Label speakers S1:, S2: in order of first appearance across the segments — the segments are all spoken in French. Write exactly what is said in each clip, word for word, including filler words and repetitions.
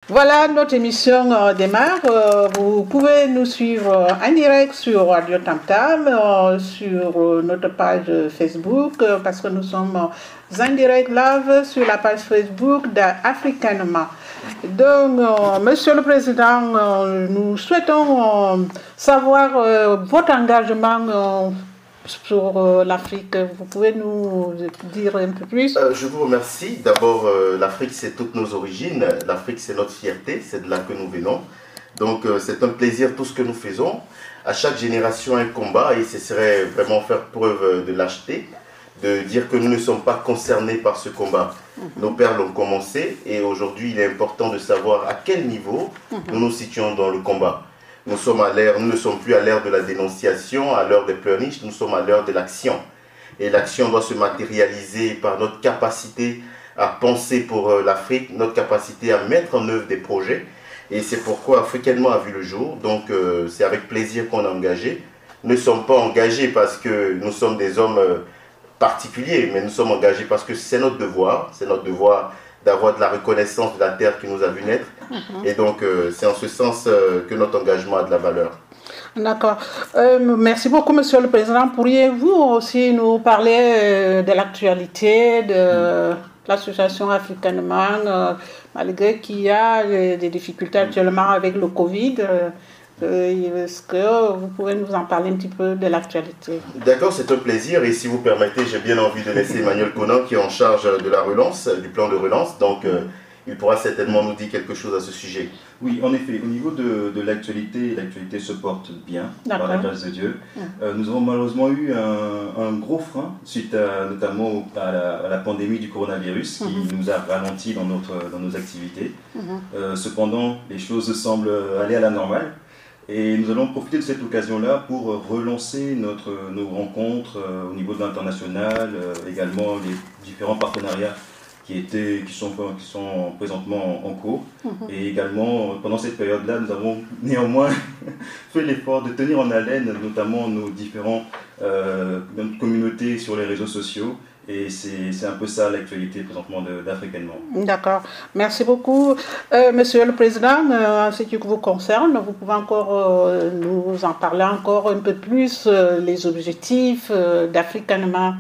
S1: Voilà, notre émission euh, démarre. Euh, vous pouvez nous suivre euh, en direct sur Radio Tam Tam, euh, sur euh, notre page Facebook, euh, parce que nous sommes euh, en direct live sur la page Facebook d'Africanement. Donc, euh, Monsieur le Président, euh, nous souhaitons euh, savoir euh, votre engagement euh, sur euh, l'Afrique. Vous pouvez nous dire un peu plus?
S2: euh, Je vous remercie. D'abord, euh, l'Afrique, c'est toutes nos origines. L'Afrique, c'est notre fierté. C'est de là que nous venons. Donc, euh, c'est un plaisir tout ce que nous faisons. À chaque génération, un combat. Et ce serait vraiment faire preuve de lâcheté, de dire que nous ne sommes pas concernés par ce combat. Mm-hmm. Nos pères l'ont commencé. Et aujourd'hui, il est important de savoir à quel niveau mm-hmm. nous nous situons dans le combat. Nous, sommes à l'ère, nous ne sommes plus à l'ère de la dénonciation, à l'heure des pleurniches, nous sommes à l'heure de l'action. Et l'action doit se matérialiser par notre capacité à penser pour euh, l'Afrique, notre capacité à mettre en œuvre des projets. Et c'est pourquoi Africanement a vu le jour. Donc euh, c'est avec plaisir qu'on est engagé. Nous ne sommes pas engagés parce que nous sommes des hommes euh, particuliers, mais nous sommes engagés parce que c'est notre devoir. C'est notre devoir d'avoir de la reconnaissance de la terre qui nous a vu naître. Mm-hmm. Et donc, euh, c'est en ce sens euh, que notre engagement a de la valeur.
S1: D'accord. Euh, merci beaucoup, Monsieur le Président. Pourriez-vous aussi nous parler euh, de l'actualité de mm. l'association Africanement, euh, malgré qu'il y a euh, des difficultés actuellement avec le Covid euh, Euh, Est-ce que vous pouvez nous en parler un petit peu de l'actualité?
S2: D'accord, c'est un plaisir. Et si vous permettez, j'ai bien envie de laisser Emmanuel Conan qui est en charge de la relance, du plan de relance. Donc, euh, il pourra certainement nous dire quelque chose à ce sujet.
S3: Oui, en effet, au niveau de, de l'actualité, l'actualité se porte bien, par la grâce de Dieu. Euh, nous avons malheureusement eu un, un gros frein suite à, notamment à la, à la pandémie du coronavirus qui mm-hmm. nous a ralenti dans, notre, dans nos activités. Mm-hmm. euh, cependant, les choses semblent aller à la normale. Et nous allons profiter de cette occasion-là pour relancer notre, nos rencontres euh, au niveau de l'international, euh, également les différents partenariats qui, étaient, qui, sont, qui sont présentement en cours. Mm-hmm. Et également, pendant cette période-là, nous avons néanmoins fait l'effort de tenir en haleine notamment nos différentes euh, communautés sur les réseaux sociaux. Et c'est un peu ça l'actualité présentement d'Africanement.
S1: D'accord. Merci beaucoup. Euh, Monsieur le Président, euh, en ce qui vous concerne, vous pouvez encore euh, nous en parler encore un peu plus, euh, les objectifs euh, d'Africanement.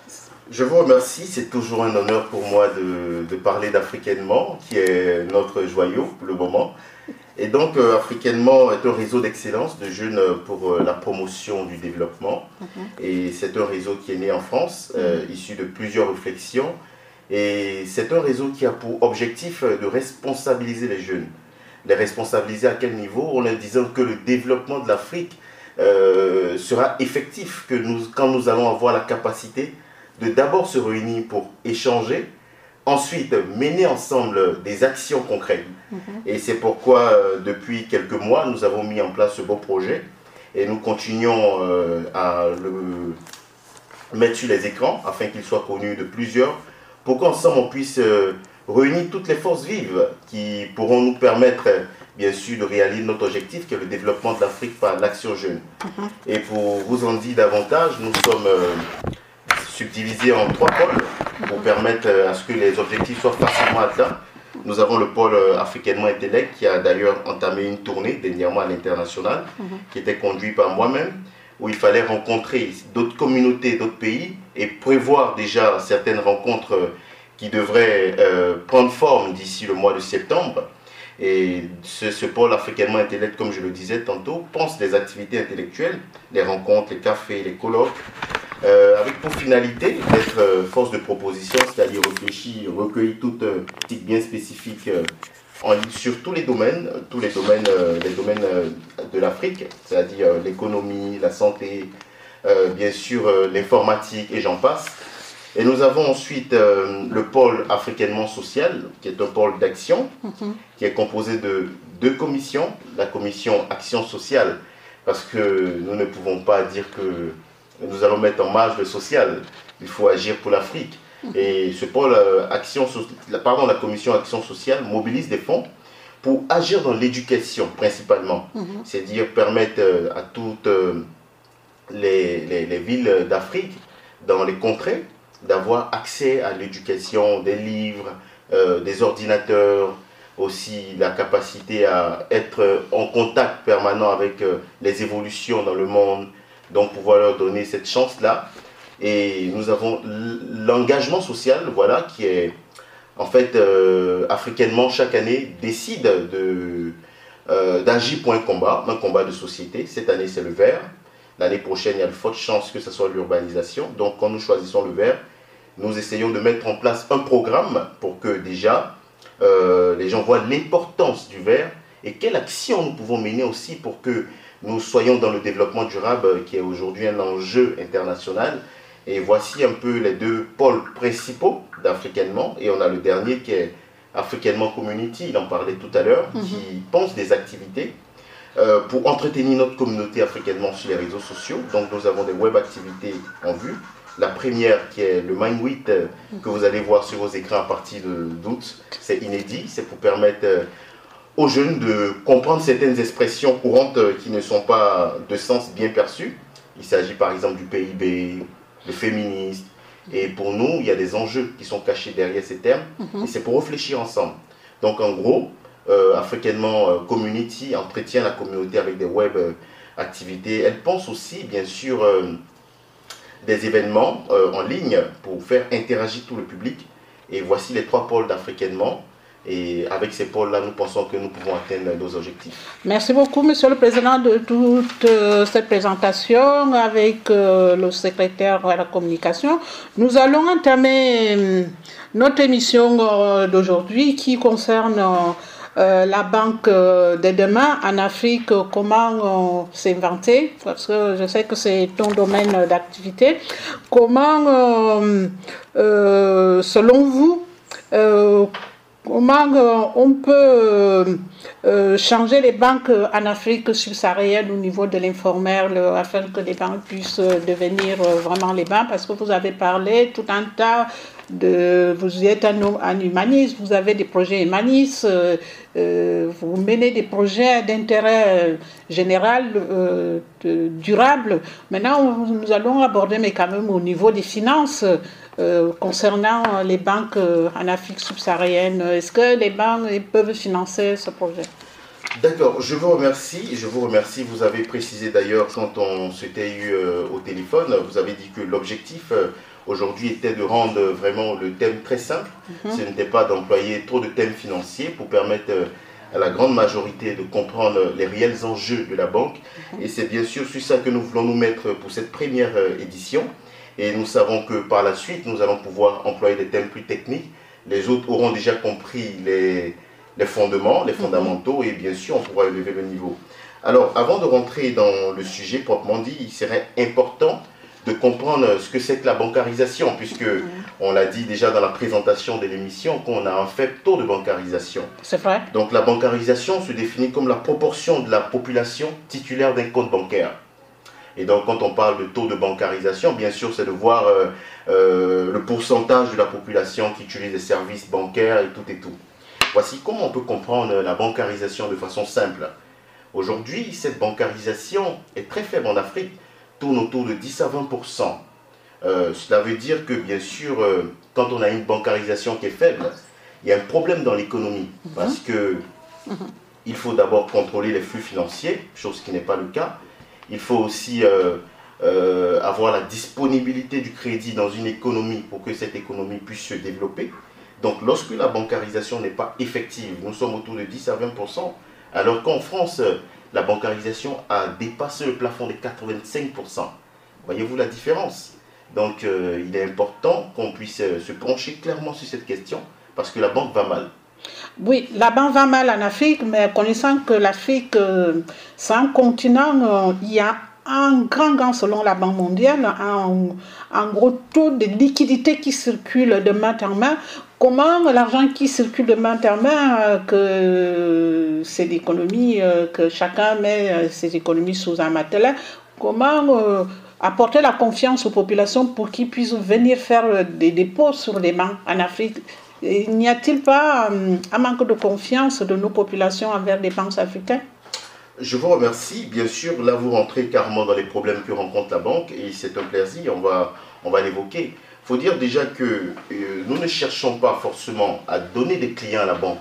S2: Je vous remercie. C'est toujours un honneur pour moi de, de parler d'Africanement, qui est notre joyau pour le moment. Et donc, euh, Africanement est un réseau d'excellence de jeunes pour euh, la promotion du développement. Mm-hmm. Et c'est un réseau qui est né en France, euh, mm-hmm. issu de plusieurs réflexions. Et c'est un réseau qui a pour objectif de responsabiliser les jeunes. Les responsabiliser à quel niveau? En leur disant que le développement de l'Afrique euh, sera effectif, que nous, quand nous allons avoir la capacité de d'abord se réunir pour échanger, ensuite mener ensemble des actions concrètes. Mm-hmm. Et c'est pourquoi, euh, depuis quelques mois, nous avons mis en place ce beau projet et nous continuons euh, à le mettre sur les écrans afin qu'il soit connu de plusieurs, pour qu'ensemble on puisse euh, réunir toutes les forces vives qui pourront nous permettre, euh, bien sûr, de réaliser notre objectif qui est le développement de l'Afrique par l'action jeune. Mm-hmm. Et pour vous en dire davantage, nous sommes euh, subdivisés en trois pôles pour permettre à ce que les objectifs soient facilement atteints. Nous avons le pôle Africanement Intellect qui a d'ailleurs entamé une tournée dernièrement à l'international, mmh. qui était conduite par moi-même, où il fallait rencontrer d'autres communautés, d'autres pays et prévoir déjà certaines rencontres qui devraient euh, prendre forme d'ici le mois de septembre. Et ce, ce pôle Africanement Intellect, comme je le disais tantôt, pense les activités intellectuelles, les rencontres, les cafés, les colloques, Euh, avec pour finalité d'être euh, force de proposition, c'est-à-dire réfléchir, recueillir toutes euh, critiques bien spécifiques euh, en, sur tous les domaines, tous les domaines, euh, les domaines euh, de l'Afrique, c'est-à-dire euh, l'économie, la santé, euh, bien sûr euh, l'informatique et j'en passe. Et nous avons ensuite euh, le pôle Africanement Social, qui est un pôle d'action, mm-hmm. qui est composé de deux commissions, la commission Action Sociale, parce que nous ne pouvons pas dire que nous allons mettre en marge le social. Il faut agir pour l'Afrique. Et ce pôle euh, action, pardon, la commission Action Sociale mobilise des fonds pour agir dans l'éducation principalement. Mm-hmm. C'est-à-dire permettre euh, à toutes euh, les, les, les villes d'Afrique, dans les contrées, d'avoir accès à l'éducation, des livres, euh, des ordinateurs, aussi la capacité à être en contact permanent avec les évolutions dans le monde, donc pouvoir leur donner cette chance-là. Et nous avons l'engagement social, voilà, qui est en fait euh, africainement chaque année décide de euh, d'agir pour un combat, un combat de société. Cette année c'est le vert. L'année prochaine il y a de fortes chances que ce soit l'urbanisation. Donc quand nous choisissons le vert, nous essayons de mettre en place un programme pour que déjà euh, les gens voient l'importance du vert et quelle action nous pouvons mener aussi pour que nous soyons dans le développement durable qui est aujourd'hui un enjeu international. Et voici un peu les deux pôles principaux d'Africainement. Et on a le dernier qui est Africainement Community, il en parlait tout à l'heure, mm-hmm. qui pense des activités euh, pour entretenir notre communauté africainement sur les réseaux sociaux. Donc nous avons des web activités en vue. La première qui est le Mind huit euh, que vous allez voir sur vos écrans à partir d'août, c'est inédit, c'est pour permettre euh, aux jeunes de comprendre certaines expressions courantes euh, qui ne sont pas de sens bien perçu. Il s'agit par exemple du P I B, le féminisme, et pour nous, il y a des enjeux qui sont cachés derrière ces termes, mm-hmm. et c'est pour réfléchir ensemble. Donc en gros, euh, Africainement euh, Community entretient la communauté avec des web euh, activités. Elle pense aussi, bien sûr, euh, des événements euh, en ligne pour faire interagir tout le public. Et voici les trois pôles d'Africainement. Et avec ces pôles-là, nous pensons que nous pouvons atteindre nos objectifs.
S1: Merci beaucoup, Monsieur le Président, de toute euh, cette présentation avec euh, le secrétaire à la communication. Nous allons entamer euh, notre émission euh, d'aujourd'hui qui concerne euh, la Banque euh, de demain en Afrique. Comment euh, s'inventer, parce que je sais que c'est ton domaine d'activité. Comment, euh, euh, selon vous, euh, comment euh, on peut euh, euh, changer les banques en Afrique subsaharienne au niveau de l'informel euh, afin que les banques puissent euh, devenir euh, vraiment les banques, parce que vous avez parlé tout un tas de... Vous êtes un, un humaniste, vous avez des projets humanistes, euh, euh, vous menez des projets d'intérêt général, euh, de, durable. Maintenant, nous allons aborder, mais quand même au niveau des finances, Euh, concernant les banques euh, en Afrique subsaharienne. Est-ce que les banques peuvent financer ce projet?
S2: D'accord, je vous remercie. Je vous remercie. Vous avez précisé d'ailleurs quand on s'était eu euh, au téléphone, vous avez dit que l'objectif euh, aujourd'hui était de rendre vraiment le thème très simple. Mm-hmm. Ce n'était pas d'employer trop de thèmes financiers pour permettre euh, à la grande majorité de comprendre les réels enjeux de la banque. Mm-hmm. Et c'est bien sûr sur ça que nous voulons nous mettre pour cette première euh, édition. Et nous savons que par la suite, nous allons pouvoir employer des thèmes plus techniques. Les autres auront déjà compris les, les fondements, les fondamentaux, et bien sûr, on pourra élever le niveau. Alors, avant de rentrer dans le sujet proprement dit, il serait important de comprendre ce que c'est que la bancarisation, puisque on l'a dit déjà dans la présentation de l'émission qu'on a un faible taux de bancarisation.
S1: C'est vrai.
S2: Donc, la bancarisation se définit comme la proportion de la population titulaire d'un compte bancaire. Et donc, quand on parle de taux de bancarisation, bien sûr, c'est de voir euh, euh, le pourcentage de la population qui utilise des services bancaires et tout et tout. Voici comment on peut comprendre la bancarisation de façon simple. Aujourd'hui, cette bancarisation est très faible en Afrique, tourne autour de dix à vingt pour cent. Euh, cela veut dire que, bien sûr, euh, quand on a une bancarisation qui est faible, il y a un problème dans l'économie. Mm-hmm. Parce que mm-hmm. il faut d'abord contrôler les flux financiers, chose qui n'est pas le cas. Il faut aussi euh, euh, avoir la disponibilité du crédit dans une économie pour que cette économie puisse se développer. Donc lorsque la bancarisation n'est pas effective, nous sommes autour de dix à vingt pour cent, alors qu'en France, la bancarisation a dépassé le plafond de quatre-vingt-cinq pour cent. Voyez-vous la différence? Donc euh, il est important qu'on puisse euh, se pencher clairement sur cette question, parce que la banque va mal.
S1: Oui, la banque va mal en Afrique, mais connaissant que l'Afrique, euh, c'est un continent, euh, il y a un grand, grand, selon la Banque mondiale, un, un gros taux de liquidité qui circule de main en main. Comment l'argent qui circule de main en main, euh, que c'est l'économie, euh, que chacun met euh, ses économies sous un matelas, comment euh, apporter la confiance aux populations pour qu'ils puissent venir faire des dépôts sur les banques en Afrique? N'y a-t-il pas euh, un manque de confiance de nos populations envers les banques africaines?
S2: Je vous remercie. Bien sûr, là, vous rentrez carrément dans les problèmes que rencontre la banque et c'est un plaisir, on va, on va l'évoquer. Il faut dire déjà que euh, nous ne cherchons pas forcément à donner des clients à la banque.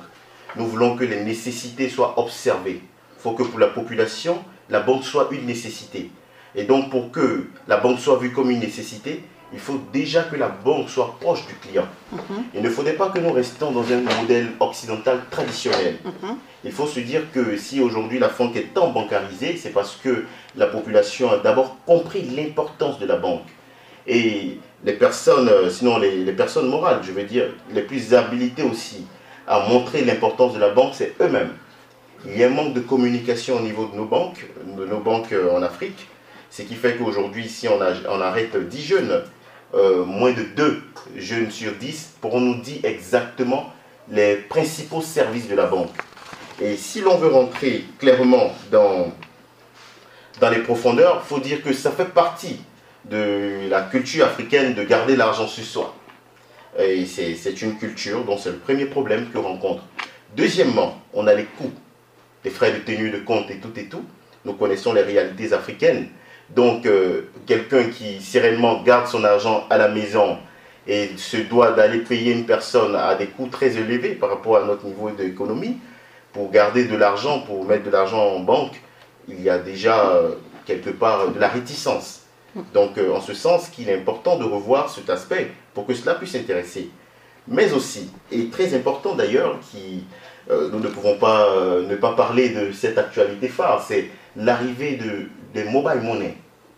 S2: nous voulons que les nécessités soient observées. Il faut que pour la population, la banque soit une nécessité. Et donc pour que la banque soit vue comme une nécessité, il faut déjà que la banque soit proche du client. Mm-hmm. Il ne faudrait pas que nous restions dans un modèle occidental traditionnel. Mm-hmm. Il faut se dire que si aujourd'hui la banque est tant bancarisée, c'est parce que la population a d'abord compris l'importance de la banque. Et les personnes, sinon les, les personnes morales, je veux dire, les plus habilitées aussi à montrer l'importance de la banque, c'est eux-mêmes. Il y a un manque de communication au niveau de nos banques, de nos banques en Afrique, ce qui fait qu'aujourd'hui, si on, a, on arrête dix jeunes, euh, moins de deux jeunes sur dix pourront nous dire exactement les principaux services de la banque. Et si l'on veut rentrer clairement dans, dans les profondeurs, il faut dire que ça fait partie de la culture africaine de garder l'argent sur soi. Et c'est une culture dont c'est le premier problème que rencontre. Deuxièmement, on a les coûts, les frais de tenue de compte et tout et tout. Nous connaissons les réalités africaines. Donc, euh, quelqu'un qui sereinement garde son argent à la maison et se doit d'aller payer une personne à des coûts très élevés par rapport à notre niveau d'économie, pour garder de l'argent, pour mettre de l'argent en banque, il y a déjà euh, quelque part de la réticence. Donc, euh, en ce sens qu'il est important de revoir cet aspect pour que cela puisse intéresser. Mais aussi, et très important d'ailleurs, qui, euh, nous ne pouvons pas euh, ne pas parler de cette actualité phare, c'est l'arrivée de, des mobile money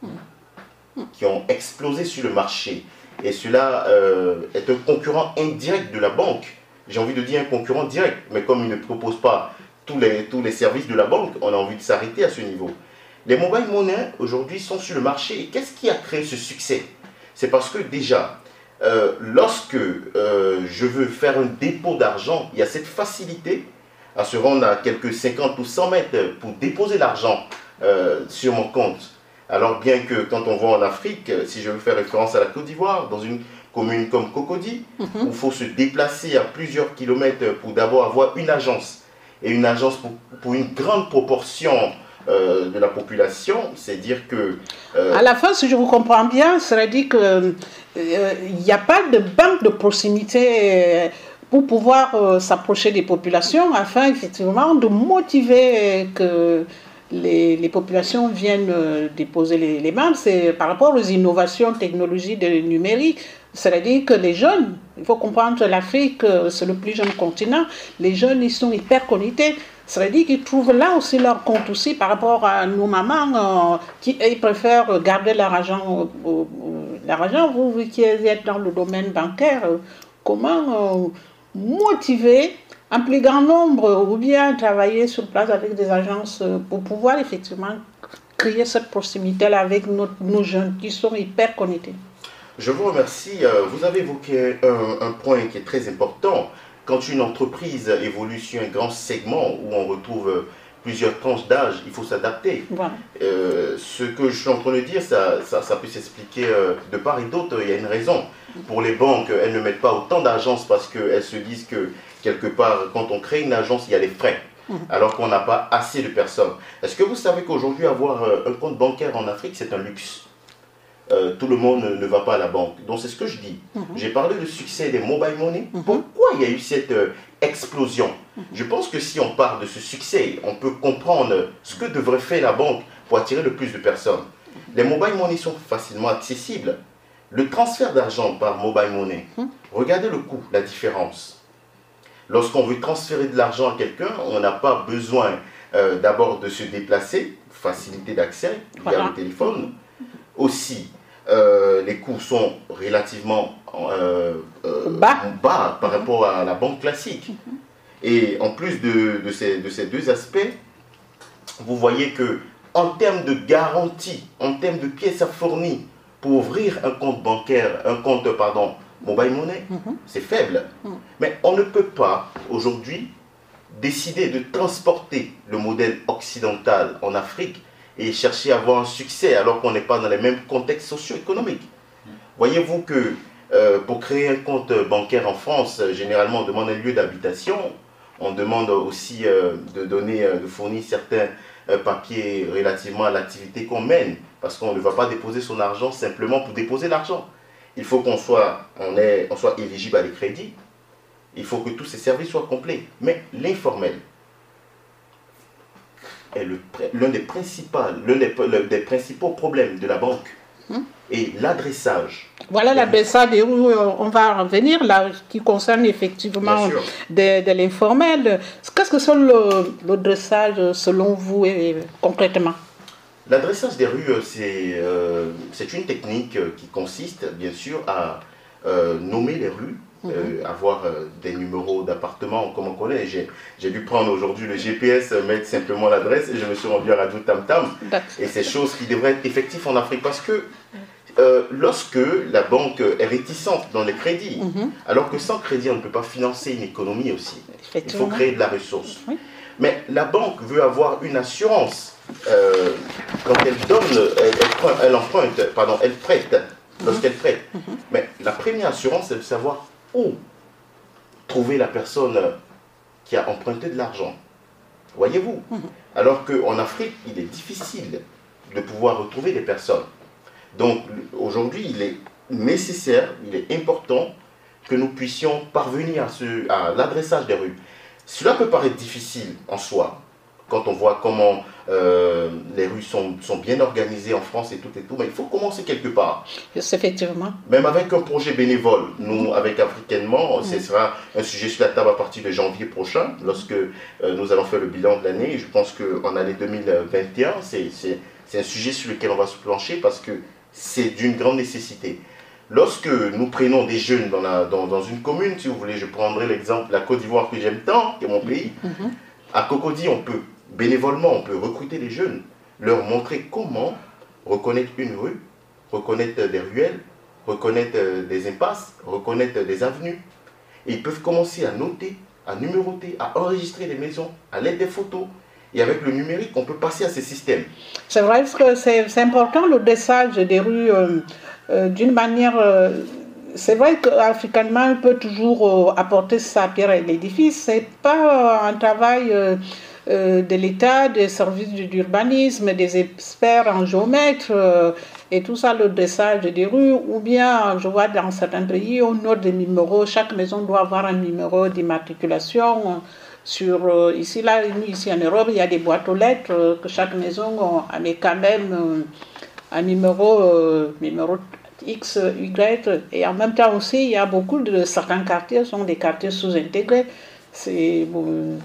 S2: qui ont explosé sur le marché. Et cela euh, est un concurrent indirect de la banque. J'ai envie de dire un concurrent direct, mais comme il ne propose pas tous les, tous les services de la banque, on a envie de s'arrêter à ce niveau. Les mobile money aujourd'hui sont sur le marché. Et qu'est-ce qui a créé ce succès? C'est parce que déjà, euh, lorsque euh, je veux faire un dépôt d'argent, il y a cette facilité à se rendre à quelques cinquante ou cent mètres pour déposer l'argent euh, sur mon compte. Alors bien que quand on va en Afrique, si je veux faire référence à la Côte d'Ivoire, dans une commune comme Cocody, mm-hmm. où il faut se déplacer à plusieurs kilomètres pour d'abord avoir une agence. Et une agence pour, pour une grande proportion euh, de la population, c'est dire que...
S1: Euh, à la fin, si je vous comprends bien, ça veut dire qu'il n'y a pas de banque de proximité pour pouvoir euh, s'approcher des populations afin effectivement de motiver que... Les, les populations viennent euh, déposer les, les mains, c'est par rapport aux innovations, technologies de numérique. C'est-à-dire que les jeunes, il faut comprendre que l'Afrique, c'est le plus jeune continent, les jeunes, ils sont hyper connectés. C'est-à-dire qu'ils trouvent là aussi leur compte aussi par rapport à nos mamans euh, qui ils préfèrent garder leur argent. Euh, euh, leur argent, vous, vous qui êtes dans le domaine bancaire, euh, comment euh, motiver un plus grand nombre ou bien travailler sur place avec des agences pour pouvoir effectivement créer cette proximité-là avec nos, nos jeunes qui sont hyper connectés.
S2: Je vous remercie. Vous avez évoqué un, un point qui est très important. Quand une entreprise évolue sur un grand segment où on retrouve plusieurs tranches d'âge, il faut s'adapter. Voilà. Euh, ce que je suis en train de dire, ça, ça, ça peut s'expliquer de part et d'autre. Il y a une raison. Pour les banques, elles ne mettent pas autant d'agences parce qu'elles se disent que quelque part, quand on crée une agence, il y a les frais, mmh. alors qu'on n'a pas assez de personnes. Est-ce que vous savez qu'aujourd'hui, avoir un compte bancaire en Afrique, c'est un luxe? euh, Tout le monde ne, ne va pas à la banque. Donc, c'est ce que je dis. Mmh. J'ai parlé du succès des mobile money. Mmh. Pourquoi il y a eu cette euh, explosion? mmh. Je pense que si on parle de ce succès, on peut comprendre ce que devrait faire la banque pour attirer le plus de personnes. Mmh. Les mobile money sont facilement accessibles. Le transfert d'argent par mobile money, mmh. regardez le coût, la différence. Lorsqu'on veut transférer de l'argent à quelqu'un, on n'a pas besoin euh, d'abord de se déplacer, facilité d'accès via voilà. le téléphone. Aussi, euh, les coûts sont relativement euh, euh, bas. bas par mmh. rapport à la banque classique. Mmh. Et en plus de, de, ces, de ces deux aspects, vous voyez que en termes de garantie, en termes de pièces à fournir pour ouvrir un compte bancaire, un compte, pardon, mobile money, mm-hmm. c'est faible. Mm. Mais on ne peut pas, aujourd'hui, décider de transporter le modèle occidental en Afrique et chercher à avoir un succès alors qu'on n'est pas dans les mêmes contextes socio-économiques. Mm. Voyez-vous que euh, pour créer un compte bancaire en France, généralement, on demande un lieu d'habitation. On demande aussi euh, de donner, euh, de fournir certains euh, papiers relativement à l'activité qu'on mène, parce qu'on ne va pas déposer son argent simplement pour déposer l'argent. Il faut qu'on soit, on est, on soit éligible à des crédits. Il faut que tous ces services soient complets. Mais l'informel est l'un des principaux, l'un des, des principaux problèmes de la banque. Hum. Et l'adressage.
S1: Voilà l'adressage des rues, on va revenir là, qui concerne effectivement de, de l'informel. Qu'est-ce que c'est l'adressage selon vous et, concrètement?
S2: L'adressage des rues, c'est euh, une technique qui consiste bien sûr à euh, nommer les rues, mm-hmm. euh, avoir euh, des numéros d'appartements comme on connaît. J'ai dû prendre aujourd'hui le G P S, mettre simplement l'adresse et je me suis rendu à Radio Tam Tam. Et c'est chose qui devrait être effective en Afrique parce que euh, lorsque la banque est réticente dans les crédits, mm-hmm. alors que sans crédit on ne peut pas financer une économie aussi. Il faut créer de la ressource. Oui. Mais la banque veut avoir une assurance euh, quand elle donne, elle, elle, elle emprunte, pardon, elle prête, lorsqu'elle prête. Mm-hmm. Mais la première assurance, c'est de savoir où trouver la personne qui a emprunté de l'argent. Voyez-vous? Mm-hmm. Alors qu'en Afrique, il est difficile de pouvoir retrouver des personnes. Donc aujourd'hui, il est nécessaire, il est important que nous puissions parvenir à, ce, à l'adressage des rues. Cela peut paraître difficile en soi, quand on voit comment euh, les rues sont, sont bien organisées en France et tout et tout, mais il faut commencer quelque part.
S1: Effectivement.
S2: Même avec un projet bénévole, nous, avec Africainement, mmh. ce sera un sujet sur la table à partir de janvier prochain, lorsque euh, nous allons faire le bilan de l'année. Je pense qu'en année deux mille vingt et un, c'est un sujet sur lequel on va se plancher parce que c'est d'une grande nécessité. Lorsque nous prenons des jeunes dans, la, dans, dans une commune, si vous voulez, je prendrai l'exemple de la Côte d'Ivoire que j'aime tant, qui est mon pays. Mm-hmm. À Cocody, on peut, bénévolement, on peut recruter les jeunes, leur montrer comment reconnaître une rue, reconnaître des ruelles, reconnaître des impasses, reconnaître des avenues. Et ils peuvent commencer à noter, à numéroter, à enregistrer les maisons, à l'aide des photos. Et avec le numérique, on peut passer à ces systèmes.
S1: C'est vrai que c'est important le dressage des rues euh, euh, d'une manière... Euh, c'est vrai qu'Africanement peut toujours euh, apporter sa pierre à l'édifice. Ce n'est pas euh, un travail euh, euh, de l'État, des services d'urbanisme, des experts en géomètre euh, et tout ça, le dressage des rues. Ou bien, je vois dans certains pays, on note des numéros. Chaque maison doit avoir un numéro d'immatriculation. Sur, euh, ici, là, ici en Europe, il y a des boîtes aux lettres euh, que chaque maison a, mais quand même euh, un numéro, euh, numéro X, Y. Et en même temps aussi, il y a beaucoup de certains quartiers sont des quartiers sous-intégrés. C'est bon,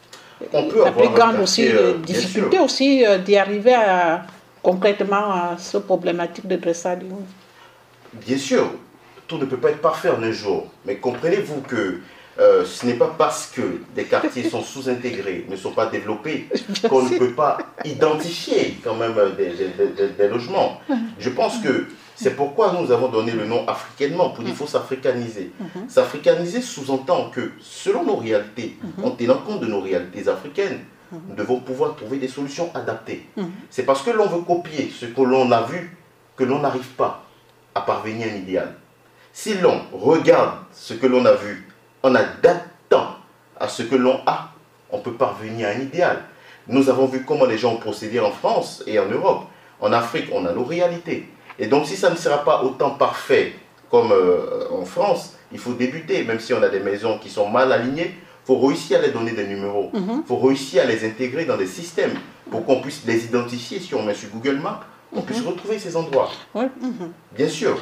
S2: on peut
S1: la plus grande aussi euh, difficulté aussi euh, d'y arriver à, concrètement à ce problématique de dressage.
S2: Bien sûr, tout ne peut pas être parfait en un jour, mais comprenez-vous que Euh, ce n'est pas parce que des quartiers sont sous-intégrés, ne sont pas développés, qu'on ne peut pas identifier quand même des, des, des, des logements. Je pense que c'est pourquoi nous avons donné le nom Africainement, pour dire qu'il faut s'africaniser. Mm-hmm. S'africaniser sous-entend que selon nos réalités, mm-hmm. en tenant compte de nos réalités africaines, mm-hmm. nous devons pouvoir trouver des solutions adaptées. Mm-hmm. C'est parce que l'on veut copier ce que l'on a vu que l'on n'arrive pas à parvenir à un idéal. Si l'on regarde ce que l'on a vu, en adaptant à ce que l'on a, on peut parvenir à un idéal. Nous avons vu comment les gens ont procédé en France et en Europe. En Afrique, on a nos réalités. Et donc, si ça ne sera pas autant parfait comme euh, en France, il faut débuter. Même si on a des maisons qui sont mal alignées, il faut réussir à les donner des numéros. Il mm-hmm. faut réussir à les intégrer dans des systèmes pour qu'on puisse les identifier. Si on met sur Google Maps, on mm-hmm. puisse retrouver ces endroits. Mm-hmm. Bien sûr.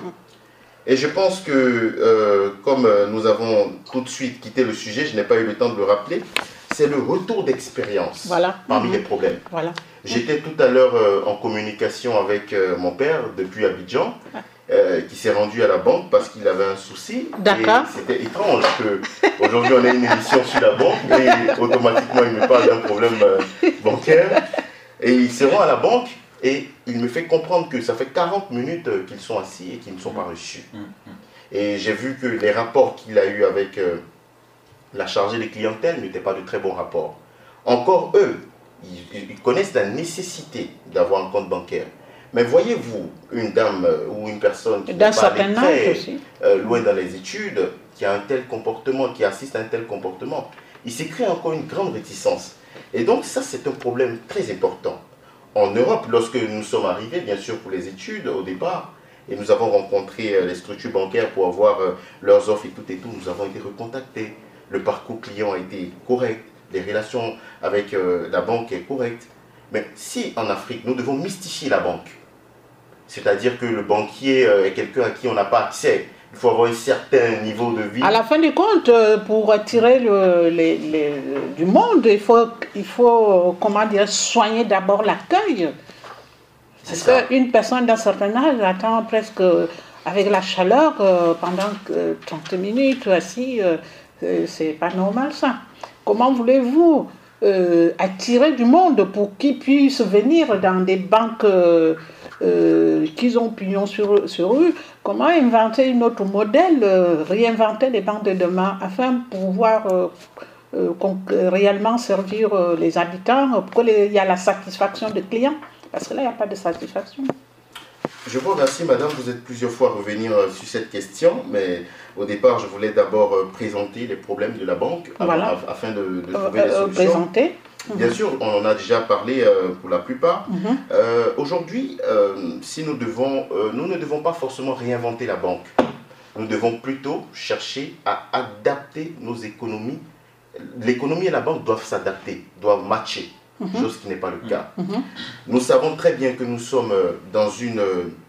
S2: Et je pense que, euh, comme nous avons tout de suite quitté le sujet, je n'ai pas eu le temps de le rappeler, c'est le retour d'expérience
S1: voilà.
S2: parmi
S1: mmh.
S2: les problèmes.
S1: Voilà.
S2: J'étais tout à l'heure euh, en communication avec euh, mon père depuis Abidjan, euh, qui s'est rendu à la banque parce qu'il avait un souci.
S1: D'accord.
S2: C'était étrange qu'aujourd'hui on ait une émission sur la banque et automatiquement il me parle d'un problème euh, bancaire. Et il se rend à la banque. Et il me fait comprendre que ça fait quarante minutes qu'ils sont assis et qu'ils ne sont pas reçus. Mmh, mmh. Et j'ai vu que les rapports qu'il a eus avec euh, la chargée des clientèles n'étaient pas de très bons rapports. Encore eux, ils, ils connaissent la nécessité d'avoir un compte bancaire. Mais voyez-vous une dame euh, ou une personne qui n'est pas allée très euh, loin dans les études, qui a un tel comportement, qui assiste à un tel comportement, il s'est créé encore une grande réticence. Et donc ça, c'est un problème très important. En Europe, lorsque nous sommes arrivés, bien sûr, pour les études au départ, et nous avons rencontré les structures bancaires pour avoir leurs offres et tout et tout, nous avons été recontactés. le parcours client a été correct, les relations avec euh, la banque est correcte. Mais si en Afrique, nous devons mystifier la banque, c'est-à-dire que le banquier euh, est quelqu'un à qui on n'a pas accès, il faut avoir un certain niveau de vie.
S1: À la fin du compte, pour attirer le, les, les, du monde, il faut, il faut comment dire, soigner d'abord l'accueil. Parce qu'une personne d'un certain âge attend presque avec la chaleur euh, pendant euh, trente minutes assis, euh, c'est pas normal ça. Comment voulez-vous euh, attirer du monde pour qu'ils puissent venir dans des banques euh, euh, qu'ils ont pignon sur, sur eux? Comment inventer un autre modèle, euh, réinventer les banques de demain afin de pouvoir euh, euh, réellement servir euh, les habitants, pour qu'il y ait la satisfaction des clients? Parce que là, il n'y a pas de satisfaction.
S2: Je vous remercie, madame. Vous êtes plusieurs fois revenir sur cette question, mais au départ, je voulais d'abord présenter les problèmes de la banque
S1: voilà.
S2: afin de, de trouver
S1: euh,
S2: des solutions.
S1: Présenter.
S2: Bien sûr, on en a déjà parlé euh, pour la plupart.
S1: Mm-hmm.
S2: euh, Aujourd'hui, euh, si nous devons, euh, nous ne devons pas forcément réinventer la banque. Nous devons plutôt chercher à adapter nos économies. L'économie et la banque doivent s'adapter, doivent matcher. Mmh. Chose qui n'est pas le cas. Mmh. Nous savons très bien que nous sommes dans une,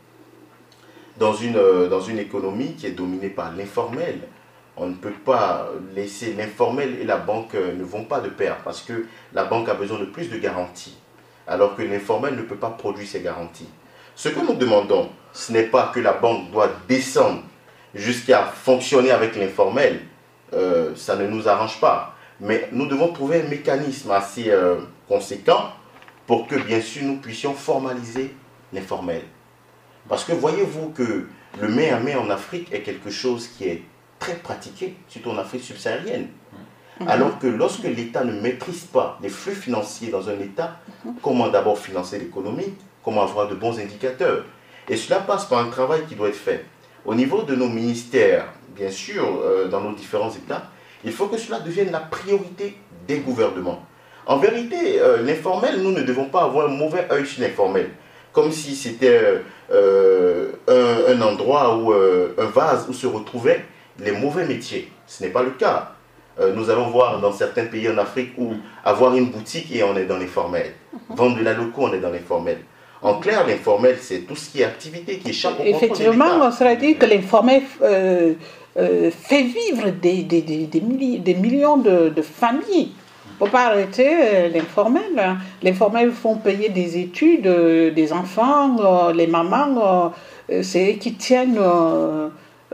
S2: dans une, dans une économie qui est dominée par l'informel. On ne peut pas laisser l'informel et la banque ne vont pas de pair parce que la banque a besoin de plus de garanties alors que l'informel ne peut pas produire ces garanties. Ce que nous demandons, ce n'est pas que la banque doit descendre jusqu'à fonctionner avec l'informel, euh, ça ne nous arrange pas. Mais nous devons trouver un mécanisme assez euh, conséquent pour que, bien sûr, nous puissions formaliser l'informel. Parce que voyez-vous que le main à main en Afrique est quelque chose qui est très pratiqué, surtout en Afrique subsaharienne. Mmh. Alors que lorsque l'État ne maîtrise pas les flux financiers dans un État, mmh. comment d'abord financer l'économie, comment avoir de bons indicateurs. Et cela passe par un travail qui doit être fait. Au niveau de nos ministères, bien sûr, euh, dans nos différents États, il faut que cela devienne la priorité des gouvernements. En vérité, euh, l'informel, nous ne devons pas avoir un mauvais œil sur l'informel. Comme si c'était euh, un, un endroit, où, euh, un vase où se retrouvaient les mauvais métiers. Ce n'est pas le cas. Euh, nous allons voir dans certains pays en Afrique où avoir une boutique et on est dans l'informel. Vendre de la loco, on est dans l'informel. En clair, l'informel, c'est tout ce qui est activité qui échappe au contrôle de l'État.
S1: Effectivement, on serait dit que l'informel... Euh... Euh, fait vivre des, des, des, des, milliers, des millions de, de familles. Il ne faut pas arrêter euh, l'informel. Hein. L'informel font payer des études euh, des enfants, euh, les mamans, euh, c'est eux qui tiennent euh,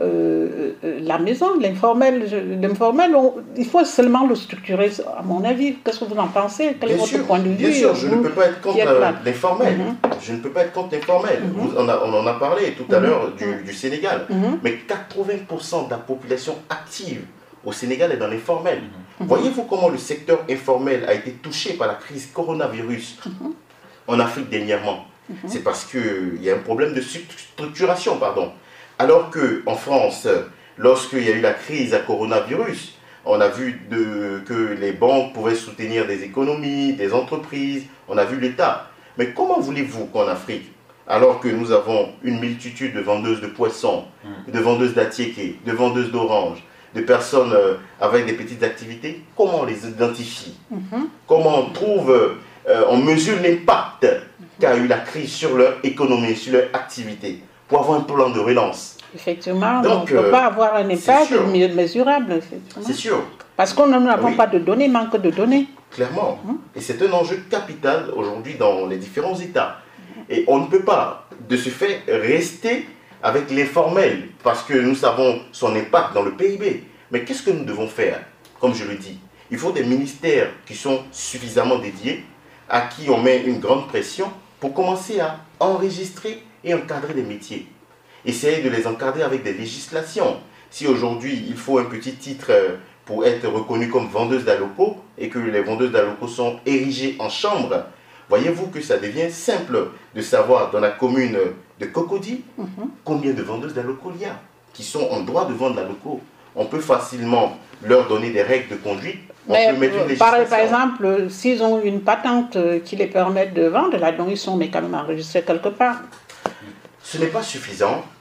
S1: euh, la maison. L'informel, l'informel il faut seulement le structurer, à mon avis. Qu'est-ce que vous en pensez? Quel
S2: bien
S1: est votre
S2: sûr,
S1: point de vue?
S2: Bien sûr, je ne peux pas être contre euh, l'informel.
S1: Mm-hmm.
S2: Je ne peux pas être contre l'informel. Mm-hmm. on, on en a parlé tout à mm-hmm. l'heure du, du Sénégal. Mm-hmm. Mais quatre-vingts pour cent de la population active au Sénégal est dans l'informel. Mm-hmm. Voyez-vous comment le secteur informel a été touché par la crise coronavirus mm-hmm. en Afrique dernièrement? Mm-hmm. C'est parce qu'il y a un problème de structuration, pardon. Alors qu'en France, lorsqu'il y a eu la crise à coronavirus, on a vu de, que les banques pouvaient soutenir des économies, des entreprises, on a vu l'État. Mais comment voulez-vous qu'en Afrique, alors que nous avons une multitude de vendeuses de poissons, de vendeuses d'attiéké, de vendeuses d'oranges, de personnes euh, avec des petites activités, comment on les identifie? Mm-hmm. Comment on trouve, euh, on mesure l'impact mm-hmm. qu'a eu la crise sur leur économie, sur leur activité, pour avoir un plan de relance?
S1: Effectivement, donc, on ne peut euh, pas avoir un impact mesurable.
S2: C'est sûr.
S1: Parce qu'on n'a oui. pas de données, manque de données.
S2: Clairement. Hum. Et c'est un enjeu capital aujourd'hui dans les différents États. Et on ne peut pas, de ce fait, rester avec l'informel, parce que nous savons son impact dans le P I B. Mais qu'est-ce que nous devons faire? Comme je le dis, il faut des ministères qui sont suffisamment dédiés, à qui on met une grande pression, pour commencer à enregistrer et encadrer les métiers. Essayer de les encadrer avec des législations. Si aujourd'hui, il faut un petit titre pour être reconnu comme vendeuse d'alloco et que les vendeuses d'alloco sont érigées en chambre, voyez-vous que ça devient simple de savoir dans la commune de Cocody mm-hmm. combien de vendeuses d'alloco il y a qui sont en droit de vendre l'alloco. On peut facilement leur donner des règles de conduite. On
S1: mais
S2: peut mettre une
S1: par, par exemple, s'ils ont une patente qui les permet de vendre, là, donc ils sont mais quand même enregistrés quelque part.
S2: Ce n'est pas suffisant.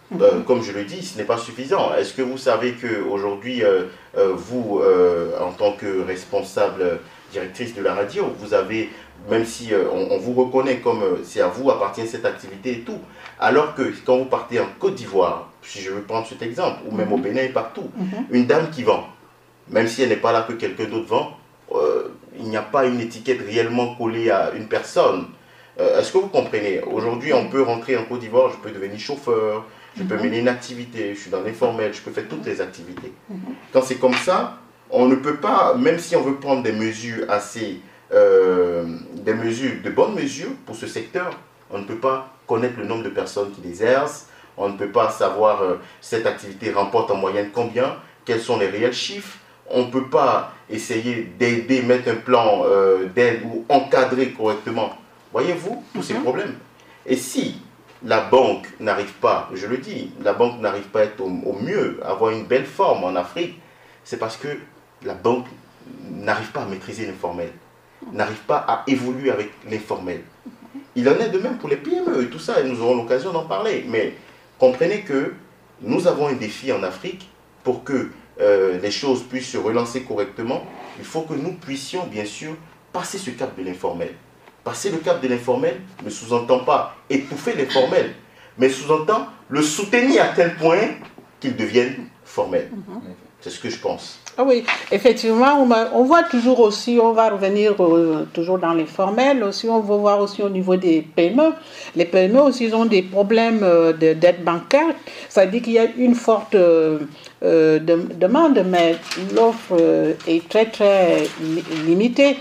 S2: Mmh. Euh, comme je le dis, ce n'est pas suffisant. Est-ce que vous savez qu'aujourd'hui, euh, euh, vous, euh, en tant que responsable directrice de la radio, vous avez, même si euh, on, on vous reconnaît comme euh, c'est à vous appartient cette activité et tout, alors que quand vous partez en Côte d'Ivoire, si je veux prendre cet exemple, ou même mmh. au Bénin et partout, mmh. une dame qui vend, même si elle n'est pas là que quelqu'un d'autre vend, euh, il n'y a pas une étiquette réellement collée à une personne. Euh, Est-ce que vous comprenez? Aujourd'hui, on peut rentrer en Côte d'Ivoire, je peux devenir chauffeur, je peux mener une activité, je suis dans l'informel, je peux faire toutes les activités. Quand c'est comme ça, on ne peut pas, même si on veut prendre des mesures assez, euh, des mesures, de bonnes mesures pour ce secteur, on ne peut pas connaître le nombre de personnes qui l'exercent, on ne peut pas savoir euh, cette activité remporte en moyenne combien, quels sont les réels chiffres, on ne peut pas essayer d'aider, mettre un plan euh, d'aide ou encadrer correctement. Voyez-vous tous ces problèmes. Et si la banque n'arrive pas, je le dis, la banque n'arrive pas à être au, au mieux, à avoir une belle forme en Afrique, c'est parce que la banque n'arrive pas à maîtriser l'informel, n'arrive pas à évoluer avec l'informel. Il en est de même pour les P M E et tout ça, et nous aurons l'occasion d'en parler. Mais comprenez que nous avons un défi en Afrique pour que euh, les choses puissent se relancer correctement. Il faut que nous puissions, bien sûr, passer ce cap de l'informel. Passer le cap de l'informel ne sous-entend pas étouffer l'informel, mais sous-entend le soutenir à tel point qu'il devienne formel. Mm-hmm. C'est ce que je pense.
S1: Ah oui, effectivement, on, va, on voit toujours aussi, on va revenir euh, toujours dans l'informel, aussi on va voir aussi au niveau des P M E. Les P M E aussi ils ont des problèmes euh, de dette bancaire, ça dit qu'il y a une forte euh, euh, de, demande, mais l'offre euh, est très très li limitée.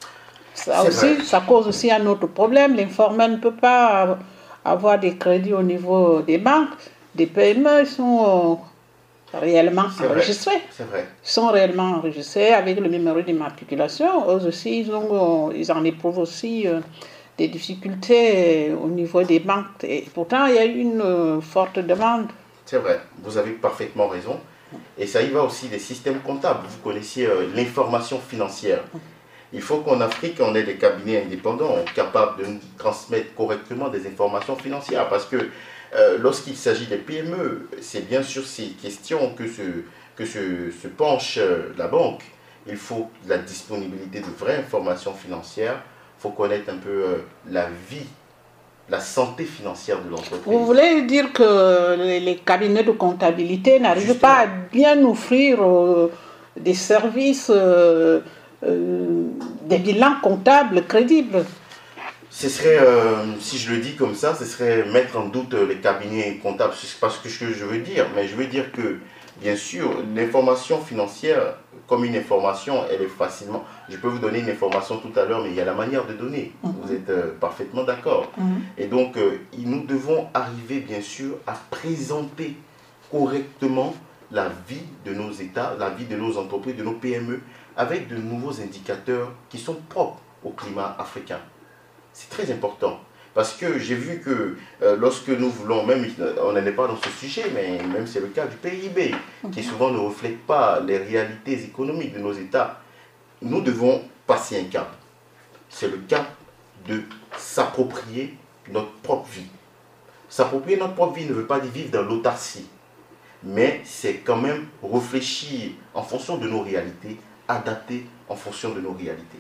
S1: Ça, aussi, ça cause aussi un autre problème. L'informel ne peut pas avoir des crédits au niveau des banques. Des P M E, ils sont euh, réellement enregistrés.
S2: C'est vrai.
S1: Ils sont réellement enregistrés avec le numéro d'immatriculation. Eux aussi, ils, ont, ils en éprouvent aussi euh, des difficultés au niveau des banques. Et pourtant, il y a une euh, forte demande.
S2: C'est vrai. Vous avez parfaitement raison. Et ça y va aussi des systèmes comptables. Vous connaissiez euh, l'information financière. Il faut qu'en Afrique, on ait des cabinets indépendants capables de nous transmettre correctement des informations financières. Parce que euh, lorsqu'il s'agit des P M E, c'est bien sûr ces questions que se, que se, se penche euh, la banque. Il faut la disponibilité de vraies informations financières. Il faut connaître un peu euh, la vie, la santé financière de l'entreprise.
S1: Vous voulez dire que les, les cabinets de comptabilité n'arrivent pas à bien offrir euh, des services euh, Euh, des bilans comptables crédibles?
S2: Ce serait, euh, si je le dis comme ça, ce serait mettre en doute les cabinets comptables. C'est pas ce que je veux dire, mais je veux dire que, bien sûr, l'information financière, comme une information, elle est facilement... Je peux vous donner une information tout à l'heure, mais il y a la manière de donner. Mm-hmm. Vous êtes euh, parfaitement d'accord. Mm-hmm. Et donc, euh, nous devons arriver, bien sûr, à présenter correctement la vie de nos États, la vie de nos entreprises, de nos P M E, avec de nouveaux indicateurs qui sont propres au climat africain. C'est très important. Parce que j'ai vu que euh, lorsque nous voulons, même on n'en est pas dans ce sujet, mais même c'est le cas du P I B, okay. qui souvent ne reflète pas les réalités économiques de nos États, nous devons passer un cap. C'est le cap de s'approprier notre propre vie. S'approprier notre propre vie ne veut pas dire vivre dans l'autarcie, mais c'est quand même réfléchir en fonction de nos réalités, adapté en fonction de nos réalités.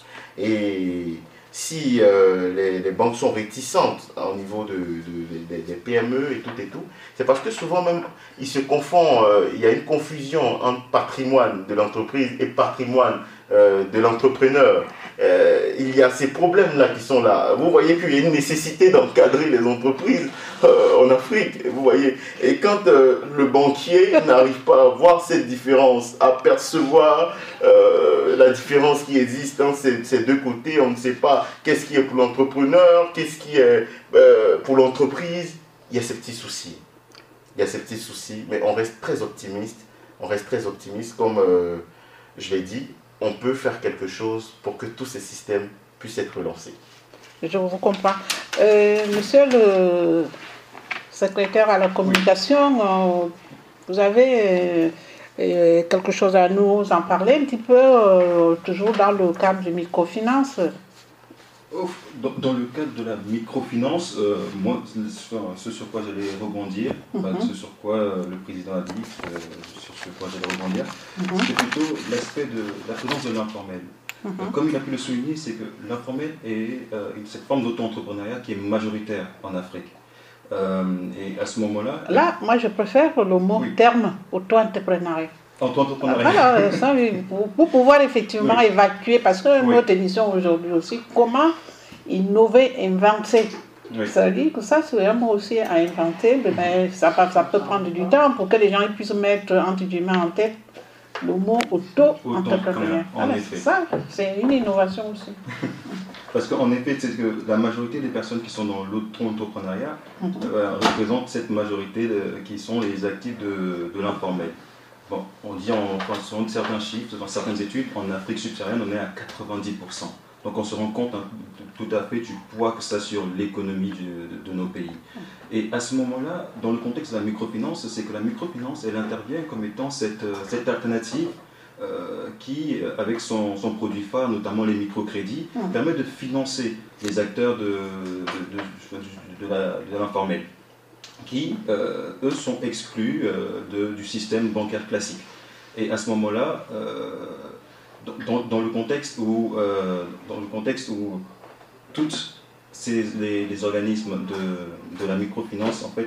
S2: Et si euh, les, les banques sont réticentes au niveau de, de, de, des P M E et tout et tout, c'est parce que souvent même, ils se confondent, euh, il y a une confusion entre patrimoine de l'entreprise et patrimoine euh, de l'entrepreneur. Euh, il y a ces problèmes-là qui sont là. Vous voyez qu'il y a une nécessité d'encadrer les entreprises euh, en Afrique, vous voyez. Et quand euh, le banquier n'arrive pas à voir cette différence, à percevoir euh, la différence qui existe dans ces, ces deux côtés, on ne sait pas qu'est-ce qui est pour l'entrepreneur, qu'est-ce qui est euh, pour l'entreprise, il y a ces petits soucis. Il y a ces petits soucis, mais on reste très optimiste. On reste très optimiste, comme euh, je l'ai dit, on peut faire quelque chose pour que tous ces systèmes puissent être relancés.
S1: Je vous comprends. Euh, monsieur le secrétaire à la communication, euh, vous avez euh, euh, quelque chose à nous en parler un petit peu, euh, toujours dans le cadre de microfinance?
S3: Dans, dans le cadre de la microfinance, euh, moi, ce sur quoi j'allais rebondir, mm-hmm. enfin, ce sur quoi euh, le président a dit, euh, sur ce quoi j'allais rebondir, mm-hmm. c'est plutôt l'aspect de la présence de l'informel. Mm-hmm. euh, comme il a pu le souligner, c'est que l'informel est euh, cette forme d'auto-entrepreneuriat qui est majoritaire en Afrique. Euh, et à ce moment-là...
S1: Là, moi, je préfère le mot oui. terme auto-entrepreneuriat.
S3: Auto-entrepreneuriat.
S1: Voilà, ça, pour, pour pouvoir effectivement oui. évacuer, parce que oui. notre émission aujourd'hui aussi, comment innover, inventer. Oui. Ça veut dire que ça, c'est vraiment aussi à inventer, mais ça, ça peut prendre du temps pour que les gens puissent mettre entre guillemets en tête le mot auto-entrepreneur. Voilà, ça, c'est une innovation aussi.
S3: Parce qu'en effet, c'est que la majorité des personnes qui sont dans l'auto-entrepreneuriat mm-hmm. euh, représentent cette majorité de, qui sont les actifs de, de l'informel. Bon, on dit, en fonction de certains chiffres, dans certaines études, en Afrique subsaharienne, on est à quatre-vingt-dix pour cent. Donc on se rend compte hein, tout à fait du poids que ça a sur l'économie de, de nos pays. Et à ce moment-là, dans le contexte de la microfinance, c'est que la microfinance, elle intervient comme étant cette, cette alternative euh, qui, avec son, son produit phare, notamment les microcrédits, mmh. permet de financer les acteurs de, de, de, de l'informel, qui, euh, eux, sont exclus euh, de, du système bancaire classique. Et à ce moment-là, euh, dans, dans, le contexte où, euh, dans le contexte où tous ces, les, les organismes de, de la microfinance, en fait...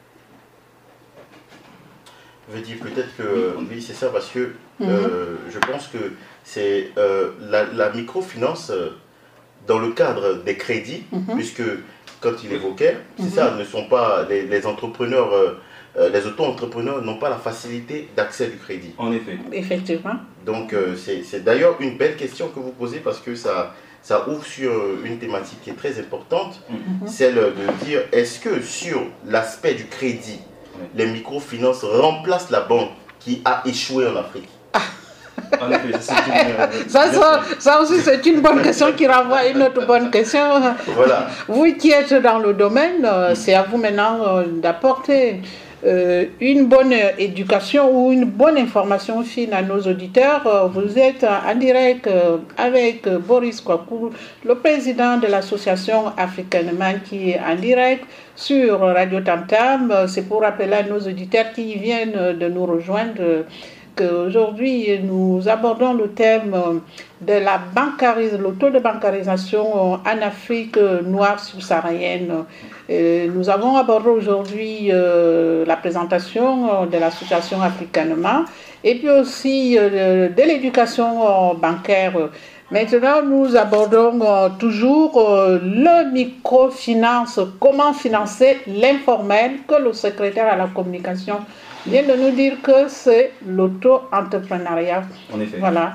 S2: Je dis peut-être que, oui, c'est ça, parce que mm-hmm. euh, je pense que c'est euh, la, la microfinance, euh, dans le cadre des crédits, mm-hmm. puisque... Quand il évoquait, c'est mm-hmm. ça, ne sont pas les, les entrepreneurs, euh, les auto-entrepreneurs n'ont pas la facilité d'accès du crédit.
S3: En effet.
S1: Effectivement.
S2: Donc euh, c'est d'ailleurs une belle question que vous posez parce que ça, ça ouvre sur une thématique qui est très importante, mm-hmm. celle de dire est-ce que sur l'aspect du crédit, mm-hmm. les microfinances remplacent la banque qui a échoué en Afrique?
S3: En effet, une...
S1: ça, ça, ça aussi, c'est une bonne question qui renvoie à une autre bonne question.
S2: Voilà.
S1: Vous qui êtes dans le domaine, c'est à vous maintenant d'apporter euh, une bonne éducation ou une bonne information fine à nos auditeurs. Vous êtes en direct avec Boris Kwaku, le président de l'association Africanement, qui est en direct sur Radio Tam Tam. C'est pour rappeler à nos auditeurs qui viennent de nous rejoindre qu'aujourd'hui, nous abordons le thème de la bancarisation, le taux de bancarisation en Afrique noire subsaharienne. Nous avons abordé aujourd'hui la présentation de l'association Africanement et puis aussi de l'éducation bancaire. Maintenant, nous abordons toujours le microfinance, comment financer l'informel, que le secrétaire à la communication vient de nous dire que c'est l'auto-entrepreneuriat.
S3: En effet.
S1: Voilà.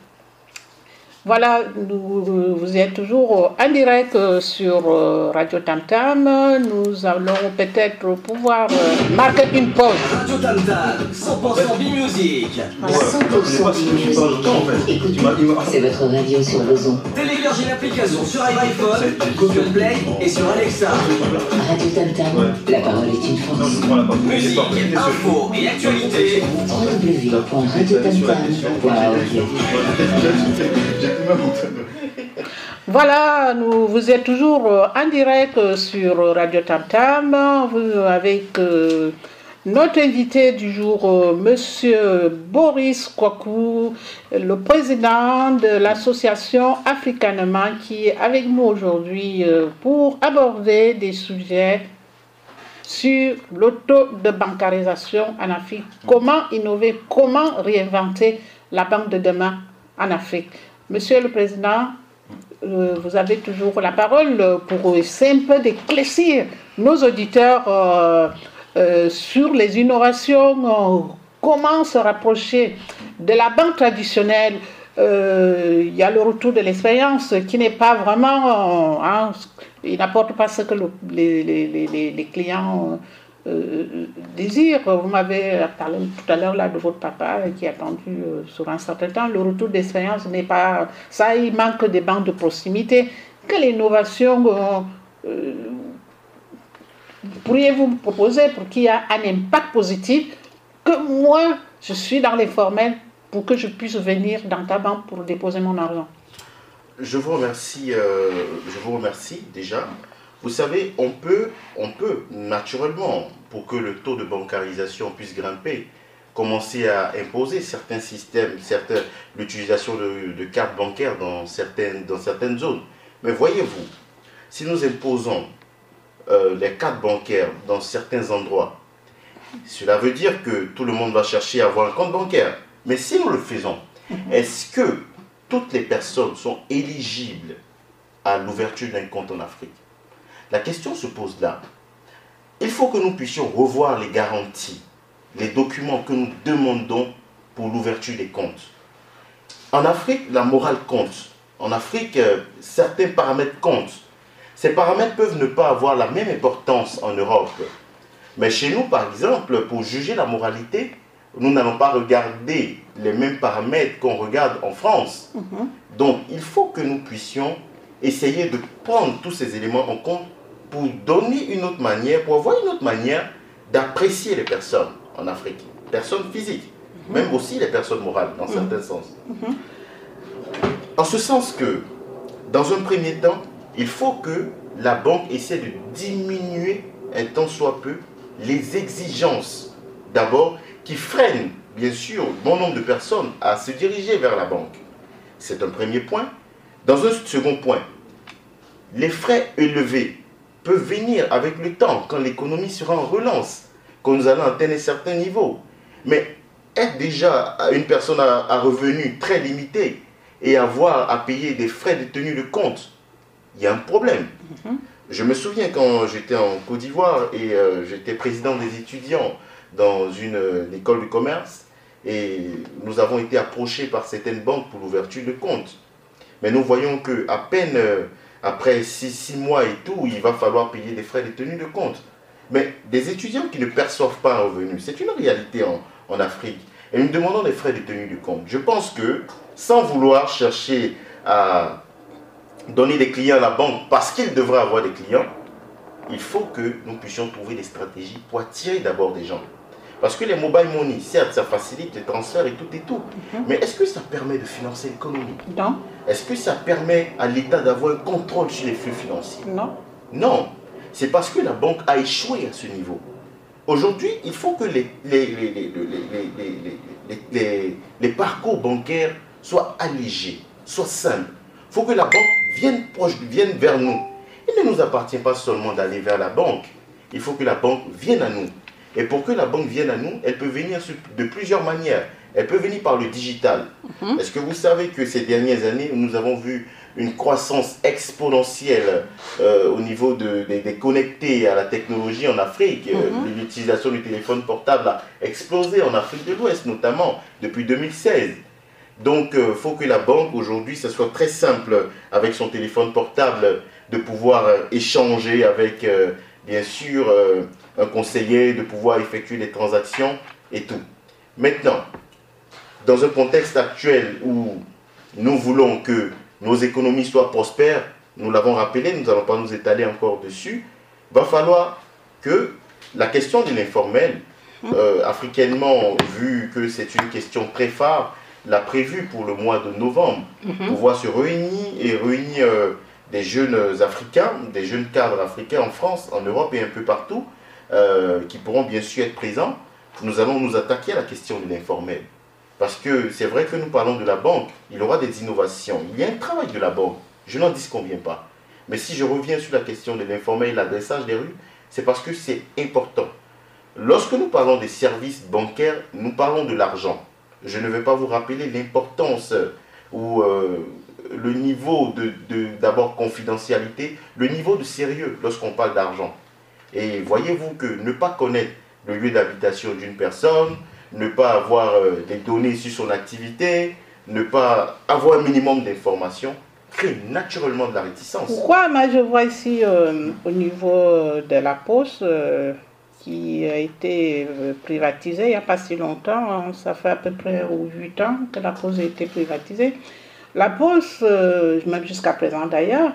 S1: Voilà, nous, vous êtes toujours en direct sur Radio Tam Tam. Nous allons peut-être pouvoir marquer une pause.
S4: Radio Tam Tam, cent pour cent B-Music.
S1: Voilà.
S5: cent pour cent B-Music. Écoutez, c'est votre radio sur les ondes.
S4: Téléchargez l'application sur iPhone, Google Play et sur Alexa.
S5: Radio Tam Tam, la parole est une force.
S4: Musique, info et actualité.
S5: w w w point radio tam tam point org.
S1: Voilà, nous, vous êtes toujours en direct sur Radio Tam Tam avec euh, notre invité du jour, euh, Monsieur Boris Kwaku, le président de l'association Africanement, qui est avec nous aujourd'hui euh, pour aborder des sujets sur le taux de bancarisation en Afrique. Comment innover, comment réinventer la banque de demain en Afrique. Monsieur le Président, euh, vous avez toujours la parole pour essayer un peu d'éclaircir nos auditeurs euh, euh, sur les innovations, euh, comment se rapprocher de la banque traditionnelle. Euh, il y a le retour de l'expérience qui n'est pas vraiment, euh, hein, il n'apporte pas ce que le, les, les, les, les clients Euh, désir. Vous m'avez parlé tout à l'heure là de votre papa qui a attendu euh, sur un certain temps. Le retour d'expérience n'est pas ça, il manque des banques de proximité. Quelle innovation euh, euh, pourriez-vous me proposer pour qu'il y ait un impact positif, que moi je suis dans l'informel pour que je puisse venir dans ta banque pour déposer mon argent?
S2: je vous remercie, euh, je vous remercie déjà. Vous savez, on peut, on peut naturellement, pour que le taux de bancarisation puisse grimper, commencer à imposer certains systèmes, certains, l'utilisation de, de cartes bancaires dans certaines, dans certaines zones. Mais voyez-vous, si nous imposons euh, les cartes bancaires dans certains endroits, cela veut dire que tout le monde va chercher à avoir un compte bancaire. Mais si nous le faisons, est-ce que toutes les personnes sont éligibles à l'ouverture d'un compte en Afrique? La question se pose là. Il faut que nous puissions revoir les garanties, les documents que nous demandons pour l'ouverture des comptes. En Afrique, la morale compte. En Afrique, euh, certains paramètres comptent. Ces paramètres peuvent ne pas avoir la même importance en Europe. Mais chez nous, par exemple, pour juger la moralité, nous n'allons pas regarder les mêmes paramètres qu'on regarde en France. Mm-hmm. Donc, il faut que nous puissions essayer de prendre tous ces éléments en compte pour donner une autre manière, pour avoir une autre manière d'apprécier les personnes en Afrique. Personnes physiques, mm-hmm. même aussi les personnes morales, dans mm-hmm. certains sens. Mm-hmm. En ce sens que, dans un premier temps, il faut que la banque essaie de diminuer un tant soit peu les exigences, d'abord, qui freinent, bien sûr, bon nombre de personnes à se diriger vers la banque. C'est un premier point. Dans un second point, les frais élevés peuvent venir avec le temps, quand l'économie sera en relance, quand nous allons atteindre un certain niveau. Mais être déjà une personne à, à revenus très limités et avoir à payer des frais de tenue de compte, il y a un problème. Mm-hmm. Je me souviens quand j'étais en Côte d'Ivoire et euh, j'étais président des étudiants dans une, une école de commerce et nous avons été approchés par certaines banques pour l'ouverture de compte. Mais nous voyons qu'à peine euh, après six, six mois et tout, il va falloir payer des frais de tenue de compte. Mais des étudiants qui ne perçoivent pas un revenu, c'est une réalité en, en Afrique. Et nous demandons des frais de tenue de compte. Je pense que sans vouloir chercher à donner des clients à la banque parce qu'il devrait avoir des clients, il faut que nous puissions trouver des stratégies pour attirer d'abord des gens. Parce que les mobile money, certes, ça facilite les transferts et tout et tout. Mm-hmm. Mais est-ce que ça permet de financer l'économie? Non. Est-ce que ça permet à l'État d'avoir un contrôle sur les flux financiers? Non. Non. C'est parce que la banque a échoué à ce niveau. Aujourd'hui, il faut que les, les, les, les, les, les, les, les, les parcours bancaires soient allégés, soient simples. Il faut que la banque vienne, proche, vienne vers nous. Il ne nous appartient pas seulement d'aller vers la banque. Il faut que la banque vienne à nous. Et pour que la banque vienne à nous, elle peut venir de plusieurs manières. Elle peut venir par le digital. Mm-hmm. Est-ce que vous savez que ces dernières années, nous avons vu une croissance exponentielle euh, au niveau de, de, des connectés à la technologie en Afrique? Mm-hmm. L'utilisation du téléphone portable a explosé en Afrique de l'Ouest, notamment depuis deux mille seize. Donc, il euh, faut que la banque, aujourd'hui, ça soit très simple avec son téléphone portable de pouvoir euh, échanger avec, euh, bien sûr, euh, un conseiller, de pouvoir effectuer des transactions et tout. Maintenant, dans un contexte actuel où nous voulons que nos économies soient prospères, nous l'avons rappelé, nous n'allons pas nous étaler encore dessus, il va falloir que la question de l'informel, euh, africainement, vu que c'est une question très phare, l'a prévu pour le mois de novembre, mm-hmm. pouvoir se réunir et réunir euh, des jeunes Africains, des jeunes cadres africains en France, en Europe et un peu partout, euh, qui pourront bien sûr être présents. Nous allons nous attaquer à la question de l'informel. Parce que c'est vrai que nous parlons de la banque, il y aura des innovations, il y a un travail de la banque, je n'en disconviens pas. Mais si je reviens sur la question de l'informel et l'adressage des rues, c'est parce que c'est important. Lorsque nous parlons des services bancaires, nous parlons de l'argent. Je ne vais pas vous rappeler l'importance ou euh, le niveau de, de d'abord confidentialité, le niveau de sérieux lorsqu'on parle d'argent. Et voyez-vous que ne pas connaître le lieu d'habitation d'une personne, ne pas avoir euh, des données sur son activité, ne pas avoir un minimum d'informations, crée naturellement de la réticence.
S1: Pourquoi? Moi, je vois ici euh, au niveau de la Poste, euh, qui a été privatisée il n'y a pas si longtemps, hein, ça fait à peu près huit ans que la Poste a été privatisée. La Poste, euh, même jusqu'à présent d'ailleurs,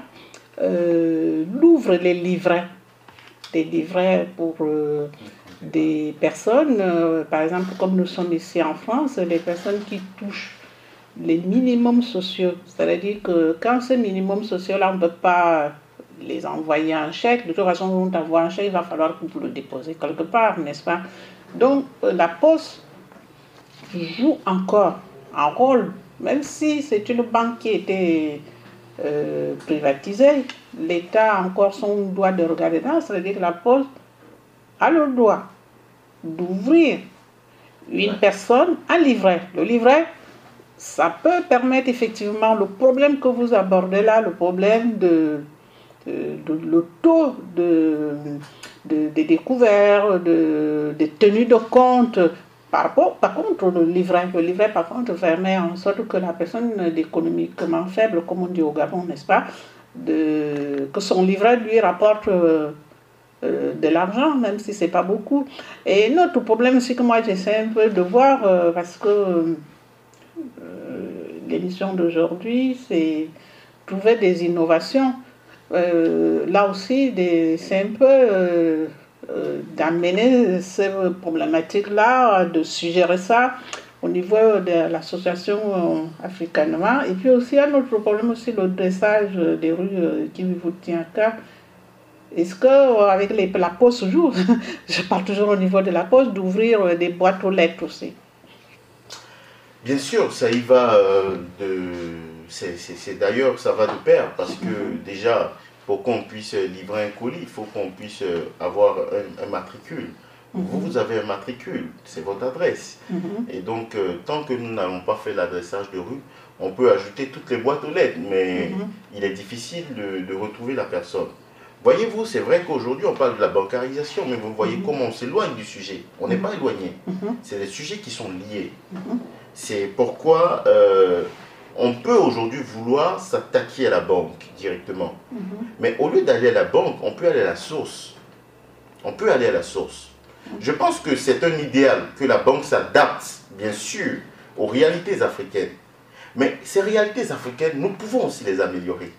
S1: euh, l'ouvre les livrets, des livrets pour euh, des personnes, euh, par exemple comme nous sommes ici en France, les personnes qui touchent les minimums sociaux. C'est-à-dire que quand ce minimum social-là, on ne peut pas les envoyer en chèque. De toute façon, vous t'envoie un chèque, il va falloir que vous le déposez quelque part, n'est-ce pas? Donc, la Poste joue encore un rôle, même si c'est une banque qui était euh, privatisée, l'État a encore son droit de regarder dedans, c'est-à-dire que la Poste a le droit d'ouvrir une personne un livret. Le livret, ça peut permettre effectivement le problème que vous abordez là, le problème de, de, de le taux de, de, de découvert, de, de tenue de compte. Par, rapport, par contre, le livret, le livret par contre permet en sorte que la personne économiquement faible, comme on dit au Gabon, n'est-ce pas, de, que son livret lui rapporte euh, euh, de l'argent, même si c'est pas beaucoup. Et notre problème, c'est que moi j'essaie un peu de voir, euh, parce que euh, l'émission d'aujourd'hui, c'est trouver des innovations. Euh, là aussi, c'est un peu euh, euh, d'amener ces problématiques-là, de suggérer ça au niveau de l'association africanement. Et puis aussi, un autre problème aussi, le dressage des rues euh, qui vous tient à cœur. Est-ce qu'avec la Poste joue, je parle toujours au niveau de la Poste, d'ouvrir des boîtes aux lettres aussi?
S2: Bien sûr, ça y va euh, de... C'est d'ailleurs, ça va de pair, parce que mm-hmm. déjà, pour qu'on puisse livrer un colis, il faut qu'on puisse avoir un, un matricule. Mm-hmm. Vous, vous avez un matricule, c'est votre adresse. Mm-hmm. Et donc, euh, tant que nous n'avons pas fait l'adressage de rue, on peut ajouter toutes les boîtes aux lettres, mais mm-hmm. il est difficile de, de retrouver la personne. Voyez-vous, c'est vrai qu'aujourd'hui, on parle de la bancarisation, mais vous voyez mm-hmm. comment on s'éloigne du sujet. On n'est pas éloigné. Mm-hmm. C'est des sujets qui sont liés. Mm-hmm. C'est pourquoi euh, on peut aujourd'hui vouloir s'attaquer à la banque directement. Mm-hmm. Mais au lieu d'aller à la banque, on peut aller à la source. On peut aller à la source. Mm-hmm. Je pense que c'est un idéal que la banque s'adapte, bien sûr, aux réalités africaines. Mais ces réalités africaines, nous pouvons aussi les améliorer.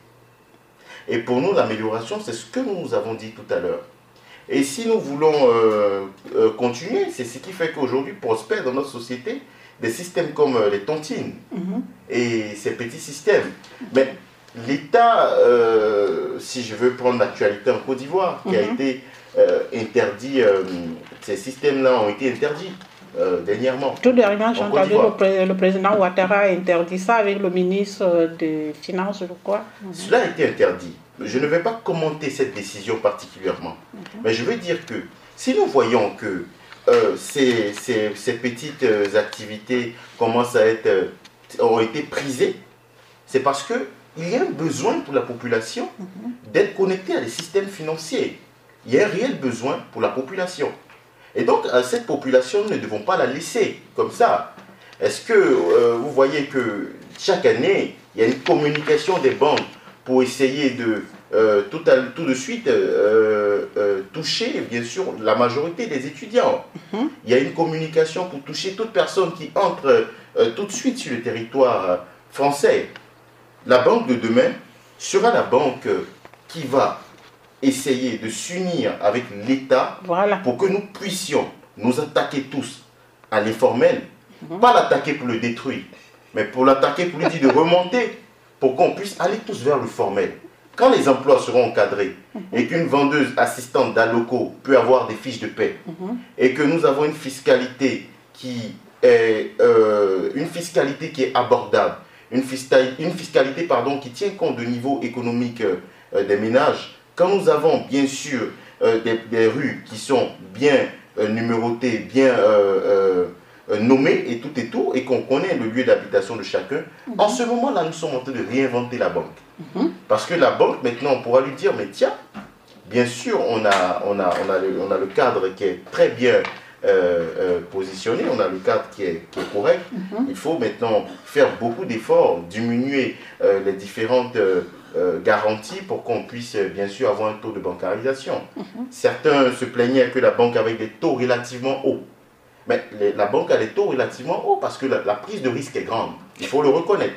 S2: Et pour nous, l'amélioration, c'est ce que nous avons dit tout à l'heure. Et si nous voulons euh, euh, continuer, c'est ce qui fait qu'aujourd'hui prospèrent dans notre société des systèmes comme euh, les tontines mm-hmm. et ces petits systèmes. Mais l'État, euh, si je veux prendre l'actualité en Côte d'Ivoire, qui mm-hmm. a été euh, interdit, euh, ces systèmes-là ont été interdits. Euh, dernièrement.
S1: Tout dernièrement, j'ai entendu le, pré le président Ouattara a interdit ça avec le ministre des Finances, je crois. Mm-hmm.
S2: Cela a été interdit. Je ne vais pas commenter cette décision particulièrement. Mm-hmm. Mais je veux dire que si nous voyons que euh, ces, ces, ces petites euh, activités commencent à être, euh, ont été prisées, c'est parce qu'il y a un besoin pour la population mm-hmm. d'être connectée à des systèmes financiers. Il y a un réel besoin pour la population. Et donc, à cette population, nous ne devons pas la laisser comme ça. Est-ce que euh, vous voyez que chaque année, il y a une communication des banques pour essayer de euh, tout, à, tout de suite euh, euh, toucher, bien sûr, la majorité des étudiants. Mm-hmm. Il y a une communication pour toucher toute personne qui entre euh, tout de suite sur le territoire euh, français. La banque de demain sera la banque qui va essayer de s'unir avec l'État
S1: voilà.
S2: pour que nous puissions nous attaquer tous à l'informel, mmh. pas l'attaquer pour le détruire, mais pour l'attaquer pour lui dire de remonter, pour qu'on puisse aller tous vers le formel. Quand les emplois seront encadrés mmh. et qu'une vendeuse assistante d'Aloco peut avoir des fiches de paie mmh. et que nous avons une fiscalité qui est, euh, une fiscalité qui est abordable, une, fiscalité, une fiscalité pardon, qui tient compte du niveau économique euh, des ménages, quand nous avons bien sûr euh, des, des rues qui sont bien euh, numérotées, bien euh, euh, nommées et tout et tout, et qu'on connaît le lieu d'habitation de chacun, mm-hmm. en ce moment-là, nous sommes en train de réinventer la banque. Mm-hmm. Parce que la banque, maintenant, on pourra lui dire, mais tiens, bien sûr, on a, on a, on a, le, on a le cadre qui est très bien euh, euh, positionné, on a le cadre qui est, qui est correct. Mm-hmm. Il faut maintenant faire beaucoup d'efforts, diminuer euh, les différentes... Euh, Euh, garantie pour qu'on puisse euh, bien sûr avoir un taux de bancarisation. Mm-hmm. Certains se plaignaient que la banque avait des taux relativement hauts. Mais les, la banque a des taux relativement hauts parce que la, la prise de risque est grande. Il faut le reconnaître.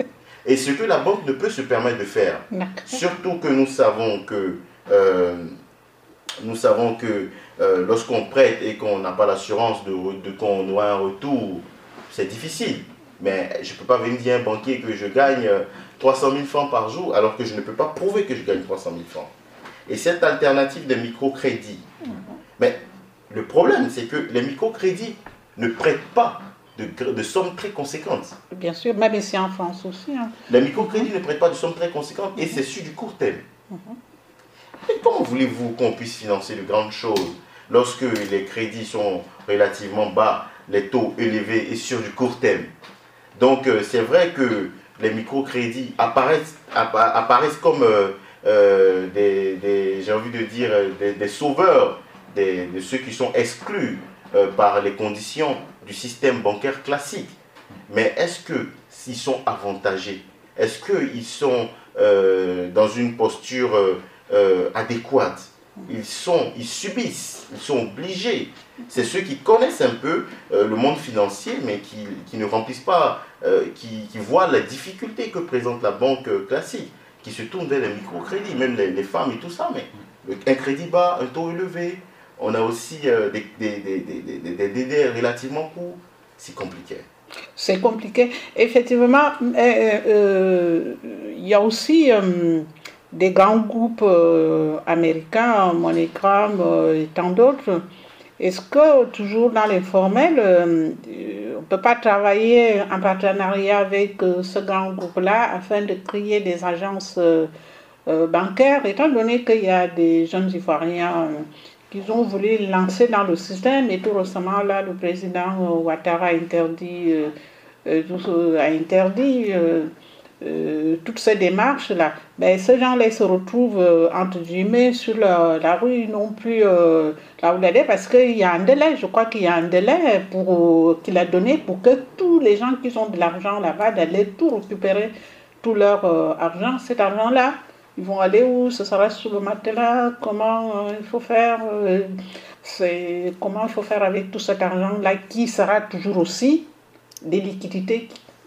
S2: Et ce que la banque ne peut se permettre de faire, surtout que nous savons que, euh, nous savons que euh, lorsqu'on prête et qu'on n'a pas l'assurance de, de qu'on aura un retour, c'est difficile. Mais je ne peux pas venir dire à un banquier que je gagne trois cent mille francs par jour alors que je ne peux pas prouver que je gagne trois cent mille francs. Et cette alternative des microcrédits, mais le problème c'est que les microcrédits ne prêtent pas de, de sommes très conséquentes.
S1: Bien sûr, même ici en France aussi. Hein.
S2: Les microcrédits ne prêtent pas de sommes très conséquentes et c'est sur du court terme. Et comment voulez-vous qu'on puisse financer de grandes choses lorsque les crédits sont relativement bas, les taux élevés et sur du court terme? Donc euh, c'est vrai que les microcrédits apparaissent, apparaissent comme euh, euh, des, des j'ai envie de dire, des, des sauveurs des, de ceux qui sont exclus euh, par les conditions du système bancaire classique. Mais est-ce qu'ils sont avantagés? Est-ce qu'ils sont euh, dans une posture euh, euh, adéquate? Ils, sont, ils subissent, ils sont obligés. C'est ceux qui connaissent un peu euh, le monde financier, mais qui, qui ne remplissent pas, euh, qui, qui voient la difficulté que présente la banque euh, classique, qui se tournent vers les microcrédits, même les, les femmes et tout ça. Mais le, un crédit bas, un taux élevé, on a aussi euh, des, des, des, des, des, des délais relativement courts. C'est compliqué.
S1: C'est compliqué. Effectivement, il euh, euh, y a aussi euh, des grands groupes euh, américains, MoneyGram euh, et tant d'autres. Est-ce que toujours dans l'informel, euh, on ne peut pas travailler en partenariat avec euh, ce grand groupe-là afin de créer des agences euh, euh, bancaires, étant donné qu'il y a des jeunes Ivoiriens euh, qu'ils ont voulu lancer dans le système et tout récemment, là, le président euh, Ouattara a interdit, euh, euh, a interdit euh, euh, toutes ces démarches-là. Ben, ces gens-là se retrouvent, euh, entre guillemets, sur la, la rue, non plus euh, là où l'aide, parce qu'il y a un délai, je crois qu'il y a un délai pour, euh, qu'il a donné pour que tous les gens qui ont de l'argent là-bas, d'aller tout récupérer, tout leur euh, argent, cet argent-là. Ils vont aller où? Ce sera sur le matelas? Comment euh, il faut faire euh, c'est, comment il faut faire avec tout cet argent-là qui sera toujours aussi des liquidités?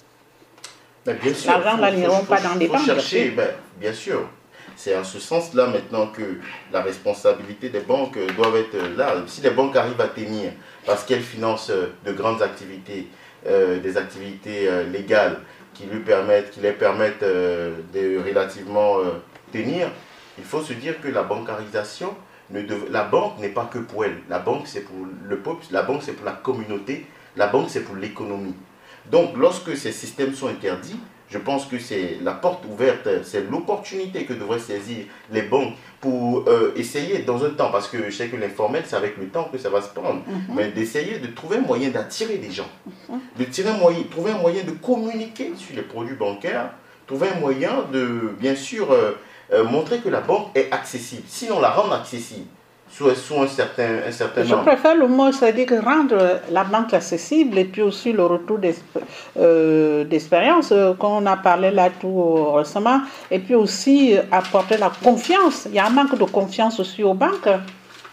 S2: L'argent
S1: là n'ira pas dans les banques.
S2: Chercher, ben, bien sûr. C'est en ce sens-là maintenant que la responsabilité des banques doit être là. Si les banques arrivent à tenir, parce qu'elles financent de grandes activités, euh, des activités euh, légales qui, lui permettent, qui les permettent euh, de relativement euh, tenir, il faut se dire que la bancarisation, ne dev... la banque n'est pas que pour elle. La banque c'est pour le peuple, la banque c'est pour la communauté, la banque c'est pour l'économie. Donc lorsque ces systèmes sont interdits, je pense que c'est la porte ouverte, c'est l'opportunité que devraient saisir les banques pour euh, essayer dans un temps, parce que je sais que l'informel, c'est avec le temps que ça va se prendre, mm-hmm. mais d'essayer de trouver un moyen d'attirer les gens, mm-hmm. de tirer un moyen, trouver un moyen de communiquer sur les produits bancaires, trouver un moyen de, bien sûr, euh, euh, montrer que la banque est accessible, sinon la rendre accessible. Sous, sous un certain, un certain
S1: Je
S2: nombre.
S1: préfère le mot, c'est-à-dire rendre la banque accessible et puis aussi le retour euh, d'expérience euh, qu'on a parlé là tout récemment et puis aussi apporter la confiance. Il y a un manque de confiance aussi aux banques. Hein?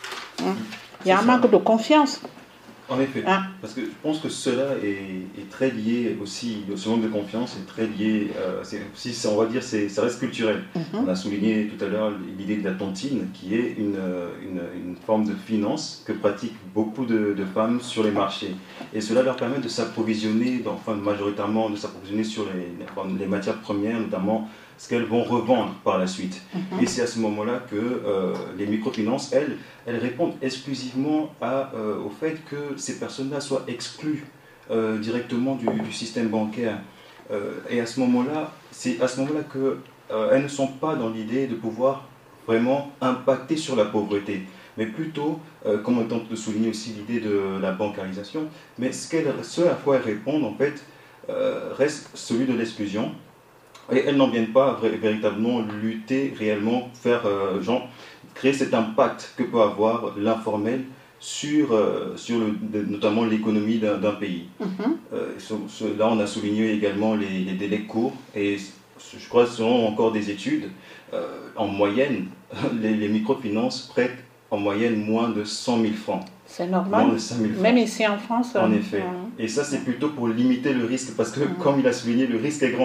S1: Il y a un ça. manque de confiance.
S3: En effet, hein? Parce que je pense que cela est, est très lié aussi, ce manque de confiance est très lié, euh, si on va dire, ça reste culturel. Mm-hmm. On a souligné tout à l'heure l'idée de la tontine, qui est une, une, une forme de finance que pratiquent beaucoup de, de femmes sur les marchés. Et cela leur permet de s'approvisionner, enfin majoritairement de s'approvisionner sur les, les matières premières, notamment ce qu'elles vont revendre par la suite. Mm-hmm. Et c'est à ce moment-là que euh, les microfinances, elles, elles répondent exclusivement à, euh, au fait que ces personnes-là soient exclues euh, directement du, du système bancaire. Euh, et à ce moment-là, c'est à ce moment-là qu'elles euh, ne sont pas dans l'idée de pouvoir vraiment impacter sur la pauvreté, mais plutôt, euh, comme on tente de souligner aussi l'idée de la bancarisation, mais ce, ce à quoi elles répondent, en fait, euh, reste celui de l'exclusion. Et elles n'en viennent pas véritablement lutter réellement, faire, euh, genre, créer cet impact que peut avoir l'informel sur, euh, sur le, de, notamment l'économie d'un, d'un pays. Mm-hmm. euh, ce, ce, là, on a souligné également les, les délais courts, et je crois que selon encore des études, euh, en moyenne, les, les microfinances prêtent en moyenne moins de cent mille francs.
S1: C'est normal, même ici en France.
S3: En effet. Ouais. Et ça, c'est plutôt pour limiter le risque, parce que, mmh. comme il a souligné, le risque est grand.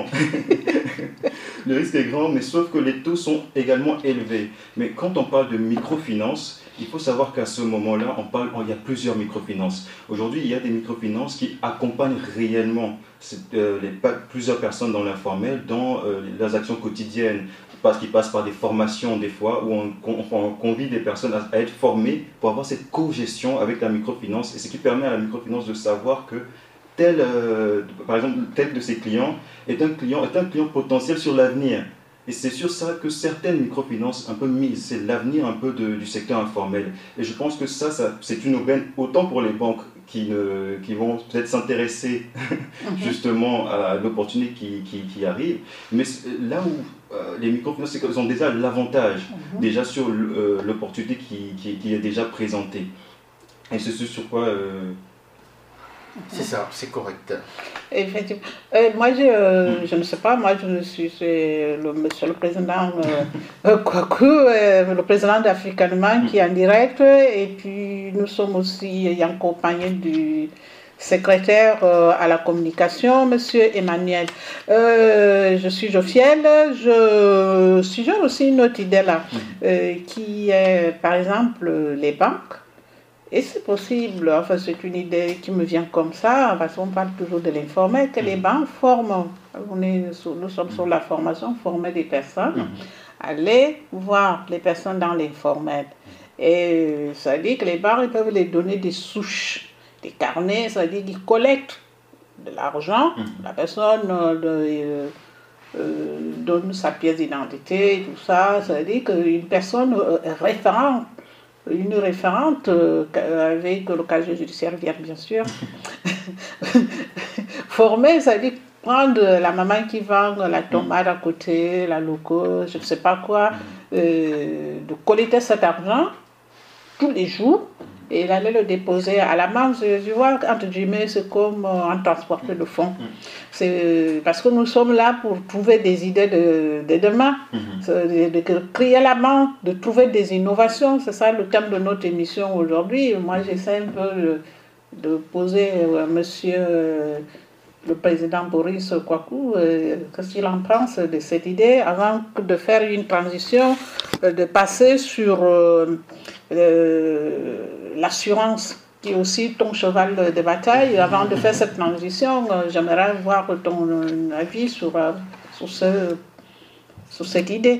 S3: Le risque est grand, mais sauf que les taux sont également élevés. Mais quand on parle de microfinance, il faut savoir qu'à ce moment-là, on parle, il y a plusieurs microfinances. Aujourd'hui, il y a des microfinances qui accompagnent réellement euh, les, plusieurs personnes dans l'informel, dans euh, leurs actions quotidiennes, parce qu'ils passent par des formations des fois, où on, on, on convie des personnes à, à être formées pour avoir cette co-gestion avec la microfinance. Et ce qui permet à la microfinance de savoir que tel, euh, par exemple, tel de ses clients est un client, est un client potentiel sur l'avenir. Et c'est sur ça que certaines microfinances un peu misent, c'est l'avenir un peu de, du secteur informel. Et je pense que ça, ça c'est une aubaine autant pour les banques qui, ne, qui vont peut-être s'intéresser justement à l'opportunité qui, qui, qui arrive. Mais là où euh, les microfinances, c'est qu'elles ont déjà l'avantage, mm-hmm. déjà sur l'opportunité qui, qui, qui est déjà présentée. Et c'est ce sur quoi... Euh,
S2: C'est ça, c'est correct.
S1: Effectivement. Euh, moi, je, euh, je ne sais pas, moi, je suis le monsieur le président euh, Kwaku, euh, le président d'Africanement qui est en direct, et puis nous sommes aussi en compagnie du secrétaire euh, à la communication, monsieur Emmanuel. Euh, je suis Jophiel, je suggère aussi une autre idée là, euh, qui est, par exemple, les banques. Et c'est possible, enfin c'est une idée qui me vient comme ça, parce qu'on parle toujours de l'informel, que les banques forment, on est sur, nous sommes sur la formation, former des personnes, aller voir les personnes dans l'informel. Et ça dit que les banques ils peuvent les donner des souches, des carnets, ça dit qu'ils collectent de l'argent, la personne euh, euh, donne sa pièce d'identité, tout ça, ça dit qu'une personne euh, référente, une référente euh, avec le casier judiciaire vierge, bien sûr, formée, ça veut dire prendre la maman qui vend la tomate à côté, la loco, je ne sais pas quoi, euh, de collecter cet argent tous les jours et d'aller le déposer à la banque. Je vois, entre guillemets, c'est comme euh, en transporter le fonds. C'est parce que nous sommes là pour trouver des idées de, de demain, mm-hmm. de, de créer la banque, de trouver des innovations. C'est ça le thème de notre émission aujourd'hui. Moi, j'essaie un peu de, de poser à euh, monsieur euh, le président Boris Kwaku, euh, qu'est-ce qu'il en pense de cette idée, avant de faire une transition, euh, de passer sur euh, euh, l'assurance, qui est aussi ton cheval de bataille. Avant de faire cette transition, euh, j'aimerais avoir ton euh, avis sur, euh, sur, ce, sur cette idée.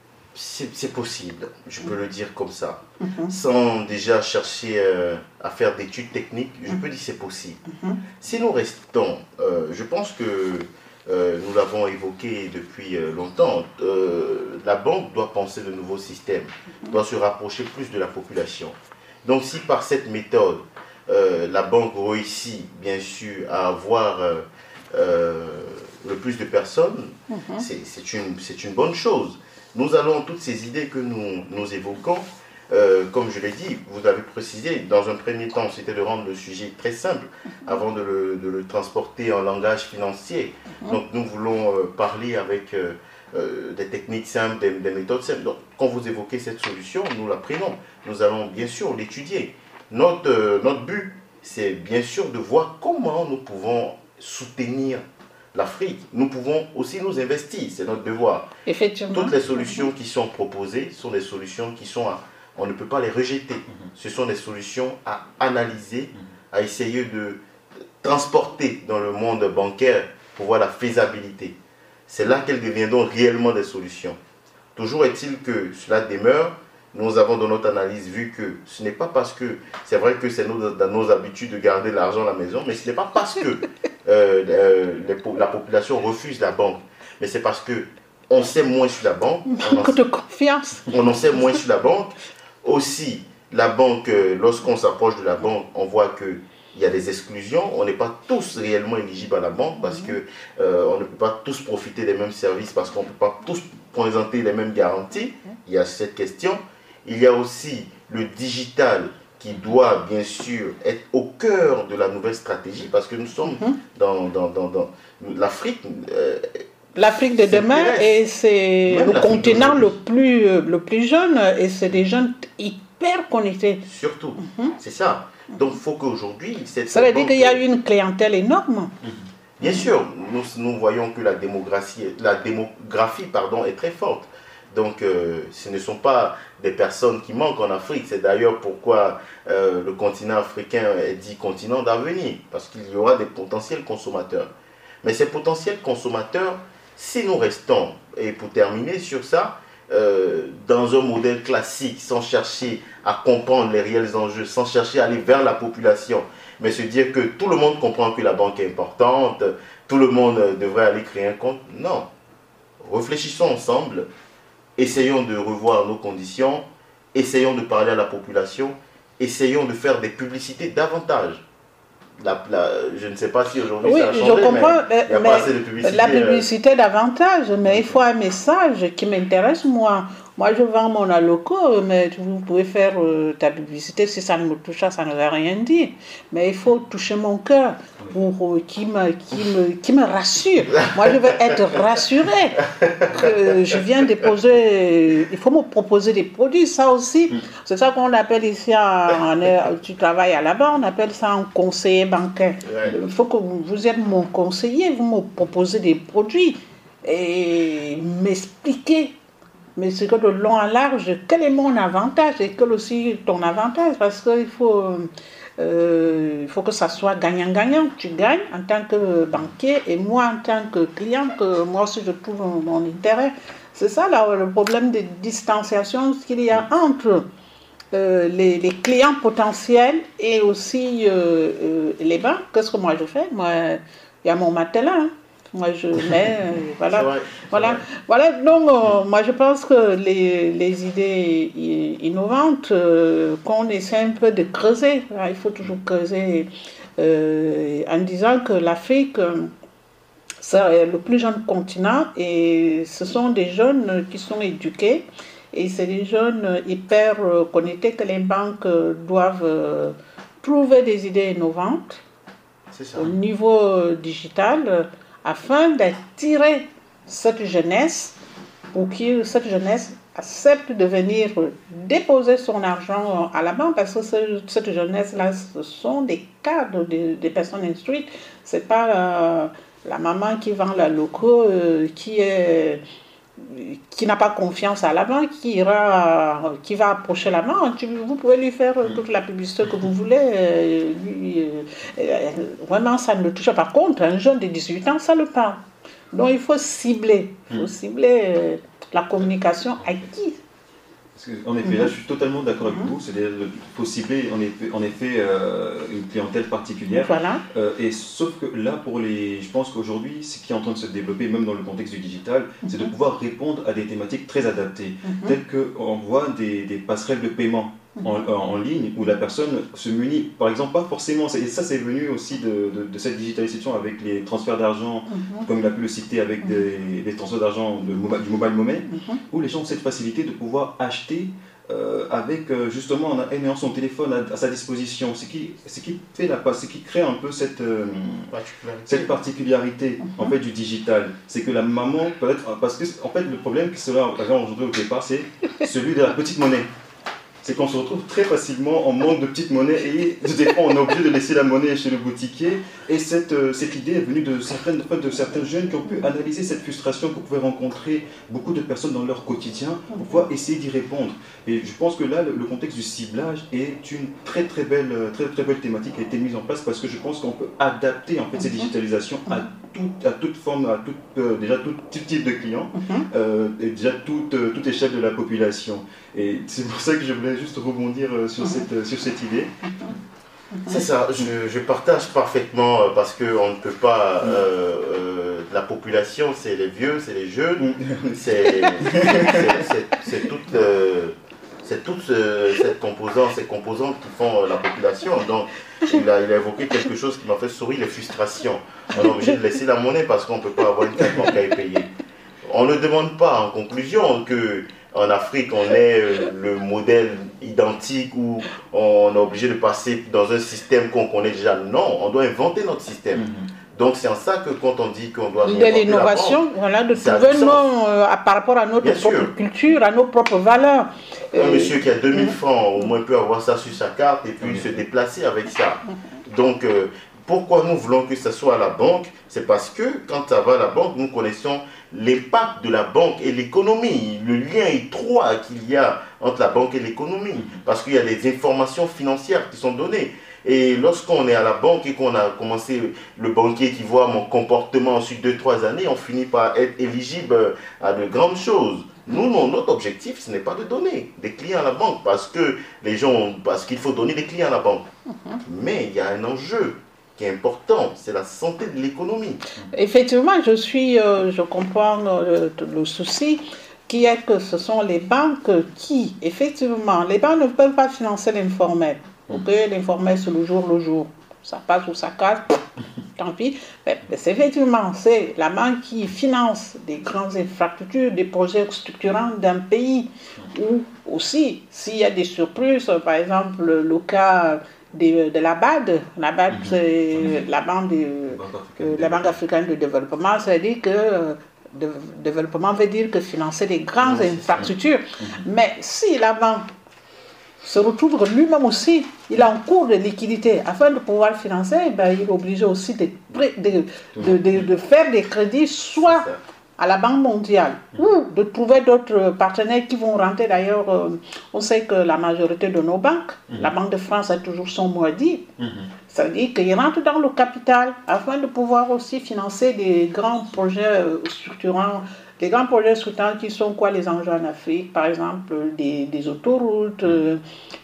S2: C'est possible, je peux le dire comme ça. Mm-hmm. Sans déjà chercher euh, à faire d'études techniques, je mm-hmm. peux dire que c'est possible. Mm-hmm. Si nous restons, euh, je pense que euh, nous l'avons évoqué depuis euh, longtemps, euh, la banque doit penser de nouveaux systèmes, mm-hmm. doit se rapprocher plus de la population. Donc si par cette méthode, euh, la banque réussit bien sûr à avoir euh, euh, le plus de personnes, mm-hmm. c'est une, c'est une bonne chose. Nous allons, toutes ces idées que nous, nous évoquons, euh, comme je l'ai dit, vous avez précisé, dans un premier temps, c'était de rendre le sujet très simple, avant de le, de le transporter en langage financier. Donc nous voulons euh, parler avec euh, euh, des techniques simples, des, des méthodes simples. Donc quand vous évoquez cette solution, nous la prenons. Nous allons bien sûr l'étudier. Notre, euh, notre but, c'est bien sûr de voir comment nous pouvons soutenir l'Afrique. Nous pouvons aussi nous investir, c'est notre devoir.
S1: Effectivement.
S2: Toutes les solutions qui sont proposées sont des solutions qui sont, à, on ne peut pas les rejeter. Mm-hmm. Ce sont des solutions à analyser, mm-hmm. à essayer de transporter dans le monde bancaire pour voir la faisabilité. C'est là qu'elles deviendront réellement des solutions. Toujours est-il que cela demeure. Nous avons dans notre analyse vu que ce n'est pas parce que, c'est vrai que c'est dans nos habitudes de garder l'argent à la maison, mais ce n'est pas parce que euh, euh, les, la population refuse la banque, mais c'est parce qu'on sait moins sur la banque.
S1: On en, de confiance.
S2: On en sait moins sur la banque. Aussi, la banque, euh, lorsqu'on s'approche de la banque, on voit qu'il y a des exclusions. On n'est pas tous réellement éligibles à la banque parce que euh, on ne peut pas tous profiter des mêmes services, parce qu'on ne peut pas tous présenter les mêmes garanties. Il y a cette question. Il y a aussi le digital qui doit bien sûr être au cœur de la nouvelle stratégie, parce que nous sommes mm-hmm. dans, dans, dans, dans l'Afrique. Euh,
S1: L'Afrique de demain, et c'est le continent le plus, le plus jeune, et c'est des jeunes hyper connectés.
S2: Surtout, mm-hmm. c'est ça. Donc il faut qu'aujourd'hui...
S1: Ça veut dire qu'il y a une clientèle énorme.
S2: Bien sûr, nous, nous voyons que la démographie, la démographie pardon, est très forte. Donc euh, ce ne sont pas des personnes qui manquent en Afrique. C'est d'ailleurs pourquoi euh, le continent africain est dit continent d'avenir. Parce qu'il y aura des potentiels consommateurs. Mais ces potentiels consommateurs, si nous restons, et pour terminer sur ça, euh, dans un modèle classique, sans chercher à comprendre les réels enjeux, sans chercher à aller vers la population, mais se dire que tout le monde comprend que la banque est importante, tout le monde devrait aller créer un compte. Non. Réfléchissons ensemble, essayons de revoir nos conditions, essayons de parler à la population, essayons de faire des publicités davantage. La, la, je ne sais pas si aujourd'hui
S1: oui,
S2: ça a changé,
S1: je comprends,
S2: mais il n'y a
S1: mais
S2: pas assez de publicité.
S1: La publicité euh... davantage, mais il faut un message qui m'intéresse moi. Moi, je vends mon alloco, mais vous pouvez faire euh, ta publicité, si ça ne me touche pas, ça ne veut rien dire. Mais il faut toucher mon cœur pour euh, qui me, qui me, qui me rassure. Moi, je veux être rassurée. Que je viens déposer, il faut me proposer des produits, ça aussi. C'est ça qu'on appelle ici, en, en, tu travailles à la banque, on appelle ça un conseiller bancaire. Il faut que vous, vous êtes mon conseiller, vous me proposez des produits et m'expliquer. Mais c'est que de long en large, quel est mon avantage et quel aussi ton avantage, parce qu'il faut, euh, il faut que ça soit gagnant-gagnant. Tu gagnes en tant que banquier et moi en tant que client, que moi aussi je trouve mon intérêt. C'est ça là, le problème de distanciation qu'il y a entre euh, les, les clients potentiels et aussi euh, euh, les banques. Qu'est-ce que moi je fais? Moi, il y a mon matelas. Hein. Moi, je mets, euh, voilà, vrai, voilà, voilà. Donc, euh, moi, je pense que les, les idées innovantes, euh, qu'on essaie un peu de creuser, hein, il faut toujours creuser, euh, en disant que l'Afrique, c'est le plus jeune continent et ce sont des jeunes qui sont éduqués et c'est des jeunes hyper connectés que les banques doivent euh, trouver des idées innovantes au niveau digital, afin d'attirer cette jeunesse, pour que cette jeunesse accepte de venir déposer son argent à la banque, parce que cette jeunesse-là, ce sont des cadres, des, des personnes instruites. Ce n'est pas euh, la maman qui vend la loco, euh, qui est... qui n'a pas confiance à la banque, qui, ira, qui va approcher la banque. Vous pouvez lui faire toute la publicité que vous voulez. Euh, lui, euh, vraiment, ça ne le touche pas. Par contre, un jeune de dix-huit ans, ça le parle. Donc, il faut cibler. Il faut cibler euh, la communication à qui?
S3: En effet, là, je suis totalement d'accord avec vous. C'est-à-dire qu'il faut cibler, en effet, en effet euh, une clientèle particulière.
S1: Voilà.
S3: Euh, et sauf que là, pour les, je pense qu'aujourd'hui, ce qui est en train de se développer, même dans le contexte du digital, mm-hmm. c'est de pouvoir répondre à des thématiques très adaptées, mm-hmm. telles qu'on voit des, des passerelles de paiement mm-hmm. en, en ligne où la personne se munit, par exemple, pas forcément. Et ça, c'est venu aussi de, de, de cette digitalisation avec les transferts d'argent, mm-hmm. comme il a pu le citer, avec des, des transferts d'argent de, du mobile money, mm-hmm. où les gens ont cette facilité de pouvoir acheter Euh, avec euh, justement en ayant son téléphone à, à sa disposition, ce qui, ce qui fait la passe, ce qui crée un peu cette, euh, particularité. cette particularité mm-hmm. en fait du digital, c'est que la maman peut être, parce que en fait le problème qui sera aujourd'hui au départ, c'est celui de la petite monnaie. C'est qu'on se retrouve très facilement en manque de petite monnaie et des fois on est obligé de laisser la monnaie chez le boutiquier. Et cette, euh, cette idée est venue de certaines, de certains jeunes qui ont pu analyser cette frustration que pouvaient rencontrer beaucoup de personnes dans leur quotidien pour pouvoir essayer d'y répondre. Et je pense que là, le, le contexte du ciblage est une très très belle, très, très belle thématique qui a été mise en place parce que je pense qu'on peut adapter en fait cette digitalisation à toute, à toute forme, à toute, euh, déjà tout type de client, euh, et déjà toute, euh, toute échelle de la population. Et c'est pour ça que je voulais juste rebondir sur cette, sur cette idée.
S2: C'est ça, je, je partage parfaitement parce qu'on ne peut pas... Euh, euh, la population, c'est les vieux, c'est les jeunes, c'est toute, euh, toute euh, cette composante, ces composantes qui font la population. Donc, il a, il a évoqué quelque chose qui m'a fait sourire, les frustrations. On est obligé de laisser la monnaie parce qu'on ne peut pas avoir une carte bancaire payée. On ne demande pas en conclusion que... En Afrique, on est le modèle identique où on est obligé de passer dans un système qu'on connaît déjà. Non, on doit inventer notre système. Mm-hmm. Donc c'est en ça que quand on dit qu'on doit...
S1: De l'innovation, voilà, de trouver le nom euh, par rapport à notre Bien propre sûr. culture, à nos propres valeurs.
S2: Un monsieur qui a deux mille francs, au moins peut avoir ça sur sa carte et puis se déplacer avec ça. Donc, euh, pourquoi nous voulons que ça soit à la banque? C'est parce que quand ça va à la banque, nous connaissons l'impact de la banque et l'économie, le lien étroit qu'il y a entre la banque et l'économie. Parce qu'il y a des informations financières qui sont données. Et lorsqu'on est à la banque et qu'on a commencé, le banquier qui voit mon comportement ensuite deux trois années, on finit par être éligible à de grandes choses. Nous, non, notre objectif, ce n'est pas de donner des clients à la banque parce que les gens, parce qu'il faut donner des clients à la banque. Uh-huh. Mais il y a un enjeu qui est important, c'est la santé de l'économie.
S1: Effectivement, je suis, euh, je comprends euh, le souci qui est que ce sont les banques qui, effectivement, les banques ne peuvent pas financer l'informel. Ok, l'informel c'est le jour le jour, ça passe ou ça casse, tant pis. Mais, mais c'est effectivement, c'est la banque qui finance des grandes infrastructures, des projets structurants d'un pays. Ou aussi, s'il y a des surprises, par exemple le cas de, de la B A D, la B A D mm-hmm. c'est la banque, de, euh, la banque africaine de développement, c'est-à-dire que euh, de, développement veut dire que financer des grandes oui, infrastructures. Mm-hmm. Mais si la banque se retrouve lui-même aussi, il a un cours de liquidité. Afin de pouvoir financer, ben, il est obligé aussi de, de, de, de, de faire des crédits, soit à la Banque mondiale, mmh. ou de trouver d'autres partenaires qui vont rentrer. D'ailleurs, euh, on sait que la majorité de nos banques, mmh. la Banque de France a toujours son mot à dire. Mmh. Ça veut dire qu'ils rentrent dans le capital afin de pouvoir aussi financer des grands projets structurants. Les grands projets structurants qui sont quoi les enjeux en Afrique, par exemple des, des autoroutes, euh,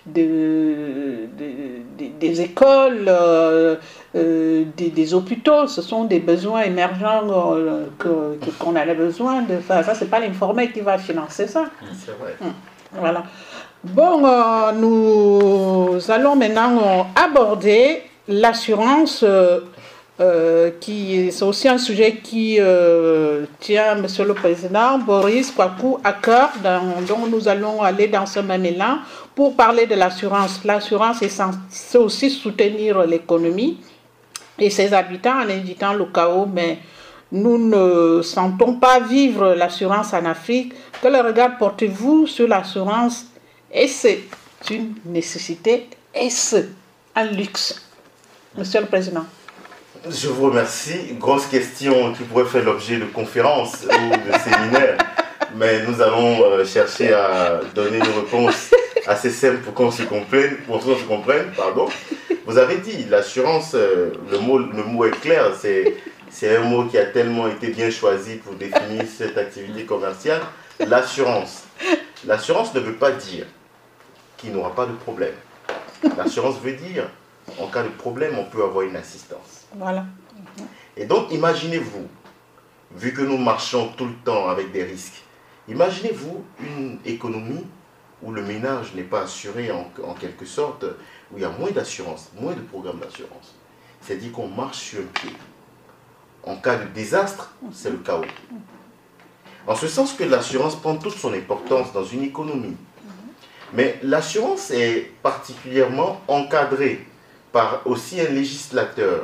S1: de, de, de, des écoles, euh, euh, des, des hôpitaux, ce sont des besoins émergents euh, que, que, qu'on a besoin de faire. Ça, ce n'est pas l'informel qui va financer ça.
S2: C'est vrai.
S1: Hum, voilà. Bon, euh, nous allons maintenant aborder l'assurance. Euh, Euh, qui c'est aussi un sujet qui euh, tient Monsieur le Président Boris Kwaku à cœur, dans, donc nous allons aller dans ce même élan pour parler de l'assurance. L'assurance est censée aussi soutenir l'économie et ses habitants en évitant le chaos, mais nous ne sentons pas vivre l'assurance en Afrique. Quel regard portez-vous sur l'assurance? Est-ce une nécessité? Est-ce un luxe? Monsieur le Président.
S2: Je vous remercie. Grosse question qui pourrait faire l'objet de conférences ou de séminaires. Mais nous allons euh, chercher à donner une réponse assez simple pour qu'on se comprenne. Pour qu'on se comprenne pardon. Vous avez dit, l'assurance, euh, le, mot, le mot est clair. C'est, c'est un mot qui a tellement été bien choisi pour définir cette activité commerciale. L'assurance. L'assurance ne veut pas dire qu'il n'y aura pas de problème. L'assurance veut dire, en cas de problème, on peut avoir une assistance.
S1: Voilà.
S2: Et donc, imaginez-vous, vu que nous marchons tout le temps avec des risques, imaginez-vous une économie où le ménage n'est pas assuré en, en quelque sorte, où il y a moins d'assurance, moins de programmes d'assurance. C'est-à-dire qu'on marche sur un pied. En cas de désastre, c'est le chaos. En ce sens que l'assurance prend toute son importance dans une économie. Mais l'assurance est particulièrement encadrée par aussi un législateur.